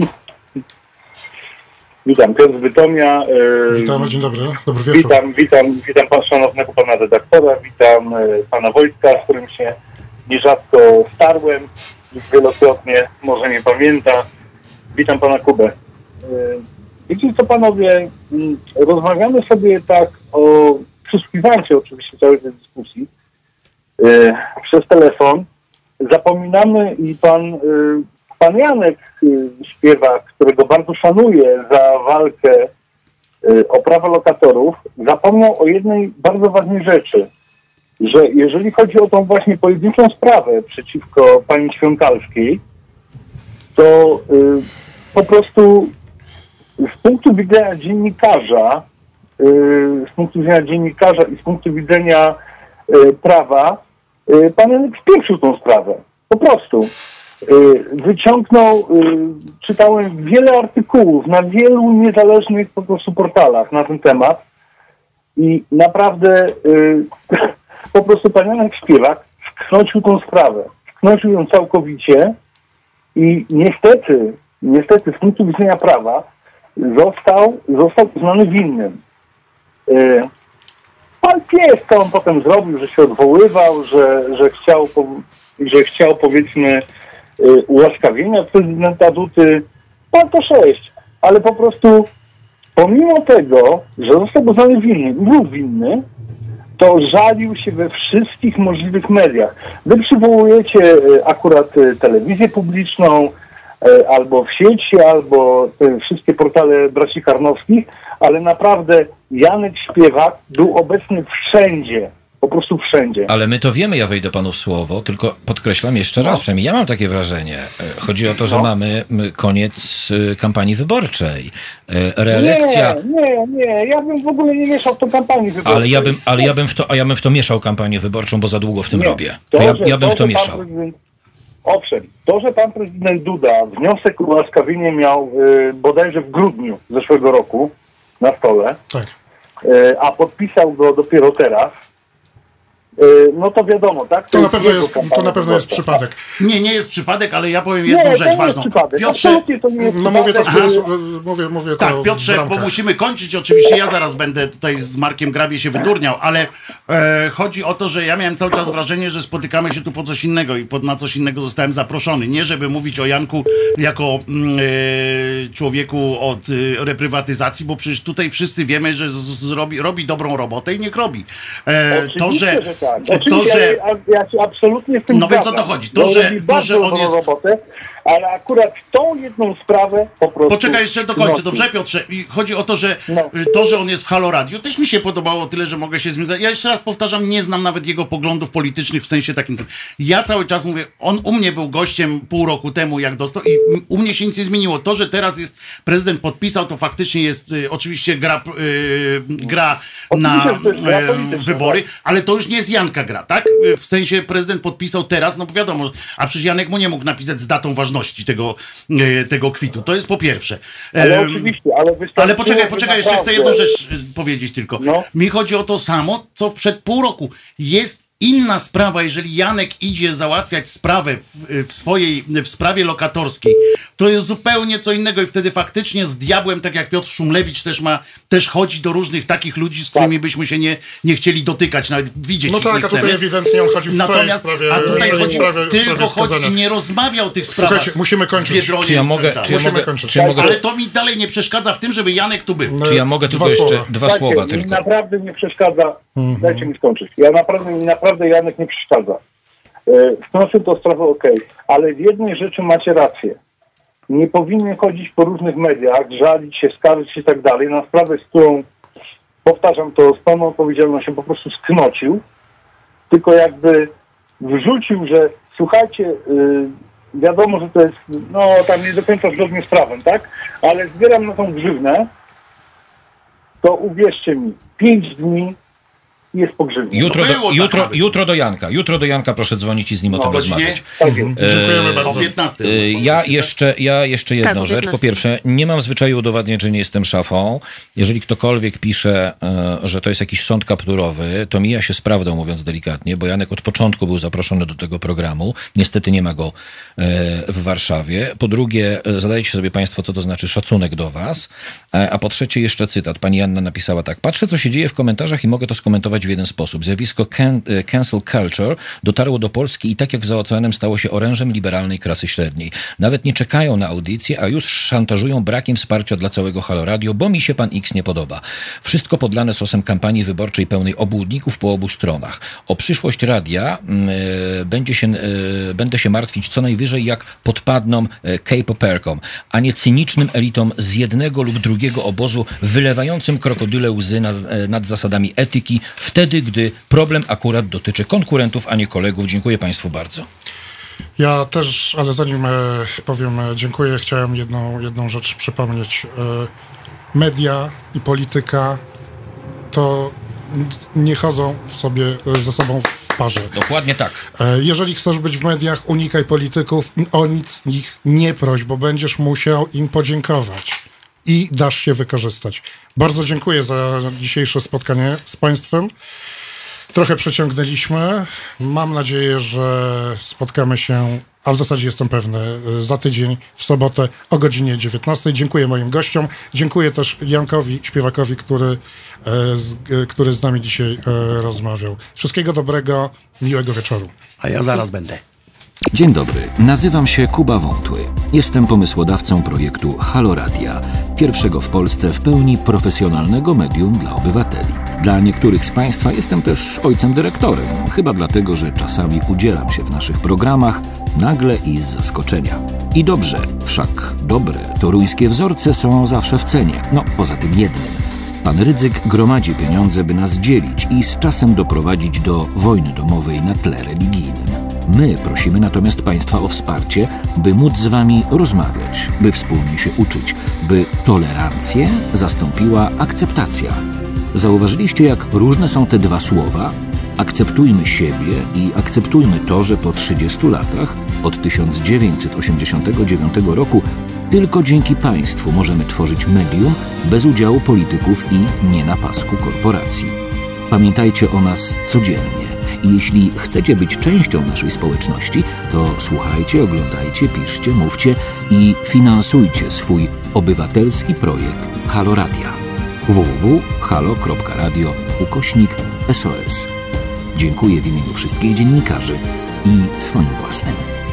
[SPEAKER 11] Witam, Piotr z Bytomia.
[SPEAKER 2] Witamy, dzień dobry, dobry wieczór.
[SPEAKER 11] Witam szanownego pana redaktora, witam pana Wojtka, z którym się nierzadko starłem, już wielokrotnie, może nie pamięta. Witam pana Kubę. Wiecie co, panowie, rozmawiamy sobie tak o przysłuchiwaniu się oczywiście całej tej dyskusji przez telefon. Zapominamy i pan Janek Śpiewak, którego bardzo szanuję za walkę o prawa lokatorów, zapomniał o jednej bardzo ważnej rzeczy, że jeżeli chodzi o tą właśnie pojedynczą sprawę przeciwko pani Świąkalskiej, to po prostu z punktu widzenia dziennikarza i z punktu widzenia prawa, pan Janek spieprzył tą sprawę. Po prostu. Wyciągnął, czytałem wiele artykułów na wielu niezależnych po prostu portalach na ten temat i naprawdę po prostu pan Janek Śpiewak wknocił tą sprawę. Wknocił ją całkowicie i niestety z punktu widzenia prawa został uznany winnym. Pan pies, co on potem zrobił, że się odwoływał, że chciał powiedzmy ułaskawienia prezydenta Dudy, pan to 6, ale po prostu pomimo tego, że został uznany winny, był winny, to żalił się we wszystkich możliwych mediach. Wy przywołujecie akurat telewizję publiczną, albo w sieci, albo te wszystkie portale braci Karnowskich, ale naprawdę Janek Śpiewak był obecny wszędzie, po prostu wszędzie.
[SPEAKER 8] Ale my to wiemy, ja wejdę panu w słowo, tylko podkreślam jeszcze raz, przynajmniej ja mam takie wrażenie. Chodzi o to, że mamy koniec kampanii wyborczej. Reelekcja...
[SPEAKER 11] Nie, ja bym w ogóle nie mieszał w tą kampanię wyborczą.
[SPEAKER 8] Ja bym w to mieszał kampanię wyborczą, bo za długo w tym robię. Ja bym w to mieszał.
[SPEAKER 11] Owszem, to, że pan prezydent Duda wniosek o ułaskawienie miał bodajże w grudniu zeszłego roku na stole,
[SPEAKER 2] tak,
[SPEAKER 11] a podpisał go dopiero teraz, no to wiadomo, tak?
[SPEAKER 2] To na pewno jest przypadek.
[SPEAKER 7] Nie jest przypadek, ale ja powiem jedną rzecz ważną.
[SPEAKER 11] Piotrze, to nie jest
[SPEAKER 2] mówię to
[SPEAKER 7] tak, Piotrze, bo musimy kończyć, oczywiście ja zaraz będę tutaj z Markiem Grabie się wydurniał, ale chodzi o to, że ja miałem cały czas wrażenie, że spotykamy się tu po coś innego i na coś innego zostałem zaproszony. Nie żeby mówić o Janku jako człowieku od reprywatyzacji, bo przecież tutaj wszyscy wiemy, że robi dobrą robotę i niech robi.
[SPEAKER 11] Ja się absolutnie z tym
[SPEAKER 7] no więc o to chodzi. To, że on jest...
[SPEAKER 11] robotę, ale akurat tą jedną sprawę po prostu...
[SPEAKER 7] Poczekaj, jeszcze dokończę. Dobrze, Piotrze? I chodzi o to, że to, że on jest w Halo Radio, też mi się podobało tyle, że mogę się zmienić. Ja jeszcze raz powtarzam, nie znam nawet jego poglądów politycznych w sensie takim. Ja cały czas mówię, on u mnie był gościem pół roku temu, jak dostał i u mnie się nic nie zmieniło. To, że teraz jest prezydent podpisał, to faktycznie jest oczywiście gra na wybory, ale to już nie jest Janka gra, tak? W sensie prezydent podpisał teraz, no bo wiadomo, a przecież Janek mu nie mógł napisać z datą ważności ważności tego kwitu. To jest po pierwsze.
[SPEAKER 11] Ale oczywiście,
[SPEAKER 7] ale poczekaj, jeszcze chcę jedną rzecz powiedzieć tylko.
[SPEAKER 11] No.
[SPEAKER 7] Mi chodzi o to samo, co przed pół roku. Jest inna sprawa, jeżeli Janek idzie załatwiać sprawę w sprawie lokatorskiej, to jest zupełnie co innego i wtedy faktycznie z diabłem, tak jak Piotr Szumlewicz też chodzi do różnych takich ludzi, z którymi byśmy się nie chcieli dotykać, nawet widzieć.
[SPEAKER 2] No tak, a tutaj ewidentnie on chodzi w swojej sprawie.
[SPEAKER 7] A tutaj tylko chodzi i nie rozmawia o tych sprawach.
[SPEAKER 2] Słuchajcie, musimy kończyć.
[SPEAKER 8] Czy ja mogę,
[SPEAKER 7] ale to mi dalej nie przeszkadza w tym, żeby Janek tu był.
[SPEAKER 8] Czy ja mogę tylko jeszcze dwa słowa tylko?
[SPEAKER 11] Mi naprawdę nie przeszkadza. Dajcie mi skończyć. Naprawdę Janek nie przeszkadza. Wnoszę to sprawę ale w jednej rzeczy macie rację. Nie powinien chodzić po różnych mediach, żalić się, skarżyć i tak dalej na sprawę, z którą, powtarzam to, z pełną odpowiedzialnością po prostu sknocił, tylko jakby wrzucił, że słuchajcie, wiadomo, że to jest, tam nie do końca zgodnie z prawem, tak? Ale zbieram na tą grzywnę, to uwierzcie mi, 5 dni jest pogrzebny.
[SPEAKER 8] Jutro do Janka proszę dzwonić i z nim o tym rozmawiać.
[SPEAKER 2] Dziękujemy bardzo.
[SPEAKER 7] O 15.
[SPEAKER 8] Ja jeszcze jedną rzecz. Po pierwsze, nie mam zwyczaju udowadniać, że nie jestem szafą. Jeżeli ktokolwiek pisze, że to jest jakiś sąd kapturowy, to mija się z prawdą, mówiąc delikatnie, bo Janek od początku był zaproszony do tego programu. Niestety nie ma go w Warszawie. Po drugie, zadajcie sobie państwo, co to znaczy szacunek do was. A po trzecie, jeszcze cytat. Pani Janna napisała tak. Patrzę, co się dzieje w komentarzach i mogę to skomentować w jeden sposób. Zjawisko cancel culture dotarło do Polski i tak jak za oceanem stało się orężem liberalnej klasy średniej. Nawet nie czekają na audycję, a już szantażują brakiem wsparcia dla całego Halo Radio, bo mi się pan X nie podoba. Wszystko podlane sosem kampanii wyborczej pełnej obłudników po obu stronach. O przyszłość radia będę się martwić co najwyżej jak podpadną K-poperkom, a nie cynicznym elitom z jednego lub drugiego obozu wylewającym krokodyle łzy nad zasadami etyki, wtedy, gdy problem akurat dotyczy konkurentów, a nie kolegów. Dziękuję państwu bardzo.
[SPEAKER 2] Ja też, ale zanim powiem dziękuję, chciałem jedną rzecz przypomnieć. Media i polityka to nie chodzą ze sobą w parze.
[SPEAKER 8] Dokładnie tak.
[SPEAKER 2] Jeżeli chcesz być w mediach, unikaj polityków, o nic ich nie proś, bo będziesz musiał im podziękować i dasz się wykorzystać. Bardzo dziękuję za dzisiejsze spotkanie z państwem. Trochę przeciągnęliśmy. Mam nadzieję, że spotkamy się, a w zasadzie jestem pewny, za tydzień w sobotę o godzinie 19. Dziękuję moim gościom. Dziękuję też Jankowi, śpiewakowi, który z nami dzisiaj rozmawiał. Wszystkiego dobrego, miłego wieczoru.
[SPEAKER 7] A ja zaraz będę.
[SPEAKER 12] Dzień dobry, nazywam się Kuba Wątły. Jestem pomysłodawcą projektu Halo Radia, pierwszego w Polsce w pełni profesjonalnego medium dla obywateli. Dla niektórych z Państwa jestem też ojcem dyrektorem, chyba dlatego, że czasami udzielam się w naszych programach nagle i z zaskoczenia. I dobrze, wszak dobre toruńskie wzorce są zawsze w cenie, poza tym jednym. Pan Rydzyk gromadzi pieniądze, by nas dzielić i z czasem doprowadzić do wojny domowej na tle religijnym. My prosimy natomiast Państwa o wsparcie, by móc z Wami rozmawiać, by wspólnie się uczyć, by tolerancję zastąpiła akceptacja. Zauważyliście, jak różne są te dwa słowa? Akceptujmy siebie i akceptujmy to, że po 30 latach, od 1989 roku, tylko dzięki państwu możemy tworzyć medium bez udziału polityków i nie na pasku korporacji. Pamiętajcie o nas codziennie. I jeśli chcecie być częścią naszej społeczności, to słuchajcie, oglądajcie, piszcie, mówcie i finansujcie swój obywatelski projekt Halo Radia. www.halo.radio/SOS. Dziękuję w imieniu wszystkich dziennikarzy i swoim własnym.